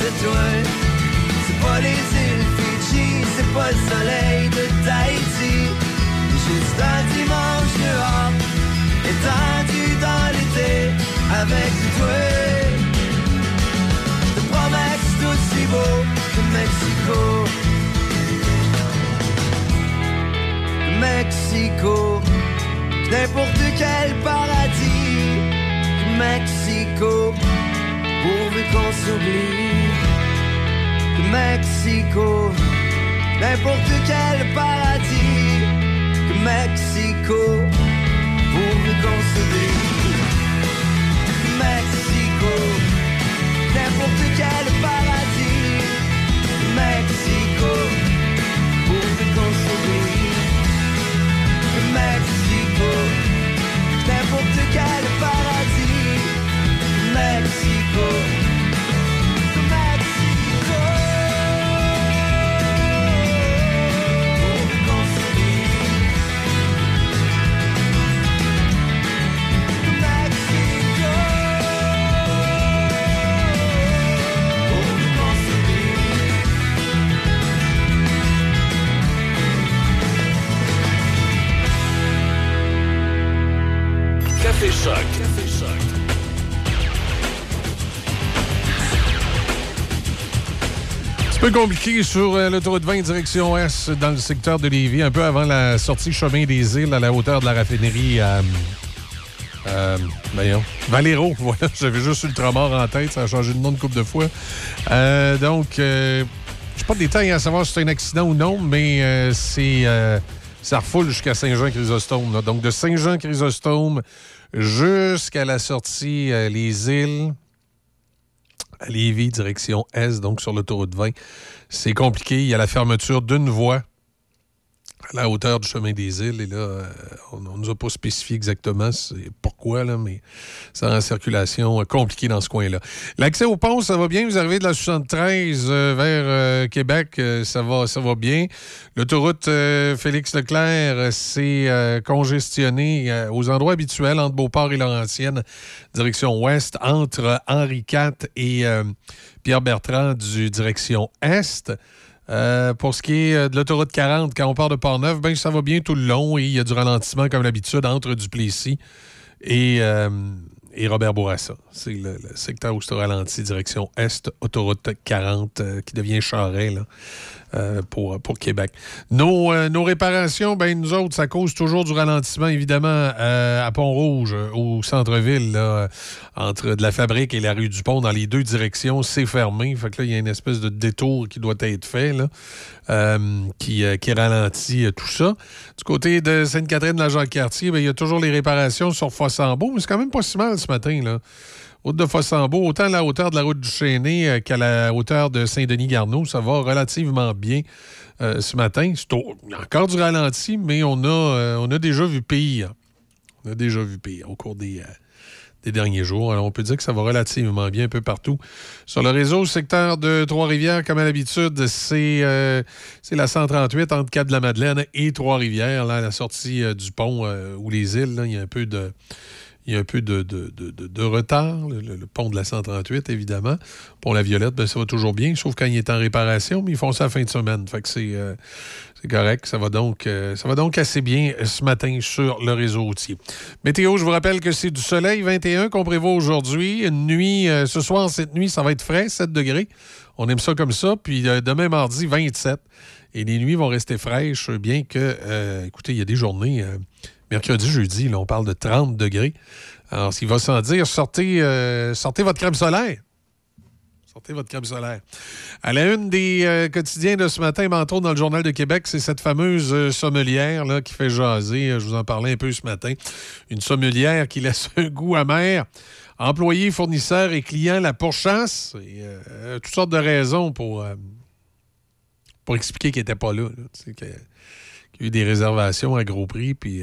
toi. C'est pas les îles Fidji, c'est pas le soleil de Tahiti. Juste un dimanche dehors, étendu dans l'été, avec toi. Je te promets que c'est aussi beau que Mexico. Mexico, n'importe quel paradis. Mexico, pourvu qu'on s'oublie. Mexico, n'importe quel paradis. Mexico, pourvu qu'on s'oublie. Mexico, n'importe quel paradis. Mexico, pourvu qu'on s'oublie. Mexico, n'importe quel paradis. Mexico, Mexico, pourvu qu'on s'oublie. Mexico, pourvu qu'on s'oublie. Café Choc. Café Choc. Un peu compliqué sur euh, l'autoroute vingt direction Est dans le secteur de Lévis, un peu avant la sortie chemin des Îles à la hauteur de la raffinerie à euh, voyons, Valero. Voilà, j'avais juste Ultramar en tête, ça a changé de nom de couple de fois. Euh, donc, euh, je n'ai pas de détails à savoir si c'est un accident ou non, mais euh, c'est euh, ça refoule jusqu'à Saint-Jean-Chrysostome. Là. Donc, de Saint-Jean-Chrysostome jusqu'à la sortie euh, les Îles, à Lévis, direction Est, donc sur l'autoroute vingt. C'est compliqué. Il y a la fermeture d'une voie à la hauteur du chemin des Îles. Et là, euh, on ne nous a pas spécifié exactement c'est pourquoi, là, mais ça rend la circulation euh, compliquée dans ce coin-là. L'accès au pont, ça va bien. Vous arrivez de la soixante-treize euh, vers euh, Québec, euh, ça va, ça va bien. L'autoroute euh, Félix-Leclerc, c'est euh, congestionné euh, aux endroits habituels entre Beauport et Laurentienne, direction ouest, entre Henri quatre et euh, Pierre-Bertrand du direction est. Euh, pour ce qui est de l'autoroute quarante, quand on part de Port-Neuf, ben, ça va bien tout le long et il y a du ralentissement, comme d'habitude, entre Duplessis et, euh, et Robert Bourassa. C'est le, le secteur où c'est ralenti, direction Est, autoroute quarante, euh, qui devient Charest, là, euh, pour, pour Québec. Nos, euh, nos réparations, ben, nous autres, ça cause toujours du ralentissement, évidemment, euh, à Pont-Rouge, au centre-ville, là, entre de la fabrique et la rue du Pont, dans les deux directions, c'est fermé. Fait que là, il y a une espèce de détour qui doit être fait, là, euh, qui, euh, qui ralentit euh, tout ça. Du côté de Sainte-Catherine-de-la-Jacques-Cartier, ben, il y a toujours les réparations sur Fossambeau, mais c'est quand même pas si mal ce matin, là. Route de Fossambeau, autant à la hauteur de la route du Chêné euh, qu'à la hauteur de Saint-Denis-Garneau, ça va relativement bien euh, ce matin. C'est au... encore du ralenti, mais on a, euh, on a déjà vu pire. On a déjà vu pire au cours des, euh, des derniers jours. Alors, on peut dire que ça va relativement bien un peu partout. Sur le réseau, le secteur de Trois-Rivières, comme à l'habitude, c'est, euh, c'est la cent trente-huit entre Cap-de-la-Madeleine et Trois-Rivières, là, à la sortie euh, du pont euh, ou les îles. Là, il y a un peu de... Il y a un peu de, de, de, de, de retard, le, le pont de la cent trente-huit, évidemment. Pont La Violette, ben, ça va toujours bien, sauf quand il est en réparation, mais ils font ça à la fin de semaine. Fait que c'est, euh, c'est correct. Ça va, donc, euh, ça va donc assez bien ce matin sur le réseau routier. Météo, je vous rappelle que c'est du soleil vingt et un qu'on prévoit aujourd'hui. Une nuit, euh, ce soir, cette nuit, ça va être frais, sept degrés. On aime ça comme ça. Puis euh, demain, mardi, vingt-sept. Et les nuits vont rester fraîches, bien que, euh, écoutez, il y a des journées... Euh, mercredi, jeudi, là, on parle de trente degrés. Alors, s'il va sans dire, sortez, euh, sortez votre crème solaire. Sortez votre crème solaire. À la une des euh, quotidiens de ce matin, entre autres dans le Journal de Québec, c'est cette fameuse euh, sommelière là, qui fait jaser. Je vous en parlais un peu ce matin. Une sommelière qui laisse un goût amer. Employés, fournisseurs et clients la pourchassent. Et, euh, toutes sortes de raisons pour, euh, pour expliquer qu'elle n'était pas là. là. Tu sais, que, Il y a eu des réservations à gros prix, puis euh,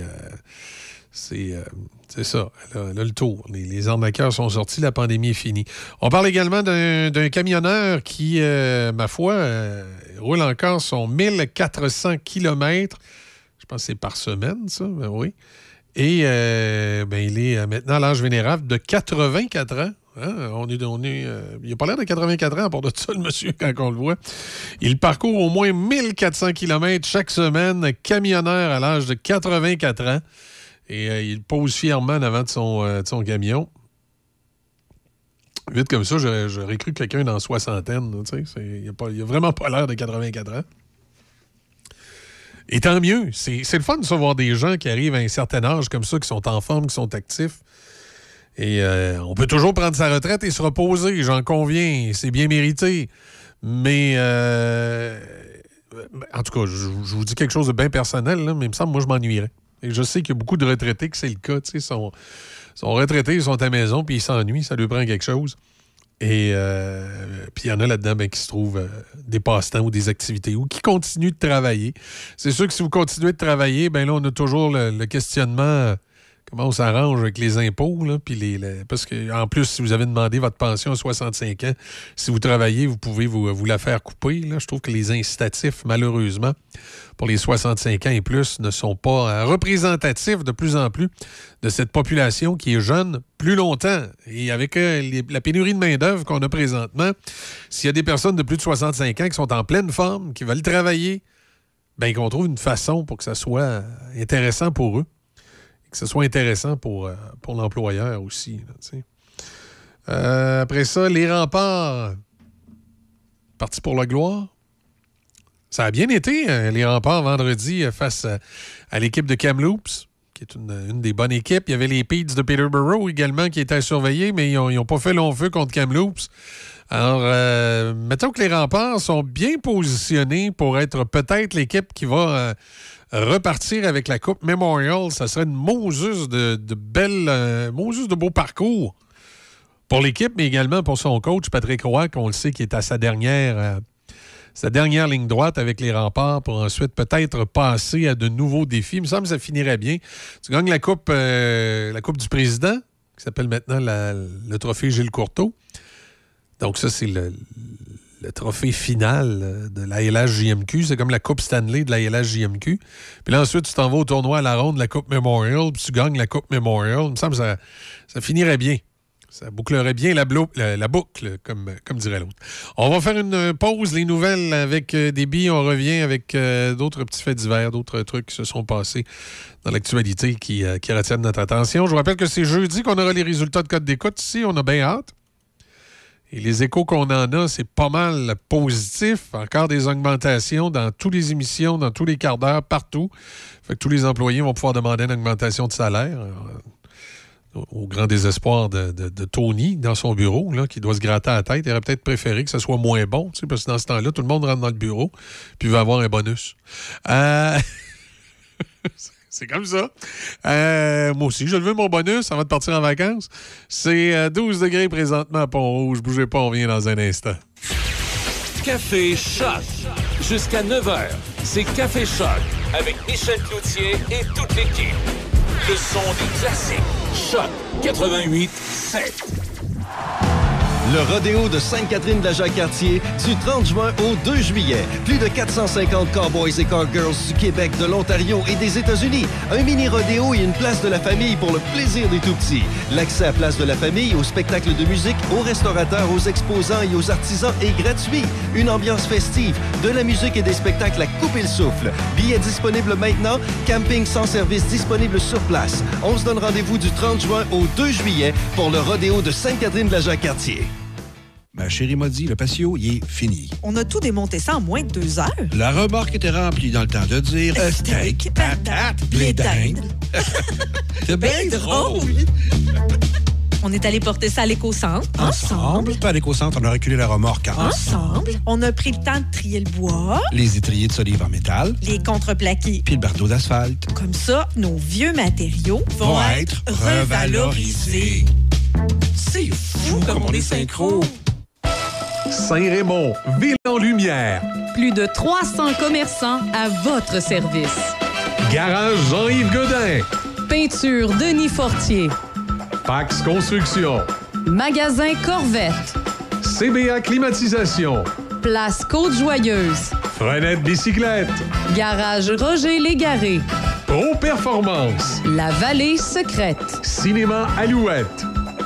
c'est, euh, c'est ça. Là, là, le tour. Les, les arnaqueurs sont sortis, la pandémie est finie. On parle également d'un, d'un camionneur qui, euh, ma foi, euh, roule encore son mille quatre cents kilomètres. Je pense que c'est par semaine, ça, ben oui. Et euh, ben, il est maintenant à l'âge vénérable de quatre-vingt-quatre ans. Hein? On est, on est, euh, il n'a pas l'air de quatre-vingt-quatre ans à part de ça, le monsieur, quand on le voit. Il parcourt au moins mille quatre cents kilomètres chaque semaine, camionneur à l'âge de quatre-vingt-quatre ans. Et euh, il pose fièrement en avant de son, euh, de son camion. Vite comme ça, j'aurais, j'aurais cru quelqu'un dans la soixantaine. Tu sais, il n'a vraiment pas l'air de quatre-vingt-quatre ans. Et tant mieux. C'est, c'est le fun de savoir des gens qui arrivent à un certain âge comme ça, qui sont en forme, qui sont actifs. Et euh, on peut toujours prendre sa retraite et se reposer, j'en conviens. C'est bien mérité. Mais, euh, en tout cas, je, je vous dis quelque chose de bien personnel, là, mais il me semble, moi, je m'ennuierais. Et je sais qu'il y a beaucoup de retraités que c'est le cas. Ils sont, sont retraités, ils sont à la maison, puis ils s'ennuient, ça lui prend quelque chose. Et euh, puis il y en a là-dedans ben, qui se trouvent euh, des passe-temps ou des activités ou qui continuent de travailler. C'est sûr que si vous continuez de travailler, ben là, on a toujours le, le questionnement... Euh, comment on s'arrange avec les impôts, là, puis les, les, parce qu'en plus, si vous avez demandé votre pension à soixante-cinq ans, si vous travaillez, vous pouvez vous, vous la faire couper. Là. Je trouve que les incitatifs, malheureusement, pour les soixante-cinq ans et plus, ne sont pas représentatifs de plus en plus de cette population qui est jeune plus longtemps. Et avec euh, les, la pénurie de main-d'œuvre qu'on a présentement, s'il y a des personnes de plus de soixante-cinq ans qui sont en pleine forme, qui veulent travailler, bien qu'on trouve une façon pour que ça soit intéressant pour eux. Que ce soit intéressant pour, euh, pour l'employeur aussi. Là, euh, après ça, les remparts, partis pour la gloire. Ça a bien été, hein, les remparts, vendredi, face à, à l'équipe de Kamloops, qui est une, une des bonnes équipes. Il y avait les Peets de Peterborough également qui étaient à surveiller, mais ils n'ont pas fait long feu contre Kamloops. Alors, euh, mettons que les remparts sont bien positionnés pour être peut-être l'équipe qui va... Euh, repartir avec la Coupe Memorial, ça serait une Moses de, de belles... Euh, Moses de beau parcours pour l'équipe, mais également pour son coach, Patrick Roy, qu'on le sait, qui est à sa dernière, euh, sa dernière ligne droite avec les remparts pour ensuite peut-être passer à de nouveaux défis. Il me semble que ça finirait bien. Tu gagnes la Coupe, euh, la coupe du Président, qui s'appelle maintenant la, le trophée Gilles Courteau. Donc ça, c'est le... le trophée final de la L H J M Q. C'est comme la Coupe Stanley de la L H J M Q. Puis là, ensuite, tu t'en vas au tournoi à la ronde de la Coupe Memorial, puis tu gagnes la Coupe Memorial. Il me semble que ça, ça finirait bien. Ça bouclerait bien la, blo- la, la boucle, comme, comme dirait l'autre. On va faire une pause, les nouvelles avec euh, des billes. On revient avec euh, d'autres petits faits divers, d'autres trucs qui se sont passés dans l'actualité qui, euh, qui retiennent notre attention. Je vous rappelle que c'est jeudi qu'on aura les résultats de code d'écoute ici. On a bien hâte. Et les échos qu'on en a, c'est pas mal positif. Encore des augmentations dans toutes les émissions, dans tous les quarts d'heure, partout. Fait que tous les employés vont pouvoir demander une augmentation de salaire. Euh, au grand désespoir de, de, de Tony dans son bureau, là, qui doit se gratter la tête. Il aurait peut-être préféré que ce soit moins bon, tu sais, parce que dans ce temps-là, tout le monde rentre dans le bureau puis veut avoir un bonus. Euh... C'est comme ça. Euh, moi aussi, je le veux, mon bonus, avant de partir en vacances. C'est euh, douze degrés présentement à Pont-Rouge. Bougez pas, on vient dans un instant. Café Choc. Jusqu'à neuf heures, c'est Café Choc avec Michel Cloutier et toute l'équipe. Le son des classiques. Choc quatre-vingt-huit sept. Le rodéo de Sainte-Catherine de la Jacques-Cartier du trente juin au deux juillet. Plus de quatre cent cinquante cowboys et cowgirls du Québec, de l'Ontario et des États-Unis. Un mini-rodéo et une place de la famille pour le plaisir des tout-petits. L'accès à place de la famille, aux spectacles de musique, aux restaurateurs, aux exposants et aux artisans est gratuit. Une ambiance festive, de la musique et des spectacles à couper le souffle. Billets disponibles maintenant, camping sans service disponible sur place. On se donne rendez-vous du trente juin au deux juillet pour le rodéo de Sainte-Catherine de la Jacques-Cartier. Ma chérie m'a dit, le patio, il est fini. On a tout démonté ça en moins de deux heures. La remorque était remplie dans le temps de dire euh, steak, patate, blé d'Inde. C'est bien drôle. On est allé porter ça à l'éco-centre. Ensemble. Pas à l'éco-centre, on a reculé la remorque ensemble. Ensemble. On a pris le temps de trier le bois. Les étriers de solive en métal. Les contreplaqués. Puis le bardeau d'asphalte. Comme ça, nos vieux matériaux vont, vont être revalorisés. C'est fou comme on est synchro. Saint-Raymond, ville en lumière. Plus de trois cents commerçants à votre service. Garage Jean-Yves Godin. Peinture Denis Fortier. Pax Construction. Magasin Corvette. C B A Climatisation. Place Côte-Joyeuse. Frenette Bicyclette. Garage Roger Légaré. Pro Performance. La Vallée Secrète. Cinéma Alouette.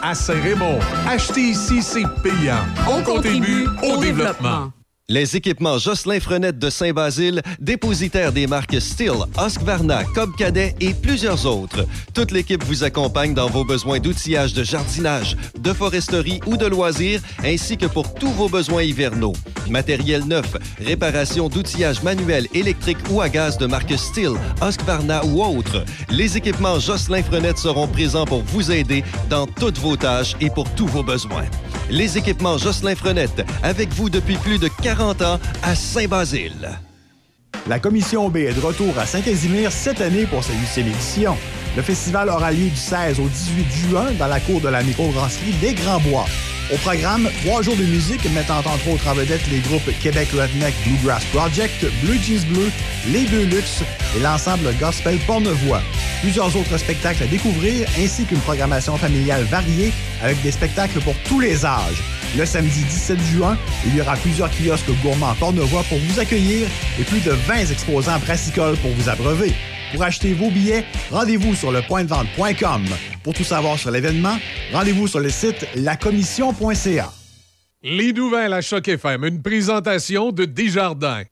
à Saint-Raymond. Acheter ici, c'est payant. On, On contribue au, au développement. développement. Les équipements Jocelyn-Frenette de Saint-Basile, dépositaires des marques Stihl, Husqvarna, Cobb Cadet et plusieurs autres. Toute l'équipe vous accompagne dans vos besoins d'outillage de jardinage, de foresterie ou de loisirs, ainsi que pour tous vos besoins hivernaux. Matériel neuf, réparation d'outillage manuel, électrique ou à gaz de marque Stihl, Husqvarna ou autres. Les équipements Jocelyn-Frenette seront présents pour vous aider dans toutes vos tâches et pour tous vos besoins. Les équipements Jocelyn-Frenette, avec vous depuis plus de quarante ans à Saint-Basile. La Commission B est de retour à Saint-Casimir cette année pour sa huitième édition. Le festival aura lieu du seize au dix-huit juin dans la cour de la microbrasserie Les Grands Bois. Au programme, trois jours de musique mettant entre autres en vedette les groupes Québec Redneck Bluegrass Project, Blue Jeans Bleu, Les Deux Luxe et l'ensemble gospel Pornevoix. Plusieurs autres spectacles à découvrir ainsi qu'une programmation familiale variée avec des spectacles pour tous les âges. Le samedi dix-sept juin, il y aura plusieurs kiosques gourmands Pornevoix pour vous accueillir et plus de vingt exposants brassicoles pour vous abreuver. Pour acheter vos billets, rendez-vous sur le point de vente point com. Pour tout savoir sur l'événement, rendez-vous sur le site la commission point c a. Les nouvelles à Choc F M, une présentation de Desjardins.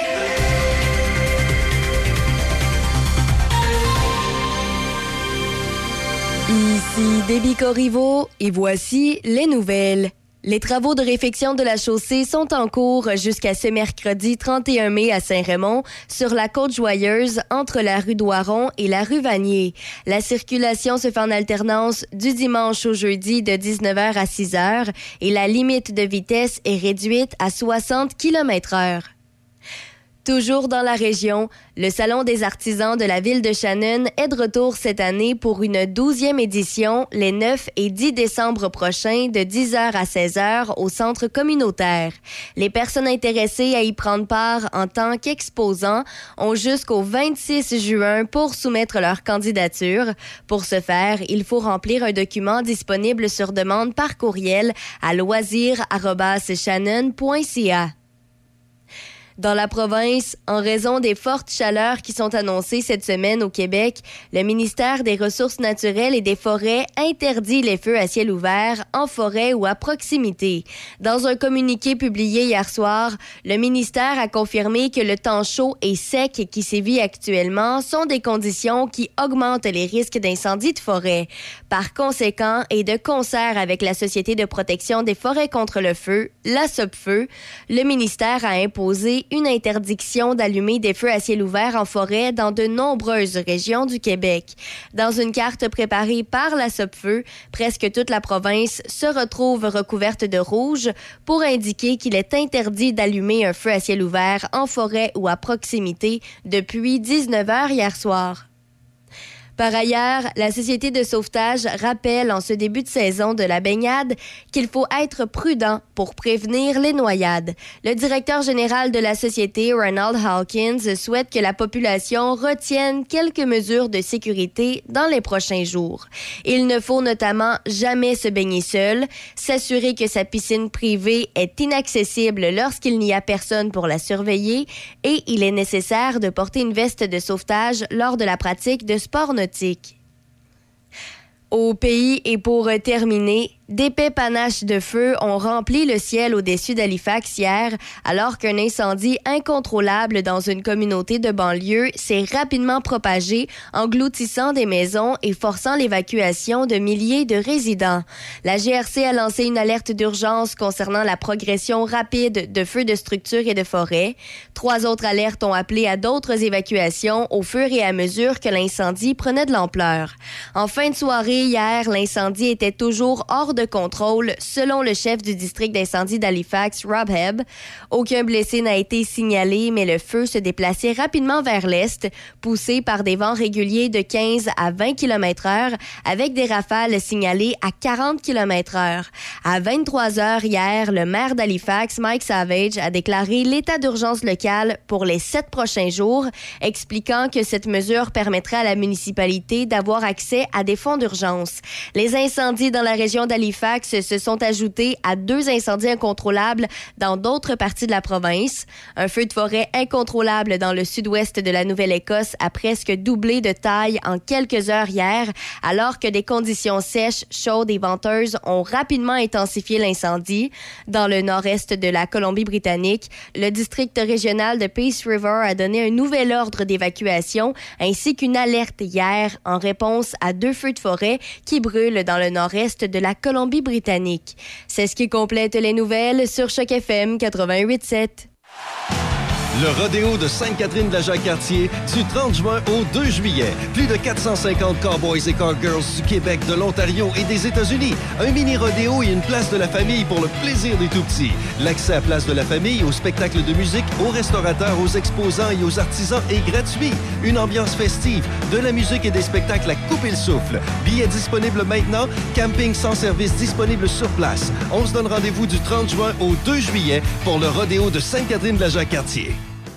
Ici Déby Corriveau et voici les nouvelles. Les travaux de réfection de la chaussée sont en cours jusqu'à ce mercredi trente et un mai à Saint-Raymond, sur la Côte-Joyeuse, entre la rue Doiron et la rue Vanier. La circulation se fait en alternance du dimanche au jeudi de dix-neuf heures à six heures et la limite de vitesse est réduite à soixante kilomètres heure. Toujours dans la région, le Salon des artisans de la ville de Shannon est de retour cette année pour une douzième édition les neuf et dix décembre prochains de dix heures à seize heures au centre communautaire. Les personnes intéressées à y prendre part en tant qu'exposants ont jusqu'au vingt-six juin pour soumettre leur candidature. Pour ce faire, il faut remplir un document disponible sur demande par courriel à loisirs arobase shannon point c a. Dans la province, en raison des fortes chaleurs qui sont annoncées cette semaine au Québec, le ministère des Ressources naturelles et des Forêts interdit les feux à ciel ouvert en forêt ou à proximité. Dans un communiqué publié hier soir, le ministère a confirmé que le temps chaud et sec qui sévit actuellement sont des conditions qui augmentent les risques d'incendie de forêt. Par conséquent, et de concert avec la Société de protection des forêts contre le feu, la SOPFEU, le ministère a imposé une interdiction d'allumer des feux à ciel ouvert en forêt dans de nombreuses régions du Québec. Dans une carte préparée par la SOPFEU, presque toute la province se retrouve recouverte de rouge pour indiquer qu'il est interdit d'allumer un feu à ciel ouvert en forêt ou à proximité depuis dix-neuf heures hier soir. Par ailleurs, la Société de sauvetage rappelle en ce début de saison de la baignade qu'il faut être prudent pour prévenir les noyades. Le directeur général de la Société, Ronald Hawkins, souhaite que la population retienne quelques mesures de sécurité dans les prochains jours. Il ne faut notamment jamais se baigner seul, s'assurer que sa piscine privée est inaccessible lorsqu'il n'y a personne pour la surveiller et il est nécessaire de porter une veste de sauvetage lors de la pratique de sports nautiques. Au pays et pour terminer, d'épais panaches de feu ont rempli le ciel au-dessus d'Halifax hier, alors qu'un incendie incontrôlable dans une communauté de banlieue s'est rapidement propagé, engloutissant des maisons et forçant l'évacuation de milliers de résidents. La G R C a lancé une alerte d'urgence concernant la progression rapide de feux de structures et de forêts. Trois autres alertes ont appelé à d'autres évacuations au fur et à mesure que l'incendie prenait de l'ampleur. En fin de soirée, hier, l'incendie était toujours hors de de contrôle, selon le chef du district d'incendie d'Halifax, Rob Hebb. Aucun blessé n'a été signalé, mais le feu se déplaçait rapidement vers l'est, poussé par des vents réguliers de quinze à vingt kilomètres heure, avec des rafales signalées à quarante kilomètres heure. À vingt-trois heures hier, le maire d'Halifax, Mike Savage, a déclaré l'état d'urgence local pour les sept prochains jours, expliquant que cette mesure permettrait à la municipalité d'avoir accès à des fonds d'urgence. Les incendies dans la région d'Halifax Halifax se sont ajoutés à deux incendies incontrôlables dans d'autres parties de la province. Un feu de forêt incontrôlable dans le sud-ouest de la Nouvelle-Écosse a presque doublé de taille en quelques heures hier, alors que des conditions sèches, chaudes et venteuses ont rapidement intensifié l'incendie. Dans le nord-est de la Colombie-Britannique, le district régional de Peace River a donné un nouvel ordre d'évacuation ainsi qu'une alerte hier en réponse à deux feux de forêt qui brûlent dans le nord-est de la Colombie-Britannique. C'est ce qui complète les nouvelles sur Choc F M quatre-vingt-huit sept. Le rodéo de Sainte-Catherine de la Jacques-Cartier du trente juin au deux juillet. Plus de quatre cent cinquante cowboys et cowgirls du Québec, de l'Ontario et des États-Unis. Un mini-rodéo et une place de la famille pour le plaisir des tout-petits. L'accès à Place de la Famille, aux spectacles de musique, aux restaurateurs, aux exposants et aux artisans est gratuit. Une ambiance festive, de la musique et des spectacles à couper le souffle. Billets disponibles maintenant. Camping sans service disponible sur place. On se donne rendez-vous du trente juin au deux juillet pour le rodéo de Sainte-Catherine de la Jacques-Cartier.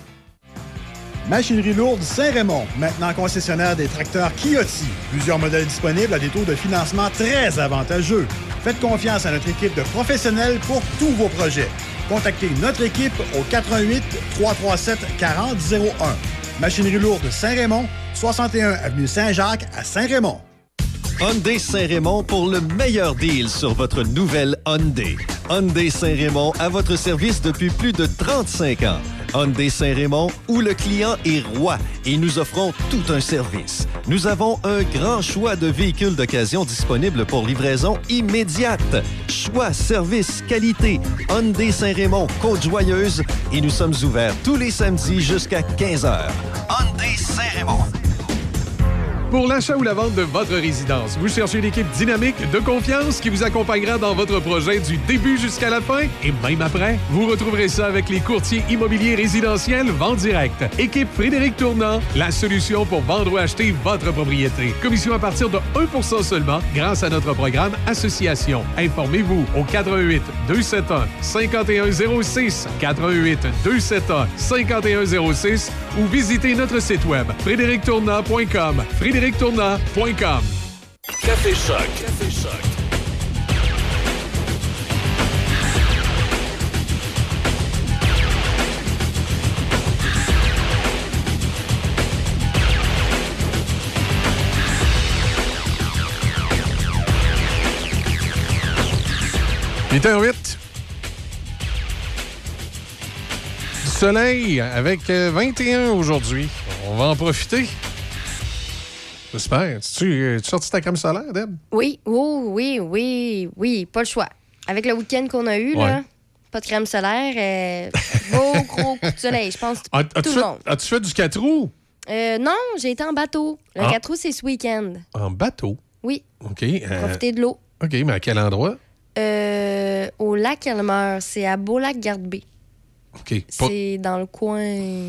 Machinerie lourde Saint-Raymond, maintenant concessionnaire des tracteurs Kioti. Plusieurs modèles disponibles à des taux de financement très avantageux. Faites confiance à notre équipe de professionnels pour tous vos projets. Contactez notre équipe au quatre un huit, trois trois sept, quatre zéro zéro un. Machinerie lourde Saint-Raymond, soixante et un avenue Saint-Jacques à Saint-Raymond. Hyundai Saint-Raymond pour le meilleur deal sur votre nouvelle Hyundai. Hyundai Saint-Raymond à votre service depuis plus de trente-cinq ans. Hyundai Saint-Raymond, où le client est roi et nous offrons tout un service. Nous avons un grand choix de véhicules d'occasion disponibles pour livraison immédiate. Choix, service, qualité. Hyundai Saint-Raymond, Côte-Joyeuse, et nous sommes ouverts tous les samedis jusqu'à quinze heures. Hyundai Saint-Raymond. Pour l'achat ou la vente de votre résidence, vous cherchez une équipe dynamique, de confiance, qui vous accompagnera dans votre projet du début jusqu'à la fin et même après. Vous retrouverez ça avec les courtiers immobiliers résidentiels Vente Direct. Équipe Frédéric Tournant, la solution pour vendre ou acheter votre propriété. Commission à partir de un pour cent seulement grâce à notre programme Association. Informez-vous au quatre un huit, deux sept un, cinq un zéro six, quatre un huit, deux sept un, cinq un zéro six ou visitez notre site web frédéric tournant point com. frédéric tournant point com. Café Choc. Café Choc. huit heures huit. Du soleil avec vingt et un aujourd'hui. On va en profiter. J'espère. Tu es sorti ta crème solaire, Deb? Oui, oh, oui, oui, oui, pas le choix. Avec le week-end qu'on a eu, ouais. là, pas de crème solaire, euh, beau gros coup de soleil, je pense A, tout le fait, monde. As-tu fait du quatre roues? Euh, non, j'ai été en bateau. Le Ah. quatre roues, c'est ce week-end. En bateau? Oui. OK. euh, Profiter de l'eau. OK, mais à quel endroit? Euh, au lac Elmer, c'est à Beau-Lac-Gardebé. OK. Pas... C'est dans le coin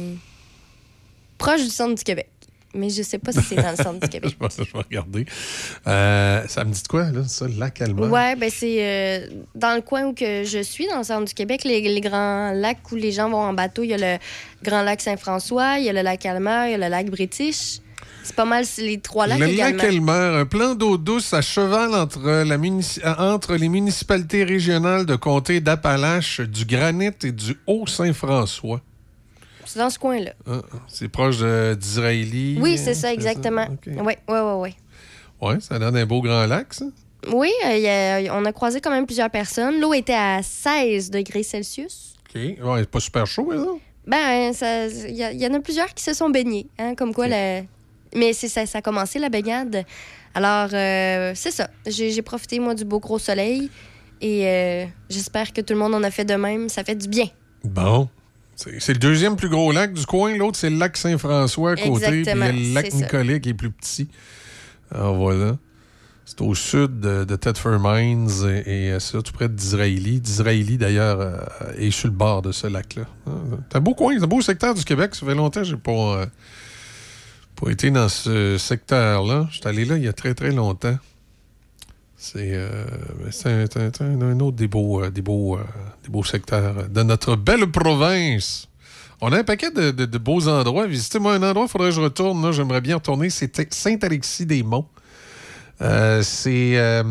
proche du centre du Québec. Mais je sais pas si c'est dans le centre du Québec. je, pense, je vais regarder. Euh, ça me dit de quoi, là, ça, le lac Elmer? Ouais, ben c'est euh, dans le coin où que je suis, dans le centre du Québec, les, les grands lacs où les gens vont en bateau. Il y a le Grand Lac Saint-François, il y a le lac Elmer, il y a le lac British. C'est pas mal les trois lacs le également. lac Elmer, un plan d'eau douce à cheval entre, la munici- entre les municipalités régionales de comté d'Appalaches, du Granit et du Haut-Saint-François. C'est dans ce coin-là. Ah, c'est proche de, d'Israélie. Oui, c'est ça, exactement. Okay. Oui, oui, oui, oui. Oui, ça donne un beau grand lac, ça. Oui, euh, y a, on a croisé quand même plusieurs personnes. L'eau était à seize degrés Celsius. OK. Ouais, c'est pas super chaud, là. Ben, il y, y en a plusieurs qui se sont baignés. Hein, comme quoi, okay. le... Mais c'est, ça, ça a commencé, la baignade. Alors, euh, c'est ça. J'ai, j'ai profité, moi, du beau gros soleil. Et euh, j'espère que tout le monde en a fait de même. Ça fait du bien. Bon. C'est, c'est le deuxième plus gros lac du coin. L'autre, c'est le lac Saint-François à côté. Exactement, puis il y a le lac c'est Nicolet ça. Qui est plus petit. Alors voilà. C'est au sud de, de Thetford Mines et, et c'est tout près d'Israélie. D'Israélie, d'ailleurs, euh, est sur le bord de ce lac-là. C'est un beau coin, c'est un beau secteur du Québec. Ça fait longtemps que j'ai pas, euh, pas été dans ce secteur-là. Je suis allé là il y a très, très longtemps. C'est, euh, c'est, un, c'est un, un autre des beaux, euh, des, beaux, euh, des beaux secteurs de notre belle province. On a un paquet de, de, de beaux endroits à visiter. Moi, un endroit, il faudrait que je retourne. Là, j'aimerais bien retourner. C'est Saint-Alexis-des-Monts. Euh, c'est, euh,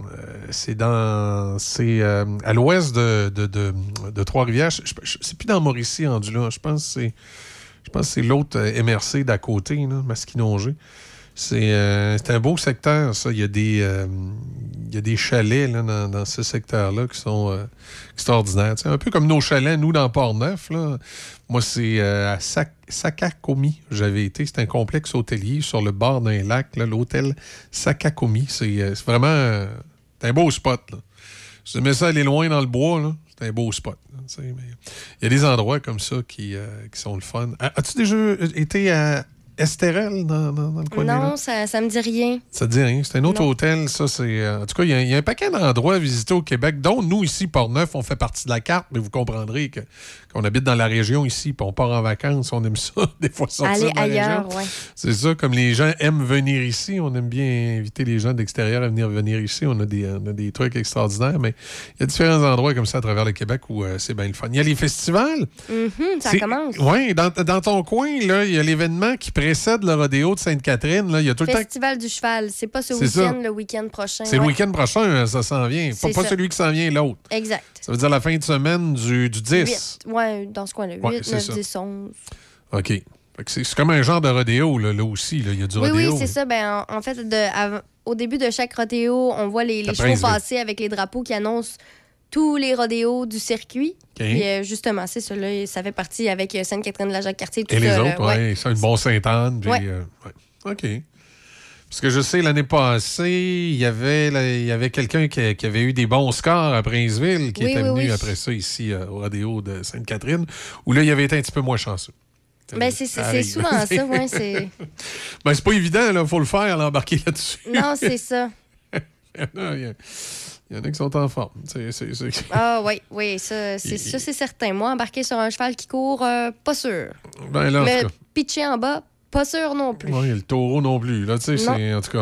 c'est dans, c'est euh, à l'ouest de, de, de, de Trois-Rivières. Je, je, je, c'est plus dans Mauricie, rendu là. Je pense que c'est, je pense que c'est l'autre euh, M R C d'à côté, là, Masquinongé. C'est, euh, c'est un beau secteur, ça. Il y a des, euh, il y a des chalets là, dans, dans ce secteur-là qui sont euh, extraordinaires. Tu sais, un peu comme nos chalets, nous, dans Port-Neuf. Là. Moi, c'est euh, à Sac- Sakakomi. J'avais été. C'est un complexe hôtelier sur le bord d'un lac, là, l'hôtel Sakakomi. C'est, euh, c'est vraiment euh, c'est un beau spot. Là. Si tu aimais ça aller loin dans le bois, là, c'est un beau spot. Là, tu sais, mais il y a des endroits comme ça qui, euh, qui sont le fun. As-tu déjà été à Estérel, dans, dans, dans le coin? Non, ça, ça me dit rien. Ça te dit rien? C'est un autre Non. hôtel, ça. C'est, euh, en tout cas, il y, y a un paquet d'endroits à visiter au Québec, dont nous, ici, Port-Neuf, on fait partie de la carte, mais vous comprendrez que, qu'on habite dans la région ici, puis on part en vacances, on aime ça, des fois sortir Aller de la ailleurs, région. ouais. C'est ça, comme les gens aiment venir ici, on aime bien inviter les gens d'extérieur à venir venir ici. On a des, on a des trucs extraordinaires, mais il y a différents endroits comme ça à travers le Québec où euh, c'est bien le fun. Il y a les festivals. Mhm, ça C'est- commence. Oui, dans, dans ton coin, là, il y a l'événement qui précède le rodéo de Sainte-Catherine. Là, il y a tout le temps. Festival du cheval. C'est pas ce C'est ça. week-end, le week-end prochain. C'est le ouais. week-end prochain, hein, ça s'en vient. Pas, C'est pas ça. celui qui s'en vient, l'autre. Exact. Ça veut dire la fin de semaine du, du dix. huit. Ouais, dans ce coin-là. Ouais, huit, c'est neuf, ça. dix, onze. OK. Fait que c'est, c'est comme un genre de rodéo, là, là aussi. Là. Il y a du Oui, rodéo. oui, c'est ça. Ben, en, en fait, de, av- au début de chaque rodéo, on voit les, les À chevaux Princeville. passer avec les drapeaux qui annoncent tous les rodéos du circuit. Puis euh, justement, c'est ça. Là, ça fait partie avec euh, Sainte-Catherine-de-la-Jacques-Cartier. Tout Et les ça, autres, là, ouais. oui. C'est une bonne Sainte-Anne. Puis, Ouais. euh, ouais. OK. Parce que je sais, l'année passée, il y avait, là, il y avait quelqu'un qui, qui avait eu des bons scores à Princeville, qui Oui, était oui, venu oui. après ça ici euh, au rodéo de Sainte-Catherine, où là, il avait été un petit peu moins chanceux. Ben, c'est, c'est, Ça c'est arrive. souvent ça, ouais. C'est... Ben, c'est pas évident, il faut le faire, l'embarquer là-dessus. Non, c'est ça. Il y en a- il y en a qui sont en forme. C'est, c'est, c'est... Ah oui, oui, ça, c'est, ça, c'est certain. Moi, embarquer sur un cheval qui court, euh, pas sûr. Ben là, en Mais tout cas. pitcher en bas, pas sûr non plus. Oui, le taureau non plus. Là, tu sais, Non. c'est, en tout cas.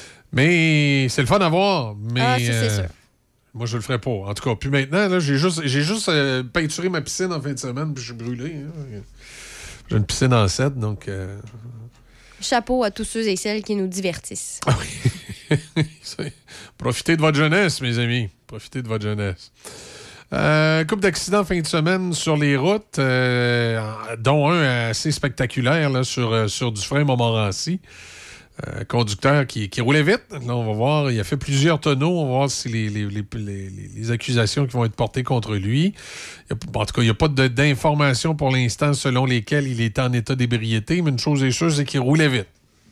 Mais c'est le fun à voir. Mais, Ah, ça, c'est sûr. Moi, je le ferai pas. En tout cas, puis maintenant, là, j'ai juste, j'ai juste euh, peinturé ma piscine en fin de semaine, puis je suis brûlé. hein. J'ai une piscine en sept, donc... euh, Chapeau à tous ceux et celles qui nous divertissent. c'est- Profitez de votre jeunesse, mes amis. Profitez de votre jeunesse. Euh, couple d'accidents fin de semaine sur les routes, euh, dont un assez spectaculaire là, sur, euh, sur Dufresne-Montmorency. Euh, conducteur qui, qui roulait vite. Là, on va voir. Il a fait plusieurs tonneaux. On va voir si les, les, les, les, les accusations qui vont être portées contre lui. Il y a, en tout cas, il n'y a pas de- d'informations pour l'instant selon lesquelles il est en état d'ébriété, mais une chose est sûre, c'est qu'il roulait vite.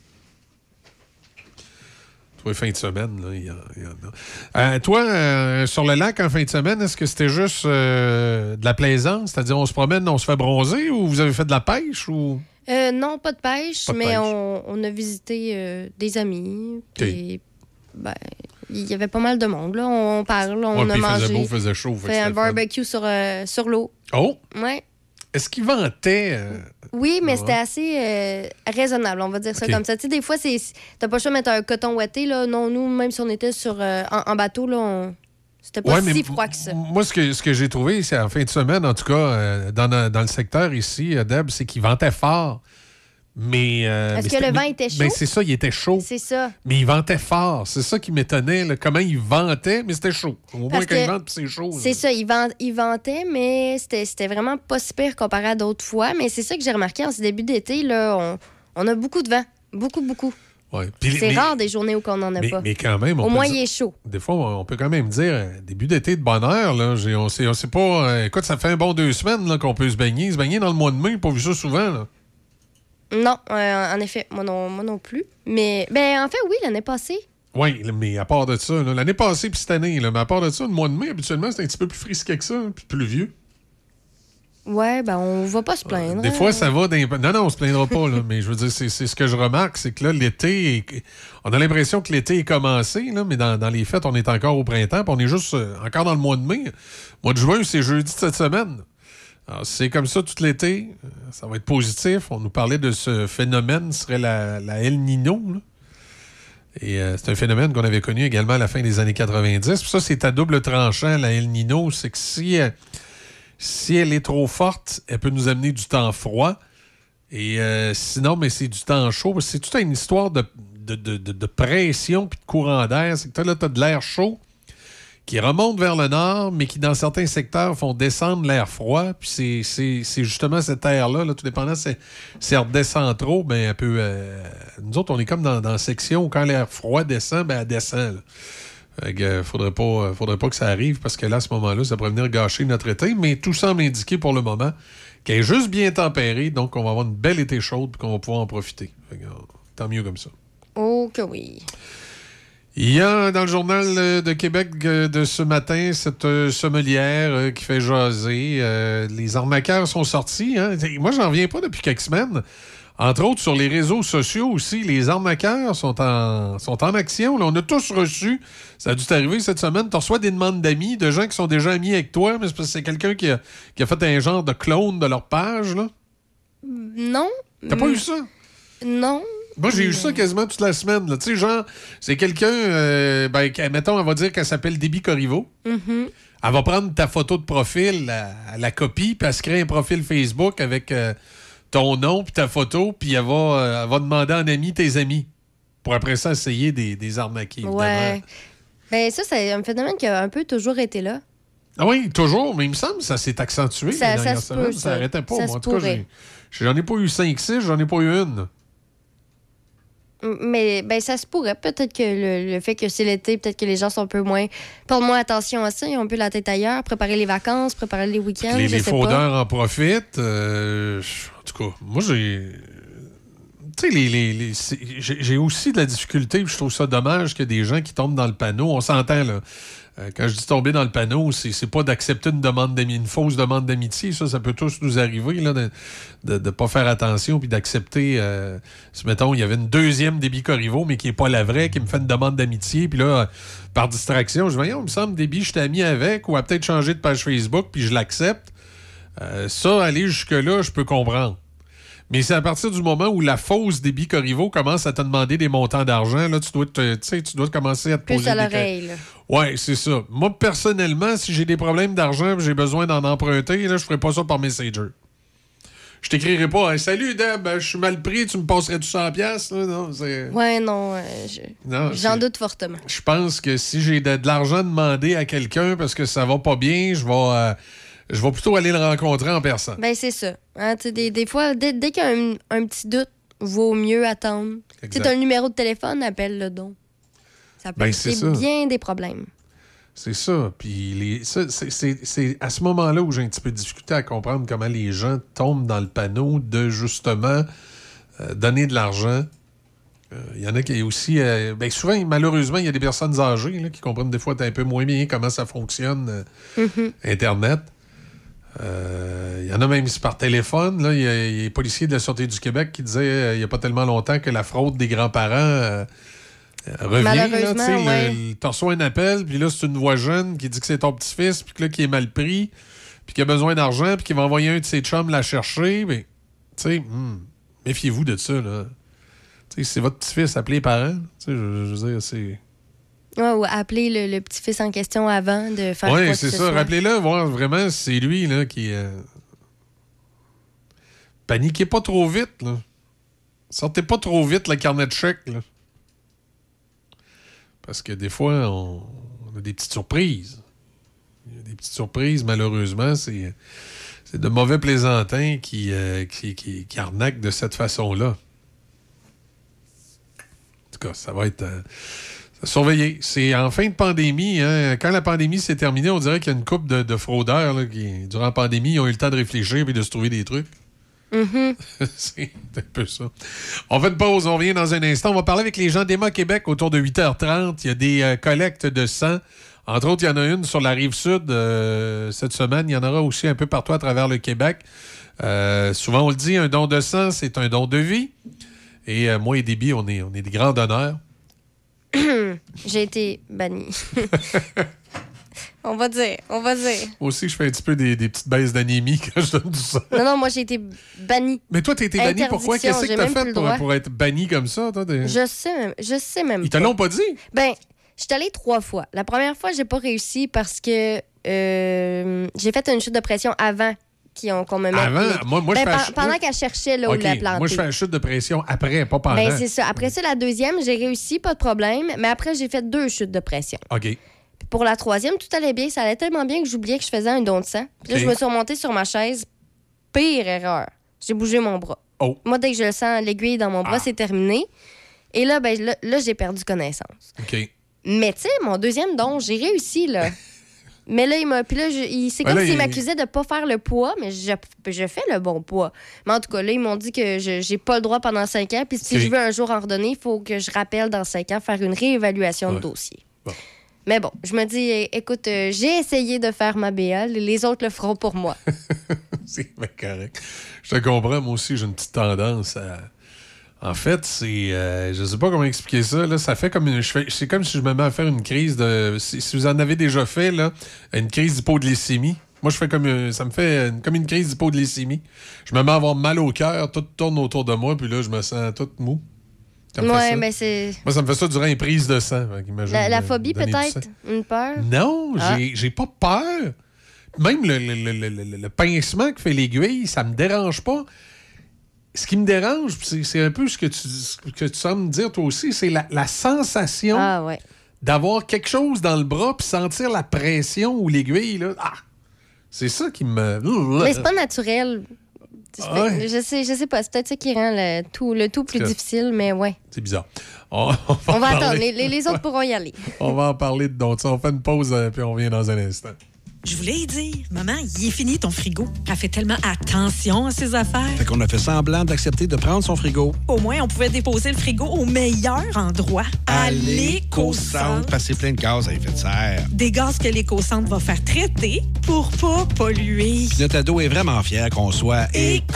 Toi, fin de semaine, là, il y, en- il y en a. Euh, toi, euh, sur le lac en fin de semaine, est-ce que c'était juste euh, de la plaisance? C'est-à-dire, on se promène, on se fait bronzer, ou vous avez fait de la pêche? Ou... Euh, non, pas de pêche, Pas de mais pêche. On, on a visité euh, des amis. Puis, ben, il y avait pas mal de monde. Là. On parle, on Ouais, a puis il mangé. faisait beau, faisait chaud. fait que fait c'était un le fun. barbecue sur, euh, sur l'eau. Oh! Ouais. Est-ce qu'il ventait? euh, Oui, mais Ouais. c'était assez euh, raisonnable, on va dire ça Ok. comme ça. Tu sais, des fois, c'est t'as pas le choix de mettre un coton ouaté. Là. Non, nous, même si on était sur, euh, en, en bateau, là, on... c'était pas Ouais, mais si m- froid que ça. Moi, ce que, ce que j'ai trouvé, c'est en fin de semaine, en tout cas, euh, dans, le- dans le secteur ici, euh, Deb, c'est qu'il ventait fort. Mais. euh, Est-ce mais que c'était- le vent mais- était chaud? Ben, c'est ça, il était chaud. C'est ça. Mais il ventait fort. C'est ça qui m'étonnait, là, comment il ventait, mais c'était chaud. Au moins, Parce quand il que vente, puis c'est chaud. là. C'est ça, il, vent- il ventait, mais c'était c'était vraiment pas si pire comparé à d'autres fois. Mais c'est ça que j'ai remarqué en ce début d'été, là, on, on a beaucoup de vent. Beaucoup, beaucoup. Ouais. Puis- C'est mais- rare des journées où on n'en a mais, pas. mais quand même, on Au peut moins, dire- il est chaud. Des fois, on peut quand même dire, euh, début d'été de bonne heure, là, j'ai- on sait, on sait pas. euh, écoute, ça fait un bon deux semaines là, qu'on peut se baigner. Se baigner dans le mois de mai, j'ai pas vu ça souvent. Là. Non, euh, en effet, moi non, moi non plus. Mais, ben, en fait, oui, l'année passée. Oui, mais à part de ça, là, l'année passée puis cette année, là, mais à part de ça, le mois de mai, habituellement, c'est un petit peu plus frisqué que ça, puis plus vieux. Ouais, ben, on va pas se plaindre. Des hein. fois, ça va. Dans... Non, non, on se plaindra pas, là, mais je veux dire, c'est, c'est ce que je remarque, c'est que là, l'été, est- on a l'impression que l'été est commencé, là, mais dans, dans les fêtes, on est encore au printemps, puis on est juste euh, encore dans le mois de mai. Le mois de juin, c'est jeudi de cette semaine. Alors, si c'est comme ça tout l'été, euh, ça va être positif. On nous parlait de ce phénomène, ce serait la, la El Niño, là. Et euh, c'est un phénomène qu'on avait connu également à la fin des années quatre-vingt-dix. Puis ça, c'est à double tranchant, la El Niño. C'est que si, euh, si elle est trop forte, elle peut nous amener du temps froid. Et euh, sinon, mais c'est du temps chaud. C'est toute une histoire de, de, de, de, de pression puis de courant d'air. C'est que là, tu as de l'air chaud qui remonte vers le nord, mais qui, dans certains secteurs, font descendre l'air froid. Puis c'est, c'est, c'est justement cet air-là, là, tout dépendant, c'est, si elle redescend trop, ben, un peu... Euh, nous autres, on est comme dans, dans la section où quand l'air froid descend, ben, elle descend. Là. Fait que, euh, faudrait pas, faudrait pas que ça arrive, parce que là, à ce moment-là, ça pourrait venir gâcher notre été. Mais tout semble indiquer pour le moment qu'elle est juste bien tempérée, donc on va avoir une belle été chaude et qu'on va pouvoir en profiter. Fait que, euh, tant mieux comme ça. Oh que oui. Il y a dans le journal de Québec de ce matin cette euh, sommelière euh, qui fait jaser. Euh, les arnaqueurs sont sortis. Hein? Moi, j'en reviens pas depuis quelques semaines. Entre autres, sur les réseaux sociaux aussi, les arnaqueurs sont en, sont en action. Là, on a tous reçu, ça a dû t'arriver cette semaine, tu reçois des demandes d'amis, de gens qui sont déjà amis avec toi, mais c'est parce que c'est quelqu'un qui a, qui a fait un genre de clone de leur page. Là. Non. T'as pas eu ça? Non. Moi, j'ai eu ça quasiment toute la semaine. Tu sais, genre, c'est quelqu'un, euh, ben, mettons, elle va dire qu'elle s'appelle Déby Corriveau. Mm-hmm. Elle va prendre ta photo de profil, la, la copie, puis elle se crée un profil Facebook avec euh, ton nom puis ta photo, puis elle va, euh, elle va demander en ami tes amis pour après ça essayer des, des arnaquer. Ouais. Ben ça, c'est un phénomène qui a un peu toujours été là. Ah oui, toujours, mais il me semble que ça s'est accentué. Ça, les ça dernières se semaines. peut, Ça ça. n'arrêtait pas. Ça Moi, en se tout cas, pourrait. j'ai- j'en ai pas eu cinq six, j'en ai pas eu une. Mais ben ça se pourrait. Peut-être que le, le fait que c'est l'été, peut-être que les gens sont un peu moins... portent moins attention à ça. Ils ont un peu la tête ailleurs. Préparer les vacances, préparer les week-ends, Les, je les sais fraudeurs pas. en profitent. Euh, en tout cas, moi, j'ai... Tu sais, les, les, les- c'est- j'ai j'ai aussi de la difficulté, puis je trouve ça dommage qu'il y ait des gens qui tombent dans le panneau. On s'entend, là. Euh, quand je dis tomber dans le panneau, c'est c'est pas d'accepter une demande d'amitié, une fausse demande d'amitié. Ça, ça peut tous nous arriver, là, de ne de, pas faire attention, puis d'accepter... Euh, si, mettons, il y avait une deuxième Déby Corriveau, mais qui n'est pas la vraie, qui me fait une demande d'amitié, puis là, euh, par distraction, je dis, voyons, il me semble, Déby, je t'ai ami avec, ou a peut-être changé de page Facebook, puis je l'accepte. Euh, ça, aller jusque-là, je peux comprendre. Mais c'est à partir du moment où la fausse Déby Corriveau commence à te demander des montants d'argent, là, tu dois, te, tu sais, tu dois commencer à te Plus poser à des l'oreille, que- là. Ouais, c'est ça. Moi, personnellement, si j'ai des problèmes d'argent et j'ai besoin d'en emprunter, là, je ferai pas ça par Messenger. Je t'écrirai pas hey, « Salut, Deb, je suis mal pris, tu me passerais-tu cent piastres? » Non, c'est... Ouais, non. euh, je- Non, J'en c'est- doute fortement. Je pense que si j'ai de, de l'argent demandé à quelqu'un parce que ça va pas bien, je vais, euh, je vais plutôt aller le rencontrer en personne. Ben, c'est ça. Hein, tu sais, des, des fois, dès, dès qu'il y a un, un petit doute, vaut mieux attendre. Tu Exact. sais, t'as un numéro de téléphone, appelle le don. Ça peut Ben, c'est éviter ça. bien des problèmes. C'est ça. Puis les, ça, c'est, c'est, c'est à ce moment-là où j'ai un petit peu de difficulté à comprendre comment les gens tombent dans le panneau de, justement, euh, donner de l'argent. Il y en a qui aussi... euh, ben souvent, malheureusement, il y a des personnes âgées là, qui comprennent des fois un peu moins bien comment ça fonctionne, euh, Mhm. Internet. Euh, Il y en a même par téléphone. Il y, a les policiers de la Sûreté du Québec qui disaient euh, il n'y a pas tellement longtemps que la fraude des grands-parents euh, euh, revient. Là, Malheureusement, tu sais, le- ouais. le- t'as reçu un appel, puis là, c'est une voix jeune qui dit que c'est ton petit-fils, puis que là, qui est mal pris, puis qui a besoin d'argent, puis qui va envoyer un de ses chums la chercher. Mais, tu sais, hmm, méfiez-vous de ça. Là. Tu sais, c'est votre petit-fils, appelez les parents. Tu sais, je, je veux dire, c'est... Ouais, ou appeler le, le petit-fils en question avant de faire quoi Oui, que c'est ce ça. soit. Rappelez-le, voir vraiment si c'est lui là, qui. Euh... Paniquez pas trop vite. Là. Sortez pas trop vite le carnet de chèques. Là. Parce que des fois, on, on a des petites surprises. Il y a des petites surprises, malheureusement. C'est, c'est de mauvais plaisantins qui, euh, qui, qui, qui arnaquent de cette façon-là. En tout cas, ça va être. Euh... Surveiller. C'est en fin de pandémie. Hein, quand la pandémie s'est terminée, on dirait qu'il y a une couple de, de fraudeurs là, qui, durant la pandémie, ils ont eu le temps de réfléchir et de se trouver des trucs. Mhm. C'est un peu ça. On fait une pause, on revient dans un instant. On va parler avec les gens d'Emma Québec autour de huit heures trente. Il y a des euh, collectes de sang. Entre autres, il y en a une sur la Rive-Sud euh, cette semaine. Il y en aura aussi un peu partout à travers le Québec. Euh, souvent, on le dit, un don de sang, c'est un don de vie. Et euh, moi et Déby, on est, on est des grands donneurs. J'ai été bannie. on va dire, on va dire. Moi aussi, je fais un petit peu des, des petites baisses d'anémie quand je donne du sang. Non, non, moi, j'ai été bannie. Mais toi, t'as été banni, pourquoi? Qu'est-ce que J'ai t'as même plus fait le pour, droit. pour être banni comme ça? Toi, t'es- Je sais même, je sais même Ils te l'ont pas dit? Ben, je suis allée trois fois. La première fois, j'ai pas réussi parce que euh, j'ai fait une chute de pression avant qui ont, qu'on me met. Avant, les- moi- moi, je Ben, fais pe- la chute- pendant qu'elle cherchait là, où OK. la planter. Moi, je fais un chute de pression après, pas pendant. Ben, c'est ça. Après ça, la deuxième, j'ai réussi, pas de problème. Mais après, j'ai fait deux chutes de pression. OK. Puis pour la troisième, tout allait bien. Ça allait tellement bien que j'oubliais que je faisais un don de sang. Puis là, OK. je me suis remontée sur ma chaise. Pire erreur. J'ai bougé mon bras. Oh. Moi, dès que je le sens, l'aiguille dans mon bras, Ah. c'est terminé. Et là, ben, là, là, j'ai perdu connaissance. OK. Mais tu sais, mon deuxième don, j'ai réussi, là. Mais là, il m'a. Puis là, je- il- c'est Ben comme là, s'il il- m'accusait de pas faire le poids, mais je, je fais le bon poids. Mais en tout cas, là, ils m'ont dit que je j'ai pas le droit pendant cinq ans. Puis si OK. je veux un jour en redonner, il faut que je rappelle dans cinq ans faire une réévaluation de Ouais. dossier. Bon. Mais bon, je me dis, é- écoute, euh, j'ai essayé de faire ma B A, les autres le feront pour moi. C'est bien correct. Je te comprends, moi aussi, j'ai une petite tendance à. En fait, c'est. euh, je sais pas comment expliquer ça. Là. Ça fait comme une. je fais- C'est comme si je me mets à faire une crise de. Si, si vous en avez déjà fait, là, une crise d'hypoglycémie. Moi, je fais comme. euh, Ça me fait une- comme une crise d'hypoglycémie. Je me mets à avoir mal au cœur, tout tourne autour de moi, puis là, je me sens tout mou. Ça me fait Ouais, ça. mais c'est. Moi, ça me fait ça durant les prises de sang. Fait qu'imagine, La, la euh, phobie, donner du peut-être? sang. Une peur? Non, Ah. j'ai, j'ai pas peur. Même le, le- le- le- le- le pincement que fait l'aiguille, ça me dérange pas. Ce qui me dérange, c'est, c'est un peu ce que tu, ce que tu sembles me dire toi aussi, c'est la, la sensation Ah, ouais. d'avoir quelque chose dans le bras puis sentir la pression ou l'aiguille. Là. Ah! C'est ça qui me... Mais c'est pas naturel. Ah ouais. Je sais, je sais pas. C'est peut-être ça qui rend le tout, le tout plus que- difficile, mais ouais. C'est bizarre. On, on va, On en va parler. attendre. Les, les- les autres pourront y aller. On va en parler de donc ça. On fait une pause euh, puis on revient dans un instant. Je voulais y dire, maman, il est fini ton frigo. Elle fait tellement attention à ses affaires. Fait qu'on a fait semblant d'accepter de prendre son frigo. Au moins, on pouvait déposer le frigo au meilleur endroit, à l'éco-centre. Parce que c'est plein de gaz à effet de serre. Des gaz que l'éco-centre va faire traiter pour pas polluer. Puis notre ado est vraiment fier qu'on soit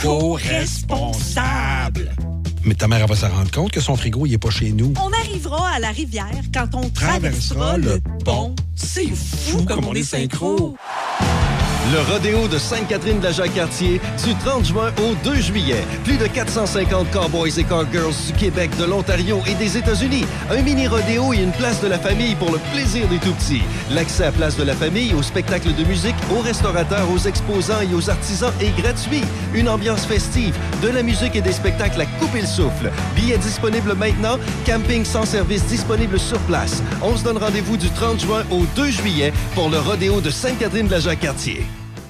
Éco-responsable. Mais ta mère, elle va se rendre compte que son frigo, il est pas chez nous. On arrivera à la rivière quand on traversera Traversera le le pont. C'est fou comme on est synchro. Le rodéo de Sainte-Catherine de la Jacques-Cartier du trente juin au deux juillet. Plus de quatre cent cinquante cowboys et cowgirls du Québec, de l'Ontario et des États-Unis. Un mini-rodéo et une place de la famille pour le plaisir des tout-petits. L'accès à Place de la Famille, aux spectacles de musique, aux restaurateurs, aux exposants et aux artisans est gratuit. Une ambiance festive, de la musique et des spectacles à couper le souffle. Billets disponibles maintenant. Camping sans service disponible sur place. On se donne rendez-vous du trente juin au deux juillet pour le rodéo de Sainte-Catherine de la Jacques-Cartier.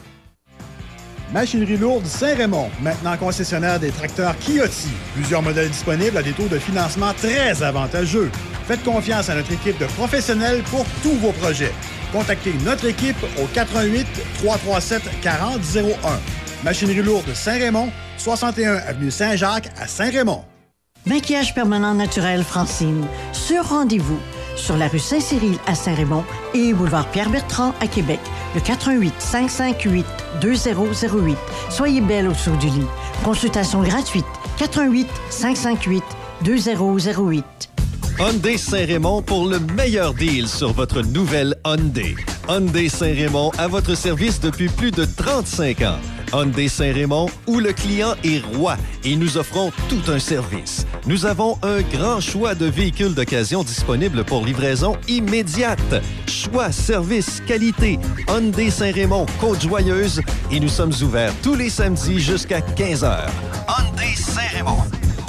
Machinerie lourde Saint-Raymond, maintenant concessionnaire des tracteurs Kioti. Plusieurs modèles disponibles à des taux de financement très avantageux. Faites confiance à notre équipe de professionnels pour tous vos projets. Contactez notre équipe au quatre un huit, trois trois sept, quatre zéro zéro un. Machinerie lourde Saint-Raymond, soixante et un avenue Saint-Jacques à Saint-Raymond. Maquillage permanent naturel Francine. Sur rendez-vous. Sur la rue Saint-Cyril à Saint-Raymond et boulevard Pierre-Bertrand à Québec. Le quatre un huit, cinq cinq huit, deux zéro zéro huit. Soyez belle au-dessous du lit. Consultation gratuite. quatre un huit, cinq cinq huit, deux zéro zéro huit. Hyundai Saint-Raymond pour le meilleur deal sur votre nouvelle Hyundai. Hyundai Saint-Raymond à votre service depuis plus de trente-cinq ans. Hyundai Saint-Raymond, où le client est roi et nous offrons tout un service. Nous avons un grand choix de véhicules d'occasion disponibles pour livraison immédiate. Choix, service, qualité. Hyundai Saint-Raymond, Côte-Joyeuse. Et nous sommes ouverts tous les samedis jusqu'à quinze heures. Hyundai Saint-Raymond.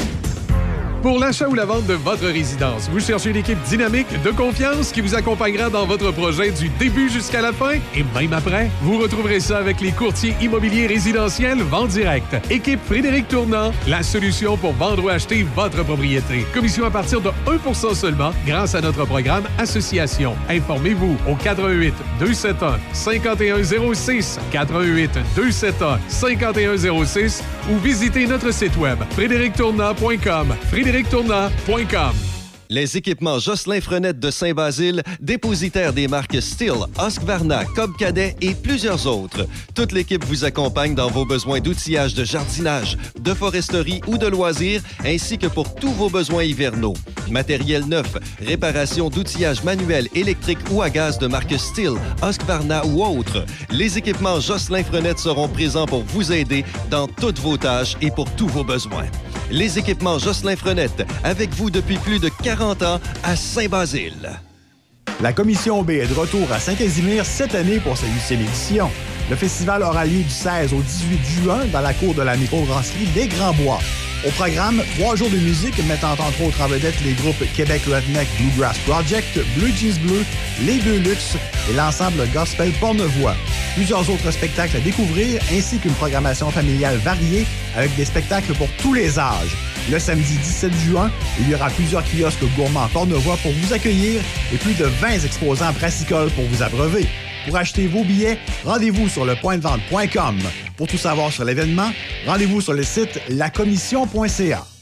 Pour l'achat ou la vente de votre résidence, vous cherchez une équipe dynamique, de confiance, qui vous accompagnera dans votre projet du début jusqu'à la fin et même après. Vous retrouverez ça avec les courtiers immobiliers résidentiels Vente Direct. Équipe Frédéric Tournant, la solution pour vendre ou acheter votre propriété. Commission à partir de un pour cent seulement grâce à notre programme Association. Informez-vous au quatre un huit, deux sept un, cinq un zéro six, quatre un huit, deux sept un, cinq un zéro six ou visitez notre site web frédéric tournant point com. frédéric tournant point com. Les équipements Jocelyn Frenette de Saint-Basile, dépositaires des marques Stihl, Husqvarna, Cobb Cadet et plusieurs autres. Toute l'équipe vous accompagne dans vos besoins d'outillage de jardinage, de foresterie ou de loisirs, ainsi que pour tous vos besoins hivernaux. Matériel neuf, réparation d'outillage manuel, électrique ou à gaz de marque Stihl, Husqvarna ou autres. Les équipements Jocelyn Frenette seront présents pour vous aider dans toutes vos tâches et pour tous vos besoins. Les équipements Jocelyn Frenette, avec vous depuis plus de quarante ans à Saint-Basile. La Commission B est de retour à Saint-Casimir cette année pour sa huitième édition. Le festival aura lieu du seize au dix-huit juin dans la cour de la microbrasserie des Grands Bois. Au programme, trois jours de musique mettant entre autres en vedette les groupes Québec Redneck Bluegrass Project, Blue Jeans Bleu, Les Deux Luxe et l'ensemble gospel Pornevoix. Plusieurs autres spectacles à découvrir ainsi qu'une programmation familiale variée avec des spectacles pour tous les âges. Le samedi dix-sept juin, il y aura plusieurs kiosques gourmands Pornevoix pour vous accueillir et plus de vingt exposants brassicoles pour vous abreuver. Pour acheter vos billets, rendez-vous sur le point de vente point com. Pour tout savoir sur l'événement, rendez-vous sur le site la commission point c a.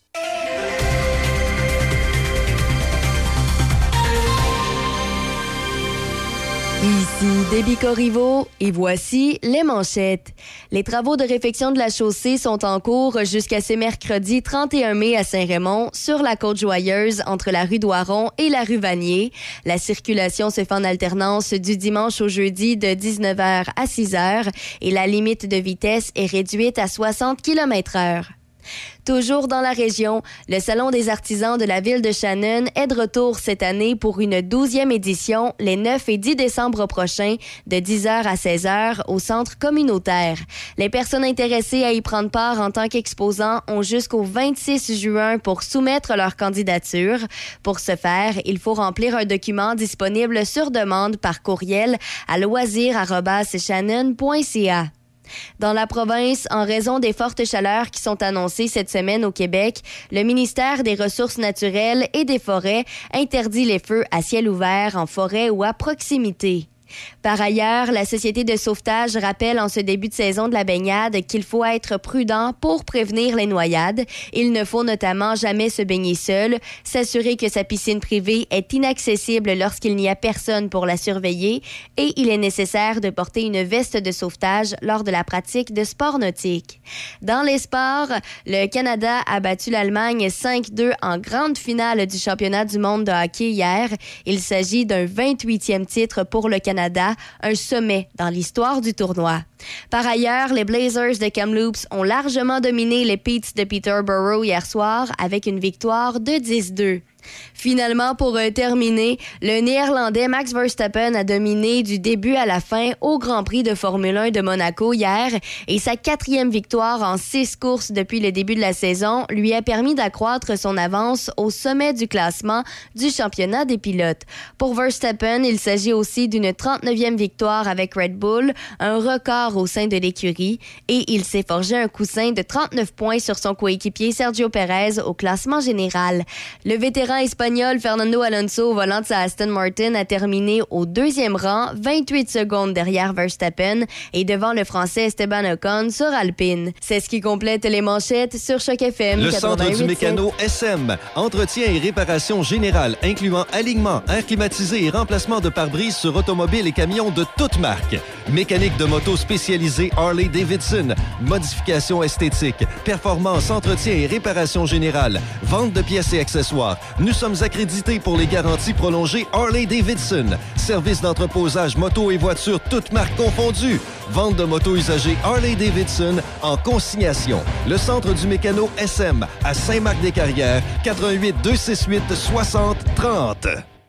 Ici Déby Corriveau et voici les manchettes. Les travaux de réfection de la chaussée sont en cours jusqu'à ce mercredi trente et un mai à Saint-Raymond, sur la Côte-Joyeuse, entre la rue Doiron et la rue Vanier. La circulation se fait en alternance du dimanche au jeudi de dix-neuf heures à six heures et la limite de vitesse est réduite à soixante kilomètres heure. Toujours dans la région, le Salon des artisans de la ville de Shannon est de retour cette année pour une douzième édition les neuf et dix décembre prochains de dix heures à seize heures au centre communautaire. Les personnes intéressées à y prendre part en tant qu'exposants ont jusqu'au vingt-six juin pour soumettre leur candidature. Pour ce faire, il faut remplir un document disponible sur demande par courriel à loisir arobase shannon point c a. Dans la province, en raison des fortes chaleurs qui sont annoncées cette semaine au Québec, le ministère des Ressources naturelles et des Forêts interdit les feux à ciel ouvert en forêt ou à proximité. Par ailleurs, la Société de sauvetage rappelle en ce début de saison de la baignade qu'il faut être prudent pour prévenir les noyades. Il ne faut notamment jamais se baigner seul, s'assurer que sa piscine privée est inaccessible lorsqu'il n'y a personne pour la surveiller et il est nécessaire de porter une veste de sauvetage lors de la pratique de sports nautiques. Dans les sports, le Canada a battu l'Allemagne cinq deux en grande finale du championnat du monde de hockey hier. Il s'agit d'un vingt-huitième titre pour le Canada, un sommet dans l'histoire du tournoi. Par ailleurs, les Blazers de Kamloops ont largement dominé les Petes de Peterborough hier soir avec une victoire de dix deux. Finalement, pour euh, terminer, le Néerlandais Max Verstappen a dominé du début à la fin au Grand Prix de Formule un de Monaco hier et sa quatrième victoire en six courses depuis le début de la saison lui a permis d'accroître son avance au sommet du classement du championnat des pilotes. Pour Verstappen, il s'agit aussi d'une trente-neuvième victoire avec Red Bull, un record au sein de l'écurie, et il s'est forgé un coussin de trente-neuf points sur son coéquipier Sergio Pérez au classement général. Le vétéran espagnol Fernando Alonso, au volant de sa Aston Martin, a terminé au deuxième rang, vingt-huit secondes derrière Verstappen et devant le Français Esteban Ocon sur Alpine. C'est ce qui complète les manchettes sur Choc F M. Le Centre du Mécano S M. Entretien et réparation générale, incluant alignement, air climatisé et remplacement de pare-brise sur automobiles et camions de toutes marques. Mécanique de moto spécialisée Harley-Davidson. Modification esthétique. Performance, entretien et réparation générale. Vente de pièces et accessoires. Nous sommes accrédités pour les garanties prolongées Harley-Davidson. Service d'entreposage moto et voitures, toutes marques confondues. Vente de motos usagées Harley-Davidson en consignation. Le Centre du Mécano S M à Saint-Marc-des-Carrières, quatre-vingt-huit deux cent soixante-huit soixante trente.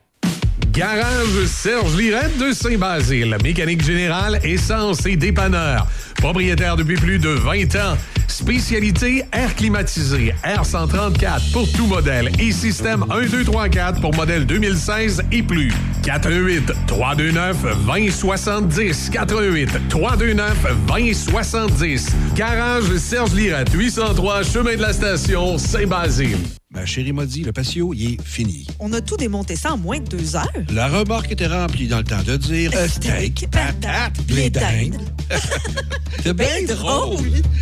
Garage Serge Lirette de Saint-Basile. Mécanique générale, essence et dépanneur. Propriétaire depuis plus de vingt ans. Spécialité air climatisé, R cent trente-quatre pour tout modèle et système un, deux, trois, quatre pour modèle deux mille seize et plus. quatre un huit, trois deux neuf, deux zéro sept zéro. quatre un huit, trois deux neuf, deux zéro sept zéro. Garage Serge Lirette, huit cent trois, chemin de la station, Saint-Basile. Ma chérie m'a dit, le patio, il est fini. On a tout démonté ça en moins de deux heures. La remorque était remplie dans le temps de dire euh, steak, patate, blé d'Inde. C'est bien drôle.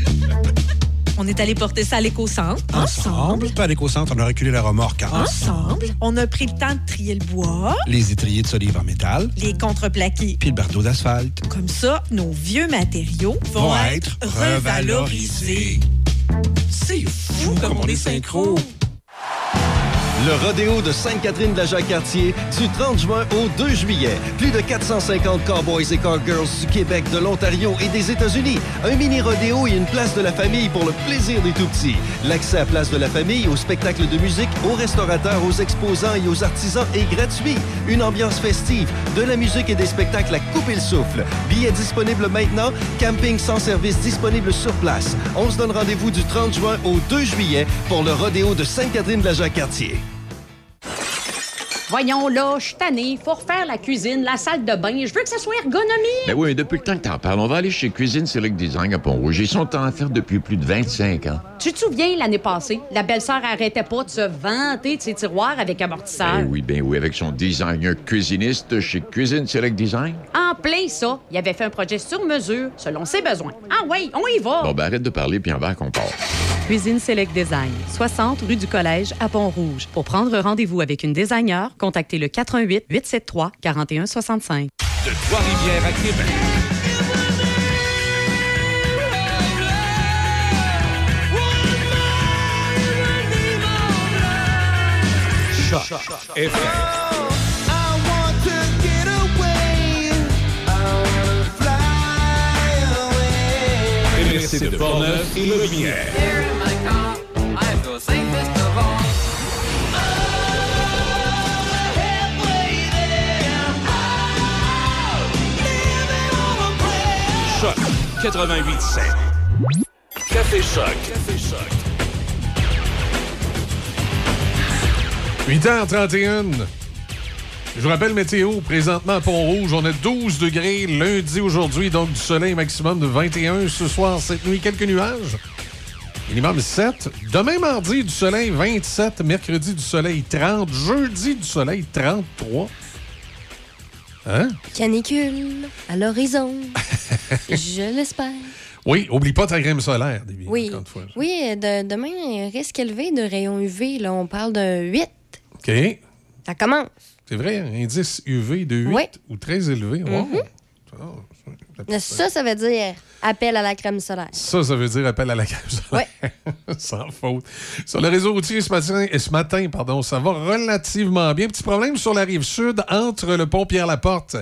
On est allé porter ça à l'éco-centre. Ensemble. Pas à l'éco-centre, on a reculé la remorque ensemble. Ensemble. On a pris le temps de trier le bois. Les étriers de solives en métal. Les contreplaqués. Puis le bardeau d'asphalte. Comme ça, nos vieux matériaux vont, vont être, être revalorisés. C'est fou comme on est synchro. Le rodéo de Sainte-Catherine de la Jacques-Cartier du trente juin au deux juillet. Plus de quatre cent cinquante cowboys et cowgirls du Québec, de l'Ontario et des États-Unis. Un mini-rodéo et une place de la famille pour le plaisir des tout-petits. L'accès à Place de la Famille, aux spectacles de musique, aux restaurateurs, aux exposants et aux artisans est gratuit. Une ambiance festive, de la musique et des spectacles à couper le souffle. Billets disponibles maintenant. Camping sans service disponible sur place. On se donne rendez-vous du trente juin au deux juillet pour le rodéo de Sainte-Catherine de la Jacques-Cartier. Voyons là, je suis tannée. Faut refaire la cuisine, la salle de bain. Je veux que ça soit ergonomique. Ben oui, mais depuis le temps que t'en parles, on va aller chez Cuisine Select Design à Pont-Rouge. Ils sont en affaires depuis plus de vingt-cinq ans. Tu te souviens, l'année passée, la belle-sœur arrêtait pas de se vanter de ses tiroirs avec amortisseur. Ben oui, ben oui, avec son designer cuisiniste chez Cuisine Select Design. En plein ça, il avait fait un projet sur mesure, selon ses besoins. Ah oui, on y va! Bon, ben arrête de parler, puis en va qu'on part. Cuisine Select Design, soixante rue du Collège à Pont-Rouge. Pour prendre rendez-vous avec une designer, contactez le quatre un huit, huit sept trois, quatre un six cinq. De Trois-Rivières à Québec. Choc F M. M R C de Portneuf et Lotbinière. Choc quatre-vingt-huit sept. Café Choc. Café Choc. huit heures trente et un. Je vous rappelle météo, présentement à Pont-Rouge, on a douze degrés lundi aujourd'hui, donc du soleil maximum de vingt et un ce soir, cette nuit, quelques nuages. Minimum sept. Demain mardi, du soleil vingt-sept, mercredi du soleil trente, jeudi du soleil trente-trois. Hein? Canicule à l'horizon. Je l'espère. Oui, oublie pas ta crème solaire, David. Oui, oui de, demain, risque élevé de rayon U V, là, on parle de huit. OK. Ça commence. C'est vrai, un indice U V de huit oui. ou très élevé. Wow. Mm-hmm. Oh, ça, ça veut dire appel à la crème solaire. Ça, ça veut dire appel à la crème solaire. Oui. Sans faute. Sur le réseau routier ce matin, ce matin pardon, ça va relativement bien. Petit problème sur la rive sud entre le pont Pierre-Laporte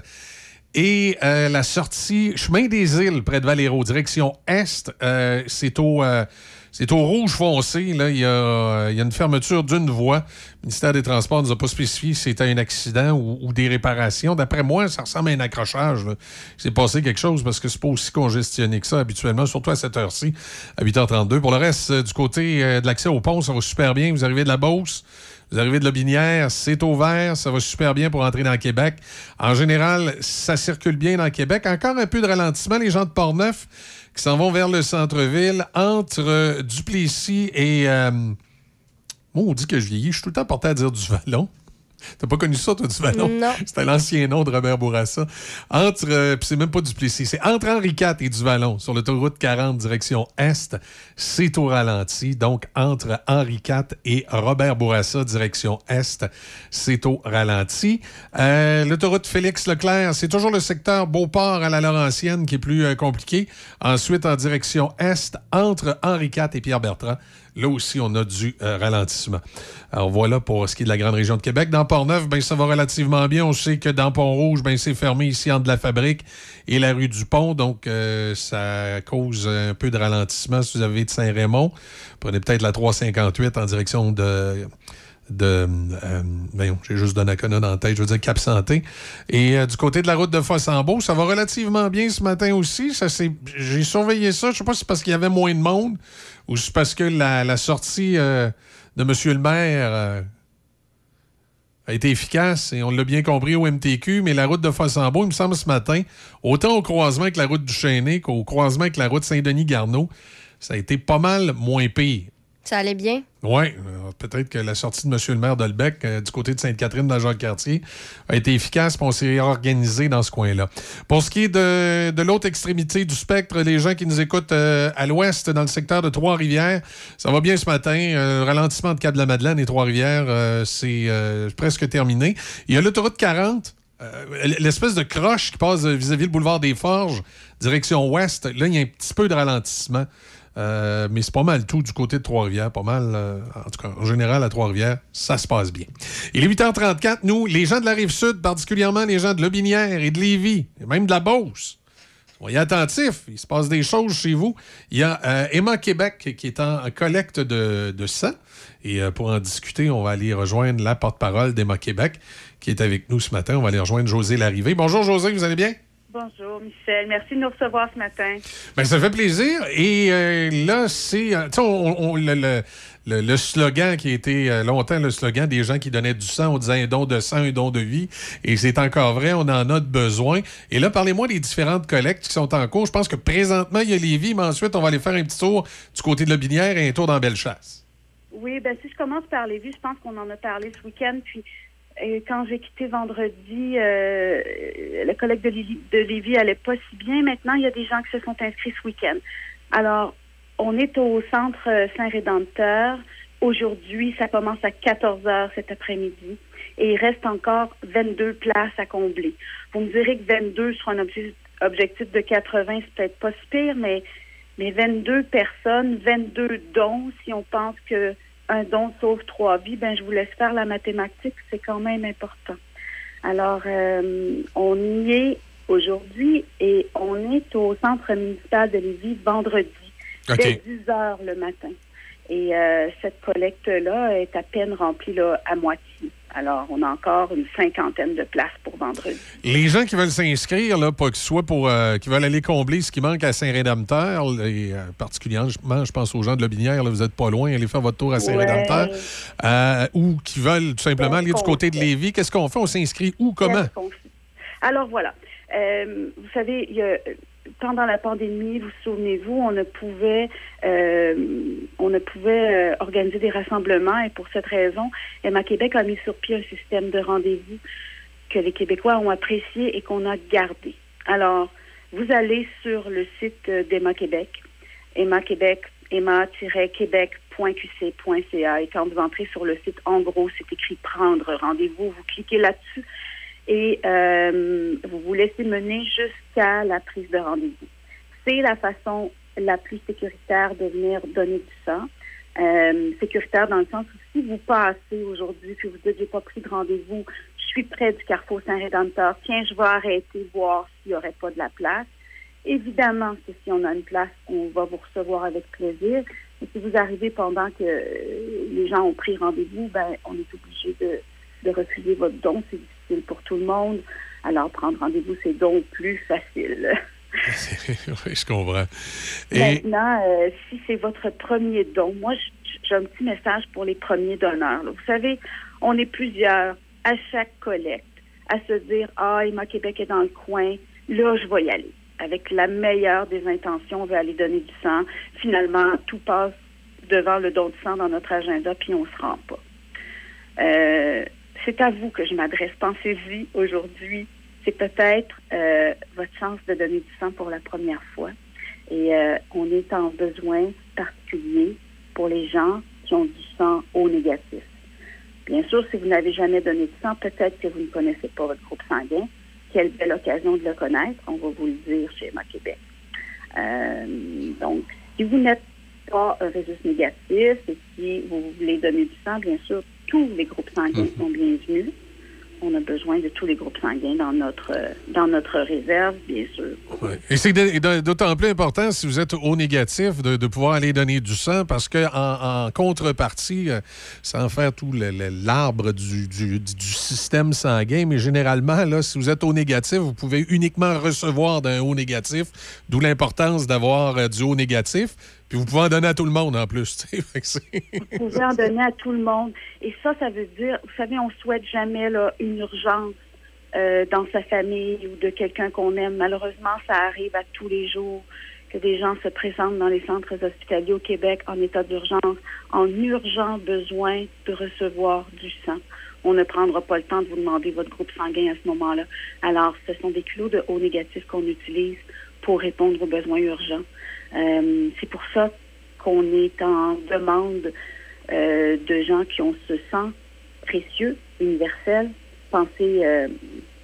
et euh, la sortie chemin des Îles près de Valero, direction est. Euh, c'est au... Euh, C'est au rouge foncé. Là. Il, y a, il y a une fermeture d'une voie. Le ministère des Transports ne nous a pas spécifié si c'était un accident ou, ou des réparations. D'après moi, ça ressemble à un accrochage. Là. Il s'est passé quelque chose parce que c'est pas aussi congestionné que ça habituellement, surtout à cette heure-ci, à huit heures trente-deux. Pour le reste, euh, du côté euh, de l'accès au pont, ça va super bien. Vous arrivez de la Beauce, vous arrivez de Lotbinière, c'est au vert, ça va super bien pour entrer dans Québec. En général, ça circule bien dans Québec. Encore un peu de ralentissement, les gens de Portneuf qui s'en vont vers le centre-ville, entre euh, Duplessis et... Euh... Moi, on dit que je vieillis. Je suis tout le temps porté à dire du Vallon. T'as pas connu ça, toi, du Vallon? Non. C'était l'ancien nom de Robert Bourassa. Entre... Euh, puis c'est même pas Duplessis. C'est entre Henri quatre et du Vallon, sur l'autoroute quarante, direction Est. C'est au ralenti. Donc, entre Henri quatre et Robert Bourassa, direction Est, c'est au ralenti. Euh, l'autoroute Félix-Leclerc, c'est toujours le secteur Beauport à la Laurentienne qui est plus euh, compliqué. Ensuite, en direction Est, entre Henri quatre et Pierre-Bertrand. Là aussi, on a du euh, ralentissement. Alors voilà pour ce qui est de la grande région de Québec. Dans Portneuf, ben, ça va relativement bien. On sait que dans Pont-Rouge, ben, c'est fermé ici entre la Fabrique et la rue du Pont. Donc, euh, ça cause un peu de ralentissement si vous avez de Saint-Raymond. Prenez peut-être la trois cinquante-huit en direction de... de euh, voyons, j'ai juste Donnacona dans la tête, je veux dire Cap-Santé. Et euh, du côté de la route de Fossambeau, ça va relativement bien ce matin aussi. Ça, c'est, j'ai surveillé ça. Je sais pas si c'est parce qu'il y avait moins de monde ou si c'est parce que la, la sortie euh, de M. le maire euh, a été efficace et on l'a bien compris au M T Q, mais la route de Fossambeau, il me semble ce matin, autant au croisement avec la route du Chêné qu'au croisement avec la route Saint-Denis-Garneau, ça a été pas mal moins pire. Ça allait bien? Oui, peut-être que la sortie de M. le maire d'Olbec, euh, du côté de Sainte-Catherine, dans Jacques-Cartier, a été efficace, puis on s'est organisé dans ce coin-là. Pour ce qui est de, de l'autre extrémité du spectre, les gens qui nous écoutent euh, à l'ouest, dans le secteur de Trois-Rivières, ça va bien ce matin. Euh, ralentissement de Cap-de-la-Madeleine et Trois-Rivières, euh, c'est euh, presque terminé. Il y a l'autoroute quarante, euh, l'espèce de croche qui passe vis-à-vis le boulevard des Forges, direction ouest. Là, il y a un petit peu de ralentissement. Euh, mais c'est pas mal tout du côté de Trois-Rivières. Pas mal, euh, en tout cas, en général, à Trois-Rivières, ça se passe bien. Il est huit heures trente-quatre. Nous, les gens de la Rive-Sud, particulièrement les gens de Lotbinière et de Lévis, et même de la Beauce, soyez attentifs. Il se passe des choses chez vous. Il y a euh, Emma Québec qui est en collecte de, de sang. Et euh, pour en discuter, on va aller rejoindre la porte-parole d'Emma Québec qui est avec nous ce matin. On va aller rejoindre José Larrivée. Bonjour, José, vous allez bien? Bonjour, Michel. Merci de nous recevoir ce matin. Bien, ça fait plaisir. Et euh, là, c'est... euh, Tu sais, on, on- le, le- le- le slogan qui a été euh, longtemps le slogan des gens qui donnaient du sang, on disait un don de sang, un don de vie. Et c'est encore vrai, on en a de besoin. Et là, parlez-moi des différentes collectes qui sont en cours. Je pense que présentement, il y a Lévis, mais ensuite, on va aller faire un petit tour du côté de Lotbinière et un tour dans Bellechasse. Oui, ben si je commence par Lévis, je pense qu'on en a parlé ce week-end. Puis euh, quand j'ai quitté vendredi, euh, le collecte de, Lévis- de Lévis allait pas si bien. Maintenant, il y a des gens qui se sont inscrits ce week-end. Alors, on est au centre euh, Saint-Rédempteur. Aujourd'hui, ça commence à quatorze heures cet après-midi. Et il reste encore vingt-deux places à combler. Vous me direz que vingt-deux sur un obje- objectif de quatre-vingts, c'est peut-être pas si pire, mais, mais vingt-deux personnes, vingt-deux dons, si on pense que un don sauve trois vies, ben je vous laisse faire la mathématique, c'est quand même important. Alors, euh, on y est aujourd'hui et on est au centre municipal de Lévis vendredi, OK. dès dix heures le matin. Et euh, cette collecte-là est à peine remplie là, à moitié. Alors, on a encore une cinquantaine de places pour vendredi. Les gens qui veulent s'inscrire, là, pas que ce soit pour euh, qui veulent aller combler ce qui manque à Saint-Rédempteur, et euh, particulièrement, je pense aux gens de Lotbinière, là, vous n'êtes pas loin, allez faire votre tour à Saint-Rédempteur, Ouais. euh, ou qui veulent tout simplement aller du Qu'est-ce qu'on côté de fait? Lévis. Qu'est-ce qu'on fait? On s'inscrit où? Comment? Qu'est-ce qu'on fait? Alors voilà, Euh, vous savez, il y a, pendant la pandémie, vous souvenez-vous, on ne pouvait, euh, on ne pouvait euh, organiser des rassemblements et pour cette raison, Emma Québec a mis sur pied un système de rendez-vous que les Québécois ont apprécié et qu'on a gardé. Alors, vous allez sur le site euh, d'Emma Québec, Emma Québec, emma-québec point q c point c a et quand vous entrez sur le site, en gros, c'est écrit « Prendre rendez-vous », vous cliquez là-dessus et euh, vous vous laissez mener jusqu'à la prise de rendez-vous. C'est la façon la plus sécuritaire de venir donner du sang. Euh, sécuritaire dans le sens où si vous passez aujourd'hui puis vous dites j'ai pas pris de rendez-vous, je suis près du carrefour Saint-Rédempteur, tiens, je vais arrêter voir s'il n'y aurait pas de la place. Évidemment que si on a une place, on va vous recevoir avec plaisir. Mais si vous arrivez pendant que les gens ont pris rendez-vous, ben on est obligé de, de refuser votre don. C'est difficile pour tout le monde. Alors, prendre rendez-vous, c'est donc plus facile. Oui, je comprends. Et Maintenant, euh, si c'est votre premier don, moi, j- j'ai un petit message pour les premiers donneurs. là. Vous savez, on est plusieurs à chaque collecte à se dire « Ah, Emma Québec est dans le coin, là, je vais y aller. » Avec la meilleure des intentions, on veut aller donner du sang. Finalement, tout passe devant le don de sang dans notre agenda, puis on se rend pas. Euh, c'est à vous que je m'adresse. Pensez-y aujourd'hui. C'est peut-être euh, votre chance de donner du sang pour la première fois. Et euh, on est en besoin particulier pour les gens qui ont du sang O négatif. Bien sûr, si vous n'avez jamais donné de sang, peut-être que vous ne connaissez pas votre groupe sanguin. Quelle belle occasion de le connaître. On va vous le dire chez Emma Québec. Euh, donc, si vous n'êtes pas un résus négatif et si vous voulez donner du sang, bien sûr, tous les groupes sanguins sont bienvenus. On a besoin de tous les groupes sanguins dans notre euh, dans notre réserve, bien sûr. Ouais. Et c'est de- de- d'autant plus important si vous êtes au négatif de, de pouvoir aller donner du sang parce que en, en contrepartie, euh, sans faire tout le- le- l'arbre du, du, du système sanguin, mais généralement, là, si vous êtes au négatif, vous pouvez uniquement recevoir d'un O négatif, d'où l'importance d'avoir euh, du O négatif. Puis vous pouvez en donner à tout le monde en plus. tu sais. Fait que c'est- Vous pouvez en donner à tout le monde. Et ça, ça veut dire, vous savez, on souhaite jamais là, une urgence euh, dans sa famille ou de quelqu'un qu'on aime. Malheureusement, ça arrive à tous les jours que des gens se présentent dans les centres hospitaliers au Québec en état d'urgence, en urgent besoin de recevoir du sang. On ne prendra pas le temps de vous demander votre groupe sanguin à ce moment-là. Alors, ce sont des kilos de O négatif qu'on utilise pour répondre aux besoins urgents. Euh, c'est pour ça qu'on est en demande euh, de gens qui ont ce sang précieux, universel. Pensez, euh,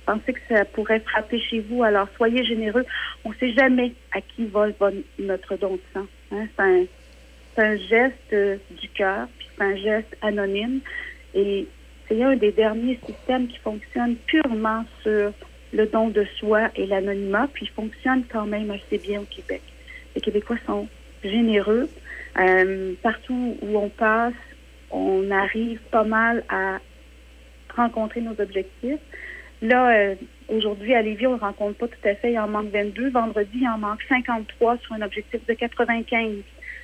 pensez que ça pourrait frapper chez vous. Alors, soyez généreux. On ne sait jamais à qui va, va notre don de sang. Hein? C'est, un, c'est un geste euh, du cœur, puis c'est un geste anonyme. Et c'est un des derniers systèmes qui fonctionne purement sur le don de soi et l'anonymat, puis il fonctionne quand même assez bien au Québec. Les Québécois sont généreux. Euh, partout où on passe, on arrive pas mal à rencontrer nos objectifs. Là, euh, aujourd'hui, à Lévis, on ne rencontre pas tout à fait. Il en manque vingt-deux. Vendredi, il en manque cinquante-trois sur un objectif de quatre-vingt-quinze.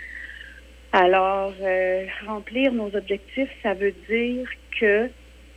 Alors, euh, remplir nos objectifs, ça veut dire que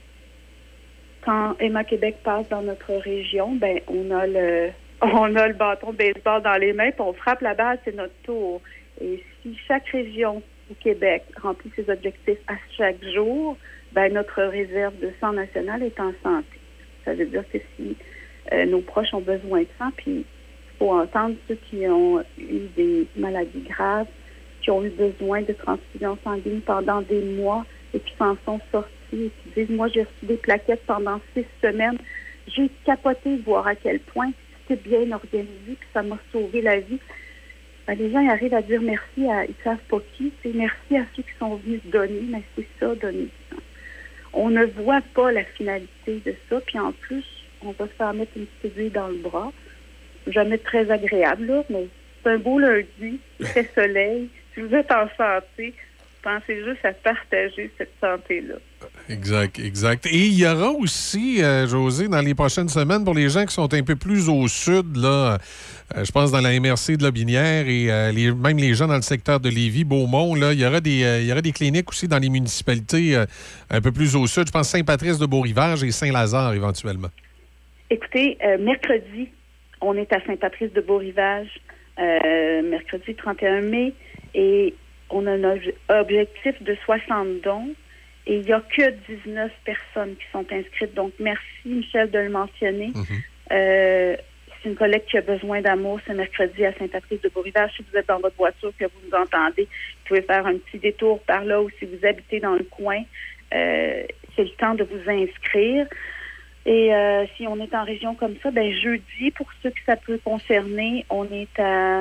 quand Emma Québec passe dans notre région, ben on a le on a le bâton de baseball dans les mains, puis on frappe la balle, c'est notre tour. Et si chaque région au Québec remplit ses objectifs à chaque jour, ben notre réserve de sang national est en santé. Ça veut dire que si euh, nos proches ont besoin de sang, puis il faut entendre ceux qui ont eu des maladies graves, qui ont eu besoin de transfusion sanguine pendant des mois et qui s'en sont sortis et qui disent, moi, j'ai reçu des plaquettes pendant six semaines. J'ai capoté de voir à quel point c'était bien organisé puis ça m'a sauvé la vie. Ben, les gens ils arrivent à dire merci à, ils ne savent pas qui, c'est merci à ceux qui sont venus se donner, mais c'est ça, donner du sang. On ne voit pas la finalité de ça, puis en plus, on va se faire mettre une petite aiguille dans le bras. Jamais très agréable, là, mais c'est un beau lundi, il fait soleil. Si vous êtes en santé, pensez juste à partager cette santé-là. Exact, exact. Et il y aura aussi, euh, Josée, dans les prochaines semaines, pour les gens qui sont un peu plus au sud, là, euh, je pense dans la M R C de Lobinière et euh, les, même les gens dans le secteur de Lévis, Beaumont, là, il y aura des, euh, il y aura des cliniques aussi dans les municipalités euh, un peu plus au sud. Je pense Saint-Patrice de Beau-Rivage et Saint-Lazare, éventuellement. Écoutez, euh, mercredi, on est à Saint-Patrice de Beau-Rivage, euh, mercredi trente et un mai, et on a un ob- objectif de soixante dons. Et il n'y a que dix-neuf personnes qui sont inscrites. Donc, merci, Michel, de le mentionner. Mm-hmm. Euh, c'est une collecte qui a besoin d'amour ce mercredi à Saint-Patrice de Beau-Rivage. Si vous êtes dans votre voiture, que vous nous entendez, vous pouvez faire un petit détour par là, ou si vous habitez dans le coin, euh, c'est le temps de vous inscrire. Et euh, si on est en région comme ça, ben jeudi, pour ceux que ça peut concerner, on est à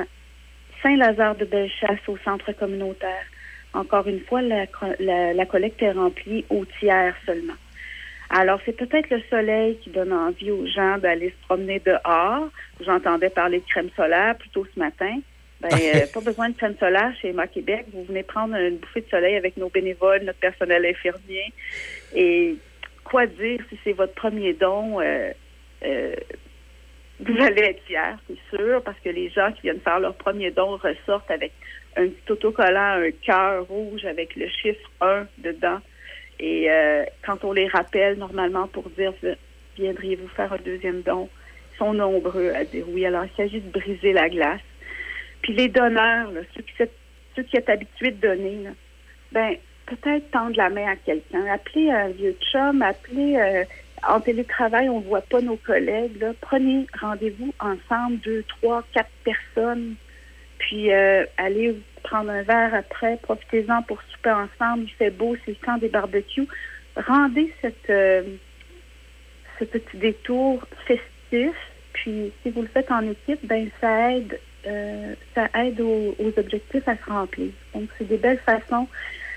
Saint-Lazare-de-Bellechasse au centre communautaire. Encore une fois, la, la, la collecte est remplie au tiers seulement. Alors, c'est peut-être le soleil qui donne envie aux gens d'aller se promener dehors. J'entendais parler de crème solaire plus tôt ce matin. Ben, euh, pas besoin de crème solaire chez Emma Québec. Vous venez prendre une bouffée de soleil avec nos bénévoles, notre personnel infirmier. Et quoi dire si c'est votre premier don? Euh, euh, vous allez être fiers, c'est sûr, parce que les gens qui viennent faire leur premier don ressortent avec un petit autocollant, un cœur rouge avec le chiffre un dedans. Et euh, quand on les rappelle normalement pour dire « Viendriez-vous faire un deuxième don », ils sont nombreux à dire oui. Alors, il s'agit de briser la glace. Puis les donneurs, là, ceux, qui, ceux qui sont habitués de donner, là, ben peut-être tendre la main à quelqu'un. Appelez un vieux chum, appelez... Euh, en télétravail, on ne voit pas nos collègues. Là. Prenez rendez-vous ensemble, deux, trois, quatre personnes. Puis euh, allez prendre un verre après, profitez-en pour souper ensemble, il fait beau, c'est le temps des barbecues. Rendez cette, euh, ce petit détour festif, puis si vous le faites en équipe, ben ça aide euh, ça aide aux, aux objectifs à se remplir. Donc c'est des belles façons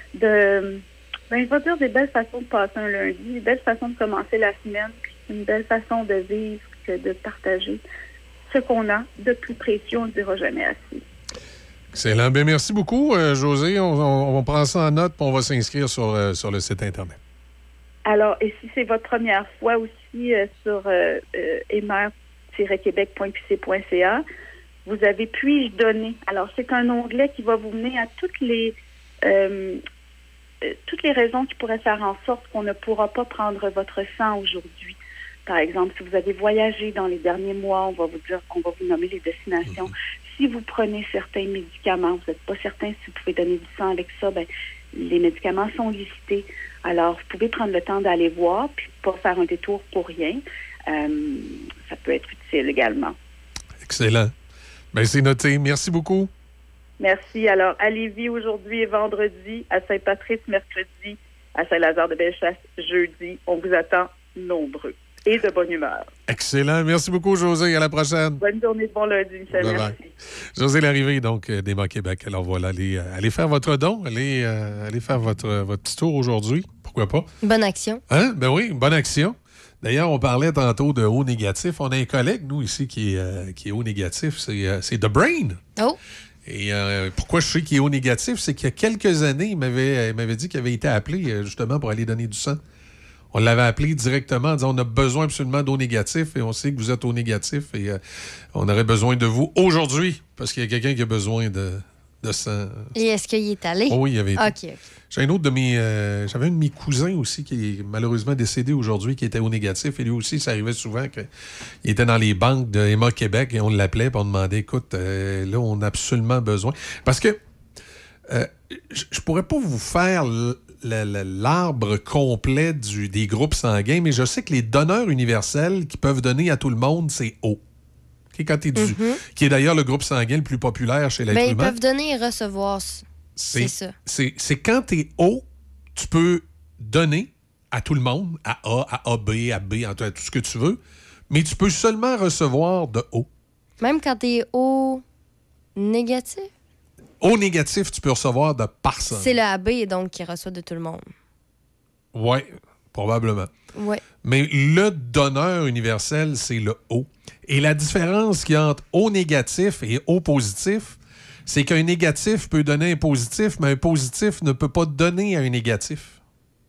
de ben je vais dire des belles façons de passer un lundi, des belles façons de commencer la semaine, puis une belle façon de vivre que de partager ce qu'on a de plus précieux, on ne dira jamais assez. Excellent. Bien, merci beaucoup, euh, Josée. On, on, on prend ça en note et on va s'inscrire sur, euh, sur le site Internet. Alors, et si c'est votre première fois aussi euh, sur euh, euh, émer tiret québec point q c point c a, vous avez Puis-je donner. Alors, c'est un onglet qui va vous mener à toutes les euh, euh, toutes les raisons qui pourraient faire en sorte qu'on ne pourra pas prendre votre sang aujourd'hui. Par exemple, si vous avez voyagé dans les derniers mois, on va vous dire, on va vous nommer les destinations. Mm-hmm. Si vous prenez certains médicaments, vous n'êtes pas certain si vous pouvez donner du sang avec ça, ben, les médicaments sont listés. Alors, vous pouvez prendre le temps d'aller voir, puis pas faire un détour pour rien. Euh, ça peut être utile également. Excellent. Bien, c'est noté. Merci beaucoup. Merci. Alors, à Lévis aujourd'hui et vendredi, à Saint-Patrice mercredi, à Saint-Lazare-de-Bellechasse jeudi. On vous attend nombreux. et de bonne humeur. Excellent. Merci beaucoup, José. À la prochaine. Bonne journée de bon lundi, Michel. Bye Merci. bye. José Larrivée, donc, euh, d'Emma Québec. Alors voilà, allez, euh, allez faire votre don. Allez, euh, allez faire votre, votre petit tour aujourd'hui. Pourquoi pas? Bonne action. Hein? Ben oui, bonne action. D'ailleurs, on parlait tantôt de haut négatif. On a un collègue, nous, ici, qui est, euh, qui est haut négatif. C'est, euh, c'est The Brain. Oh! Et euh, pourquoi je sais qu'il est haut négatif, c'est qu'il y a quelques années, il m'avait, il m'avait dit qu'il avait été appelé euh, justement pour aller donner du sang. On l'avait appelé directement en disant on a besoin absolument d'eau négatif et on sait que vous êtes au négatif et euh, on aurait besoin de vous aujourd'hui parce qu'il y a quelqu'un qui a besoin de, de sang. Et est-ce qu'il est allé? Oh oui, il y avait été. OK. OK. J'ai un autre de mes. Euh, j'avais un de mes cousins aussi qui est malheureusement décédé aujourd'hui, qui était au négatif. Et lui aussi, ça arrivait souvent qu'il était dans les banques de Emma Québec et on l'appelait et on demandait écoute, euh, là, on a absolument besoin. Parce que euh, je je pourrais pas vous faire l- l- l- l'arbre complet du, des groupes sanguins, mais je sais que les donneurs universels qui peuvent donner à tout le monde, c'est O. Okay, quand t'es du, Mhm. Qui est d'ailleurs le groupe sanguin le plus populaire chez l'être Ben, ils humain. peuvent donner et recevoir. C'est C'est ça. C'est, c'est quand tu es haut, tu peux donner à tout le monde, à A, à A B, à B, à tout ce que tu veux, mais tu peux seulement recevoir de haut. Même quand t'es au négatif? Au négatif, tu peux recevoir de personne. C'est le A B, donc, qui reçoit de tout le monde. Oui, probablement. Ouais. Mais le donneur universel, c'est le O. Et la différence qu'il y a entre O négatif et O positif, c'est qu'un négatif peut donner un positif, mais un positif ne peut pas donner à un négatif.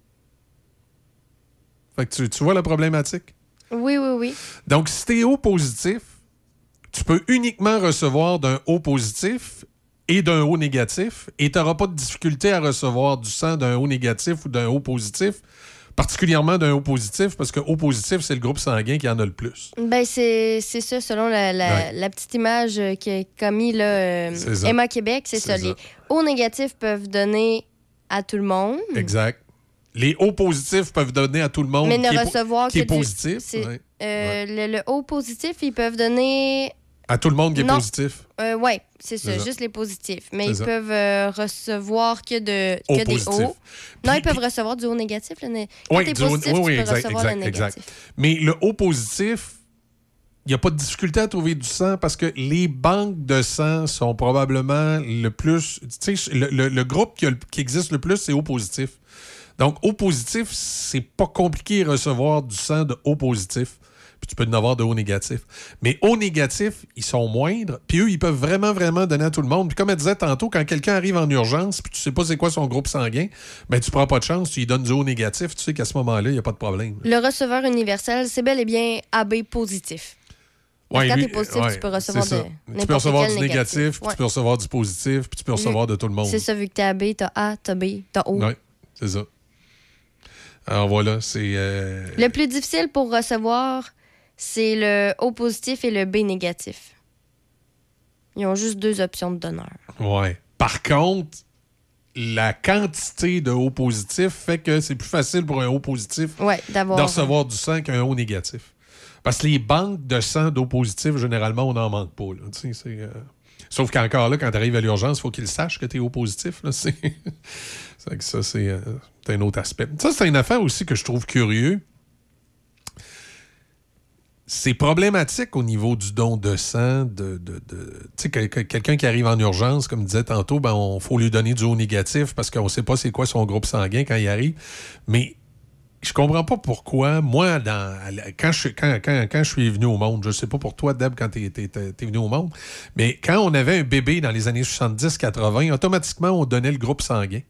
Fait que tu, tu vois la problématique? Oui, oui, oui. Donc, si tu es O positif, tu peux uniquement recevoir d'un O positif et d'un O négatif, et tu n'auras pas de difficulté à recevoir du sang d'un O négatif ou d'un O positif, particulièrement d'un O positif, parce que O positif, c'est le groupe sanguin qui en a le plus. Ben, c'est c'est ça, selon la, la, Ouais. la petite image euh, que- qu'a mis là, euh, C'est ça. Emma Québec, c'est ça. C'est ça. Les O négatifs peuvent donner à tout le monde. Exact. Les O positifs peuvent donner à tout le monde Mais ne qui est, po- recevoir qui que est du- positif. c'est- Ouais. Euh, le, le O positif, ils peuvent donner. À tout le monde qui est Non. positif. Euh, oui, c'est ça, C'est ça. juste les positifs. Mais C'est ils ça. peuvent euh, recevoir que, de, O que des positif. O. Non, ils peuvent recevoir du O négatif. Là, né- Quand Oui, t'es du haut- positif, oui, tu oui, peux exact, recevoir exact, le négatif. exact. Mais le O positif, il n'y a pas de difficulté à trouver du sang parce que les banques de sang sont probablement le plus. Tu sais, le, le- le groupe qui, a le- qui existe le plus, c'est O positif. Donc, O positif, c'est pas compliqué de recevoir du sang de O positif. Puis tu peux en avoir de O négatif. Mais O négatif, ils sont moindres. Puis eux, ils peuvent vraiment, vraiment donner à tout le monde. Puis comme elle disait tantôt, quand quelqu'un arrive en urgence, puis tu sais pas c'est quoi son groupe sanguin, ben tu prends pas de chance, tu lui donnes du O négatif, tu sais qu'à ce moment-là, il n'y a pas de problème. Le receveur universel, c'est bel et bien A B positif. Parce que quand lui- t'es positif, ouais, tu peux recevoir c'est de ça. Tu n'importe peux recevoir quel du négatif, puis Ouais. tu peux recevoir du positif, puis tu peux recevoir de tout le monde. C'est ça, vu que t'es A B, t'as A, t'as B, t'as O. Oui, c'est ça. Alors voilà, c'est... euh, Le plus difficile pour recevoir, c'est le O positif et le B négatif. Ils ont juste deux options de donneur. Ouais. Par contre, la quantité de O positif fait que c'est plus facile pour un O positif Ouais, d'avoir- de recevoir du sang qu'un O négatif. Parce que les banques de sang d'O positif, généralement, on n'en manque pas. Là. Tu sais, c'est, euh, Sauf qu'encore là, quand tu arrives à l'urgence, il faut qu'ils sachent que tu es O positif. Là. C'est... c'est que ça, c'est, euh, c'est un autre aspect. Ça, c'est une affaire aussi que je trouve curieux. C'est problématique au niveau du don de sang. De, de, de... Tu sais, que- que- quelqu'un qui arrive en urgence, comme disait tantôt, ben, on faut lui donner du O négatif parce qu'on ne sait pas c'est quoi son groupe sanguin quand il arrive. Mais je comprends pas pourquoi, moi, dans, quand, je, quand, quand, quand je suis venu au monde, je sais pas pour toi, Deb, quand tu es venu au monde, mais quand on avait un bébé dans les années soixante-dix quatre-vingt, automatiquement, on donnait le groupe sanguin.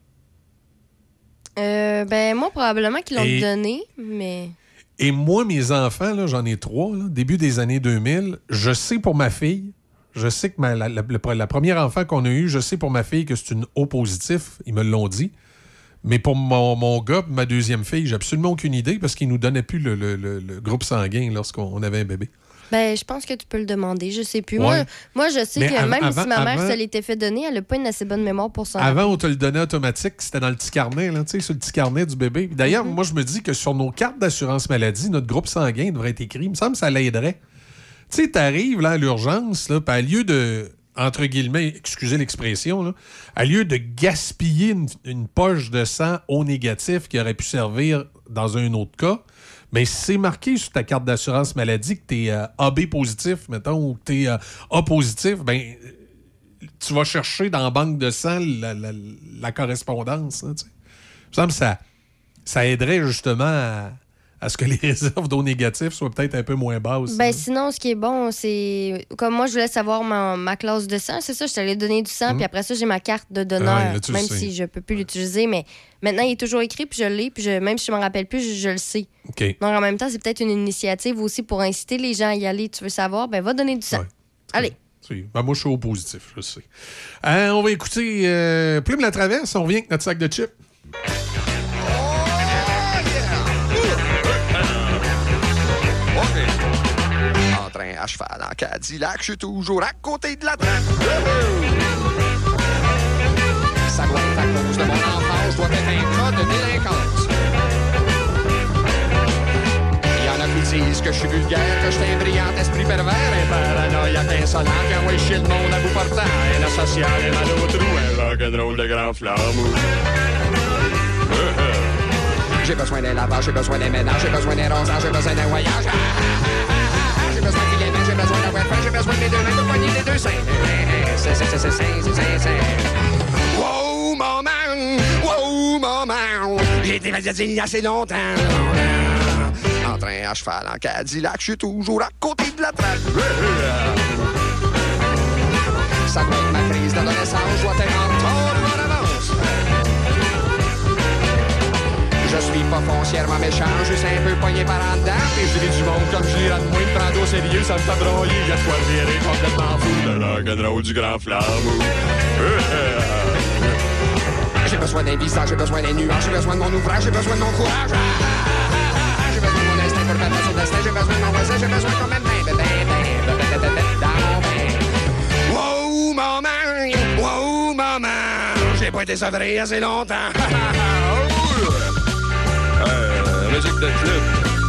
Euh, ben, moi, probablement qu'ils l'ont Et- donné, mais. Et moi, mes enfants, là, j'en ai trois, là, début des années deux mille, je sais pour ma fille, je sais que ma- la, la- la- la première enfant qu'on a eue, je sais pour ma fille que c'est une O positif, ils me l'ont dit. Mais pour mon, mon gars, ma deuxième fille, j'ai absolument aucune idée parce qu'ils nous donnaient plus le, le- le- le groupe sanguin lorsqu'on avait un bébé. Ben, je pense que tu peux le demander. Je sais plus. Ouais. Moi, moi, je sais Mais que av- même avant- si ma mère avant- se l'était fait donner, elle n'a pas une assez bonne mémoire pour ça. Avant, on te le donnait automatique, c'était dans le petit carnet, là, tu sais, sur le petit carnet du bébé. D'ailleurs, moi, je me dis que sur nos cartes d'assurance maladie, notre groupe sanguin devrait être écrit. Il me semble que ça l'aiderait. Tu sais, t'arrives là à l'urgence, là, puis à lieu de, entre guillemets, excusez l'expression, là, à lieu de gaspiller une, une poche de sang au négatif qui aurait pu servir dans un autre cas, Mais si c'est marqué sur ta carte d'assurance maladie que tu es euh, A B positif, mettons, ou que tu es euh, A positif, ben tu vas chercher dans la banque de sang la, la, la correspondance. Hein, tu sais. Il me semble que ça, ça aiderait justement à, à ce que les réserves d'eau négatifs soient peut-être un peu moins basses. Ben hein. sinon, ce qui est bon, c'est... Comme moi, je voulais savoir ma, ma classe de sang, c'est ça, je t'allais donner du sang, Mm. puis après ça, j'ai ma carte de donneur, Ah ouais, là, tu le même sais. si je peux plus l'utiliser, mais maintenant, il est toujours écrit, puis je l'ai, puis je, même si je m'en rappelle plus, je, je le sais. OK. Donc, en même temps, c'est peut-être une initiative aussi pour inciter les gens à y aller. Tu veux savoir? Ben, va donner du sang. Ouais. Allez. Oui. Ben, moi, je suis au positif, je sais. Euh, on va écouter euh, Plume la traverse. On revient avec notre sac de chips. En train à cheval en Cadillac, je suis toujours à côté de la traque. Ça doit être à cause de mon enfance, doit être un cas de délinquance. Il y en a qui disent que je suis vulgaire, que je suis un brillant esprit pervers, un paranoïaque insolent, qui envoie chier le monde à bout portant, un asocial et mal au trou, un rock'n'roll de grand flambeau. J'ai besoin d'un lavage, j'ai besoin d'un ménage, j'ai besoin d'un rosage, j'ai besoin d'un voyage. Ah, ah, ah, ah, j'ai besoin de filet, j'ai besoin d'un webfan, j'ai besoin de mes deux mains, de poigner les deux seins. C'est, c'est, c'est, c'est, c'est, c'est, c'est. Wow, maman, wow, maman, j'ai été vasine il y a assez longtemps. En train à cheval en Cadillac, je suis toujours à côté de la traque. Ça doit être ma crise d'adolescence, je dois être en retard ou en avance. Je suis pas foncièrement méchant, juste un peu pogné par en dedans. Et je dis du monde comme je dirais de moi, me prendre au sérieux, ça me fait broyer. Y'a de quoi virer complètement fou, le rock'n'roll du grand flambeau. J'ai besoin d'un visage, j'ai besoin d'un nuage, j'ai besoin de mon ouvrage, j'ai besoin de mon courage. J'ai besoin de mon instinct pour battre son destin, j'ai besoin de mon voisin, j'ai besoin quand même ben, ben, ben, ben, ben, ben, dans mon bain. Wow, maman, wow, maman, j'ai pas été sevré assez longtemps. Euh, musique de club.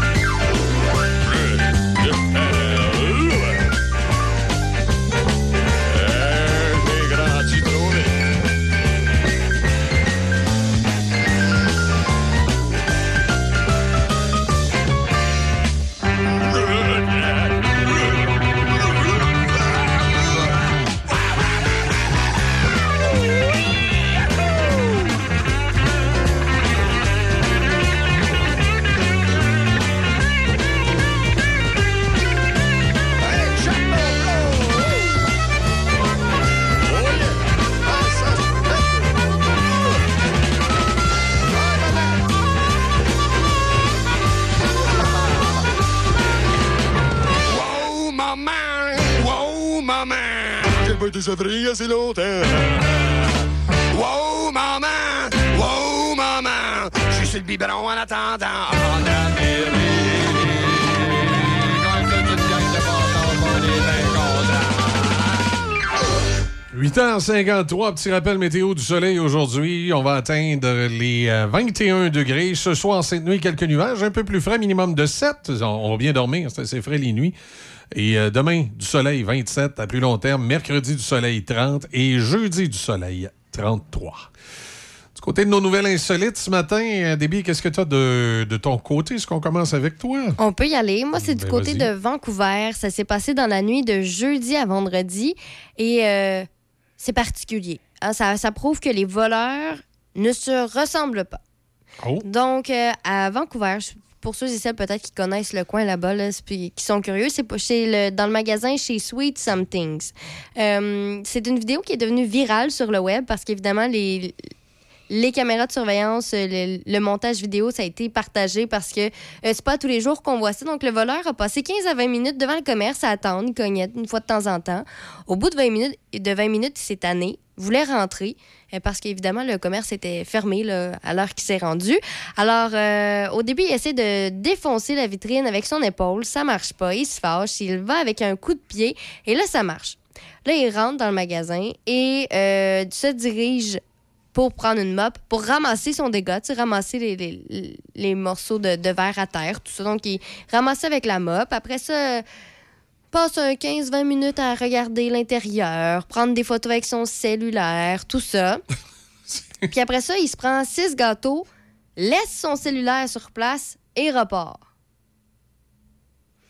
Euh, j'ai grandi trop vite. Pas été sevré assez longtemps. Wow, maman! Wow, maman! Je suis sur le biberon en attendant. En Amérique, quand toute une gang de bâtards, on est bien contents. huit heures cinquante-trois, petit rappel météo du soleil aujourd'hui. On va atteindre les euh, vingt et un degrés. Ce soir, cette nuit, quelques nuages, un peu plus frais, minimum de sept. On, on va bien dormir, c'est assez frais les nuits. Et euh, demain, du soleil vingt-sept à plus long terme. Mercredi, du soleil trente. Et jeudi, du soleil trente-trois. Du côté de nos nouvelles insolites ce matin, euh, Déby, qu'est-ce que tu as de, de ton côté? Est-ce qu'on commence avec toi? On peut y aller. Moi, c'est du Ben, côté vas-y. de Vancouver. Ça s'est passé dans la nuit de jeudi à vendredi. Et euh, c'est particulier. Hein, ça, ça prouve que les voleurs ne se ressemblent pas. Oh. Donc, euh, à Vancouver, je- pour ceux et celles peut-être qui connaissent le coin là-bas, là, puis qui sont curieux, c'est pas- chez le, dans le magasin chez Sweet Somethings. Euh, c'est une vidéo qui est devenue virale sur le web parce qu'évidemment, les, les caméras de surveillance, le, le montage vidéo, ça a été partagé parce que euh, c'est pas tous les jours qu'on voit ça. Donc, le voleur a passé quinze à vingt minutes devant le commerce à attendre, il cognait une fois de temps en temps. Au bout de vingt minutes, de vingt minutes, il s'est tanné, voulait rentrer euh, parce qu'évidemment, le commerce était fermé là, à l'heure qu'il s'est rendu. Alors, euh, au début, il essaie de défoncer la vitrine avec son épaule. Ça marche pas. Il se fâche. Il va avec un coup de pied. Et là, ça marche. Là, il rentre dans le magasin et euh, se dirige pour prendre une mop, pour ramasser son dégât, tu sais, ramasser les, les, les morceaux de, de verre à terre, tout ça. Donc, il ramasse avec la mop. Après ça, passe un quinze à vingt minutes à regarder l'intérieur, prendre des photos avec son cellulaire, tout ça. Puis après ça, il se prend six gâteaux, laisse son cellulaire sur place et repart.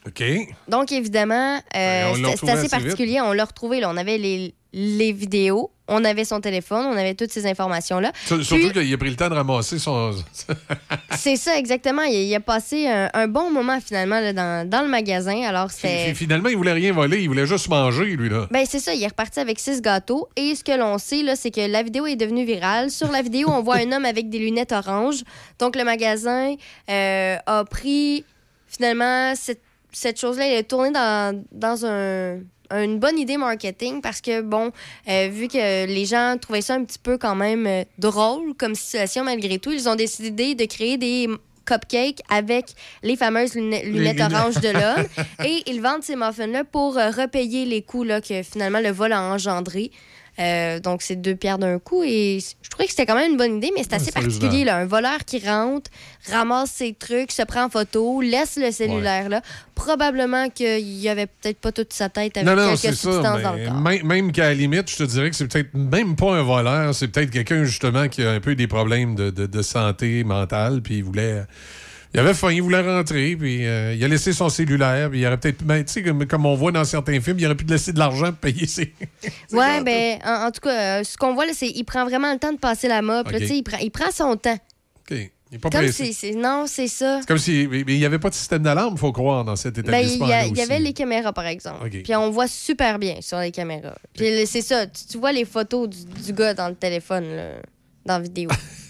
OK. Donc, évidemment, euh, Ben, on l'a c'était retrouvé c'était assez assez vite. particulier. On l'a retrouvé. Là. On avait les, les vidéos, on avait son téléphone, on avait toutes ces informations-là. Sur- Surtout qu'il a pris le temps de ramasser son... C'est ça, exactement. Il, il a passé un, un bon moment, finalement, là, dans, dans le magasin. Alors, c'est... Finalement, il voulait rien voler, il voulait juste manger, lui, là. Ben c'est ça, il est reparti avec six gâteaux. Et ce que l'on sait, là, c'est que la vidéo est devenue virale. Sur la vidéo, on voit un homme avec des lunettes oranges. Donc, le magasin euh, a pris, finalement, cette, cette chose-là, il a tourné dans, dans un... une bonne idée marketing parce que, bon, euh, vu que les gens trouvaient ça un petit peu quand même euh, drôle comme situation malgré tout, ils ont décidé de créer des cupcakes avec les fameuses lune- lunettes lunettes. oranges de l'homme et ils vendent ces muffins-là pour euh, repayer les coûts là, que finalement le vol a engendré. Euh, donc, c'est deux pierres d'un coup. Et je trouvais que c'était quand même une bonne idée, mais c'est assez Ouais, sérieusement. particulier. Là. Un voleur qui rentre, ramasse ses trucs, se prend en photo, laisse le cellulaire là. Probablement qu'il n'y avait peut-être pas toute sa tête avec Non, non, quelques c'est substances ça. dans le mais corps. même, même qu'à la limite, je te dirais que c'est peut-être même pas un voleur, c'est peut-être quelqu'un, justement, qui a un peu des problèmes de, de- de santé mentale, puis il voulait... Il avait faim, il voulait rentrer, puis euh, il a laissé son cellulaire, puis il aurait peut-être... ben, tu sais, comme, comme on voit dans certains films, il aurait pu laisser de l'argent pour payer ses... Ouais, ben, en, en tout cas, euh, ce qu'on voit, là, c'est qu'il prend vraiment le temps de passer la mop. là, OK. tu sais, il, prend, il prend son temps. OK. Il est pas Comme pressé. c'est, c'est- non, c'est ça. C'est comme si... Mais mais il n'y avait pas de système d'alarme, il faut croire, dans cet Ben, il établissement y, a- il y avait les caméras, par exemple. OK. Puis on voit super bien sur les caméras. Puis le- c'est ça, tu, tu vois les photos du, du gars dans le téléphone, là, dans la vidéo.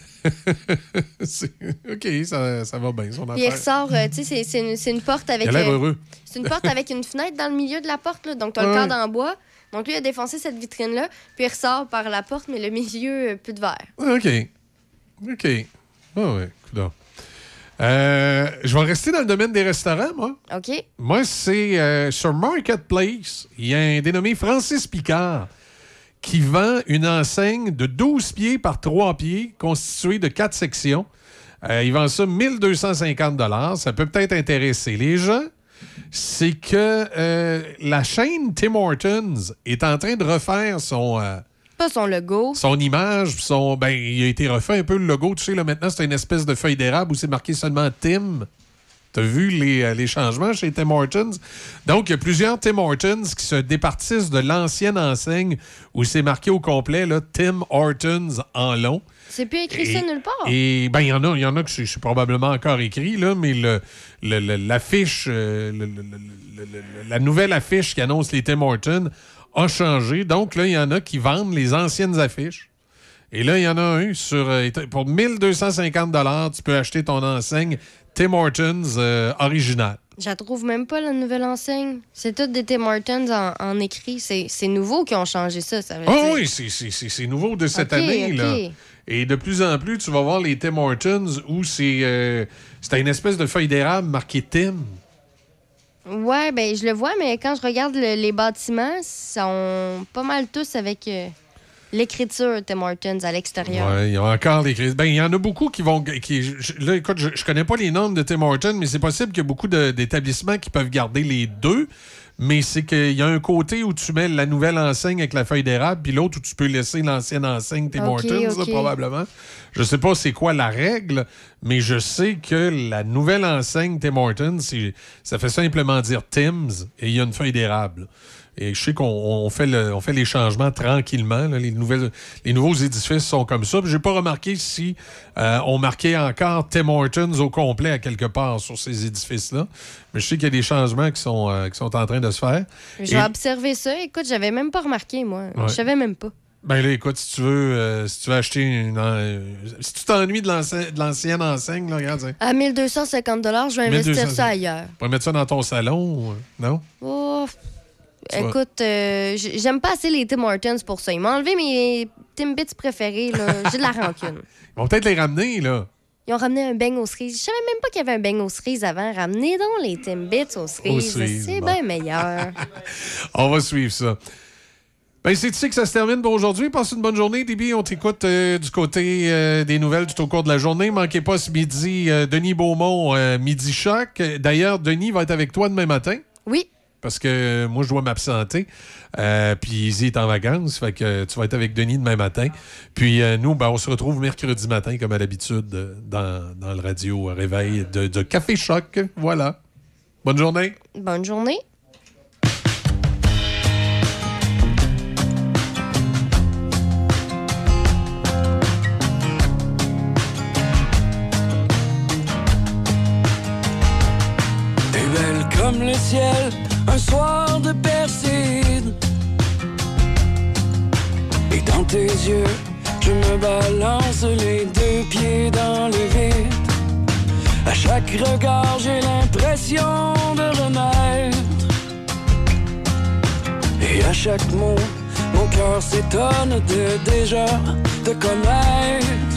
C'est- OK, ça, ça va bien, son Puis il affaire. ressort, euh, tu sais, c'est, c'est une, c'est une porte avec... Il a l'air euh, heureux. C'est une porte avec une fenêtre dans le milieu de la porte, là. Donc, tu as le Ouais. cadre en bois. Donc, lui, il a défoncé cette vitrine-là. Puis il ressort par la porte, mais le milieu, euh, plus de verre. OK. OK. Ah ouais, coudonc. Euh, je vais rester dans le domaine des restaurants, moi. OK? Moi, c'est euh, sur Marketplace, il y a un dénommé Francis Picard qui vend une enseigne de douze pieds par trois pieds constituée de quatre sections. Euh, il vend ça mille deux cent cinquante dollars. Ça peut peut-être intéresser les gens. C'est que euh, la chaîne Tim Hortons est en train de refaire son... euh, Pas son logo. son image, puis son, ben, il a été refait un peu le logo. Tu sais, là, maintenant, c'est une espèce de feuille d'érable où c'est marqué seulement Tim. T'as vu les, euh, les changements chez Tim Hortons? Donc, il y a plusieurs Tim Hortons qui se départissent de l'ancienne enseigne où c'est marqué au complet, là, Tim Hortons en long. C'est plus écrit Et- ça nulle part. Et ben il y en a, il y en a que c'est c'est probablement encore écrit, là, mais le, le- le- l'affiche, euh, le- le- le- le- le- la nouvelle affiche qui annonce les Tim Hortons a changé. Donc là, il y en a qui vendent les anciennes affiches. Et là, il y en a un sur euh, pour mille deux cent cinquante dollars, tu peux acheter ton enseigne Tim Hortons euh, originale. Je la trouve même pas, la nouvelle enseigne. C'est tout des Tim Hortons en, en écrit. C'est, c'est nouveau qu'ils ont changé ça, ça veut Ah dire. oui, c'est- c'est c'est- c'est nouveau de cette Ok, année. ok. Là. Et de plus en plus, tu vas voir les Tim Hortons où c'est euh, c'est une espèce de feuille d'érable marquée Tim. Ouais, ben je le vois, mais quand je regarde le- les bâtiments, ils sont pas mal tous avec euh, l'écriture Tim Hortons à l'extérieur. Ouais, il y a encore des crises. Ben, il y en a beaucoup qui vont. Qui, je- là, écoute, je, je connais pas les normes de Tim Hortons, mais c'est possible qu'il y a beaucoup de- d'établissements qui peuvent garder les deux. Mais c'est qu'il y a un côté où tu mets la nouvelle enseigne avec la feuille d'érable, puis l'autre où tu peux laisser l'ancienne enseigne Tim Ok, Hortons, là, ok. probablement. Je sais pas c'est quoi la règle, mais je sais que la nouvelle enseigne Tim Hortons, c'est- ça fait simplement dire Tim's et il y a une feuille d'érable. Et je sais qu'on on fait, le- on fait les changements tranquillement. Là. Les, nouvelles, les nouveaux édifices sont comme ça. Puis j'ai pas remarqué si euh, on marquait encore Tim Hortons au complet à quelque part sur ces édifices-là. Mais je sais qu'il y a des changements qui sont, euh, qui sont en train de se faire. Je Et- vais observer ça. Écoute, j'avais même pas remarqué, moi. Ouais. Je savais même pas. Ben là, écoute, si tu veux, euh, si tu veux acheter une. euh, si tu t'ennuies de l'ancien- de l'ancienne enseigne, là, regarde. ça. À mille deux cent cinquante je vais investir mille deux cents. ça ailleurs. Tu pourrais mettre ça dans ton salon, euh, non? Oh, Tu vas- écoute, euh, j- j'aime pas assez les Tim Hortons pour ça. Ils m'ont enlevé mes Timbits préférés. Là. J'ai de la rancune. Ils vont peut-être les ramener, là. Ils ont ramené un beigne aux cerises. Je savais même pas qu'il y avait un beigne aux cerises avant. Ramenez donc les Timbits aux cerises. cerises, C'est bon. bien meilleur. On va suivre ça. Ben, c'est ici que ça se termine pour aujourd'hui. Passe une bonne journée, Déby. On t'écoute euh, du côté euh, des nouvelles tout au cours de la journée. Manquez pas ce midi euh, Denis Beaumont, euh, Midi Choc. D'ailleurs, Denis va être avec toi demain matin. Oui. Parce que euh, moi, je dois m'absenter. Euh, puis Izzy est en vacances. Fait que euh, tu vas être avec Denis demain matin. Puis euh, nous, ben, on se retrouve mercredi matin, comme à l'habitude, euh, dans, dans le radio euh, réveil de, de Café Choc. Voilà. Bonne journée. Bonne journée. T'es belle comme le ciel, un soir de Perside. Et dans tes yeux, je me balance les deux pieds dans le vide. À chaque regard, j'ai l'impression de renaître. Et à chaque mot, mon cœur s'étonne de déjà te connaître.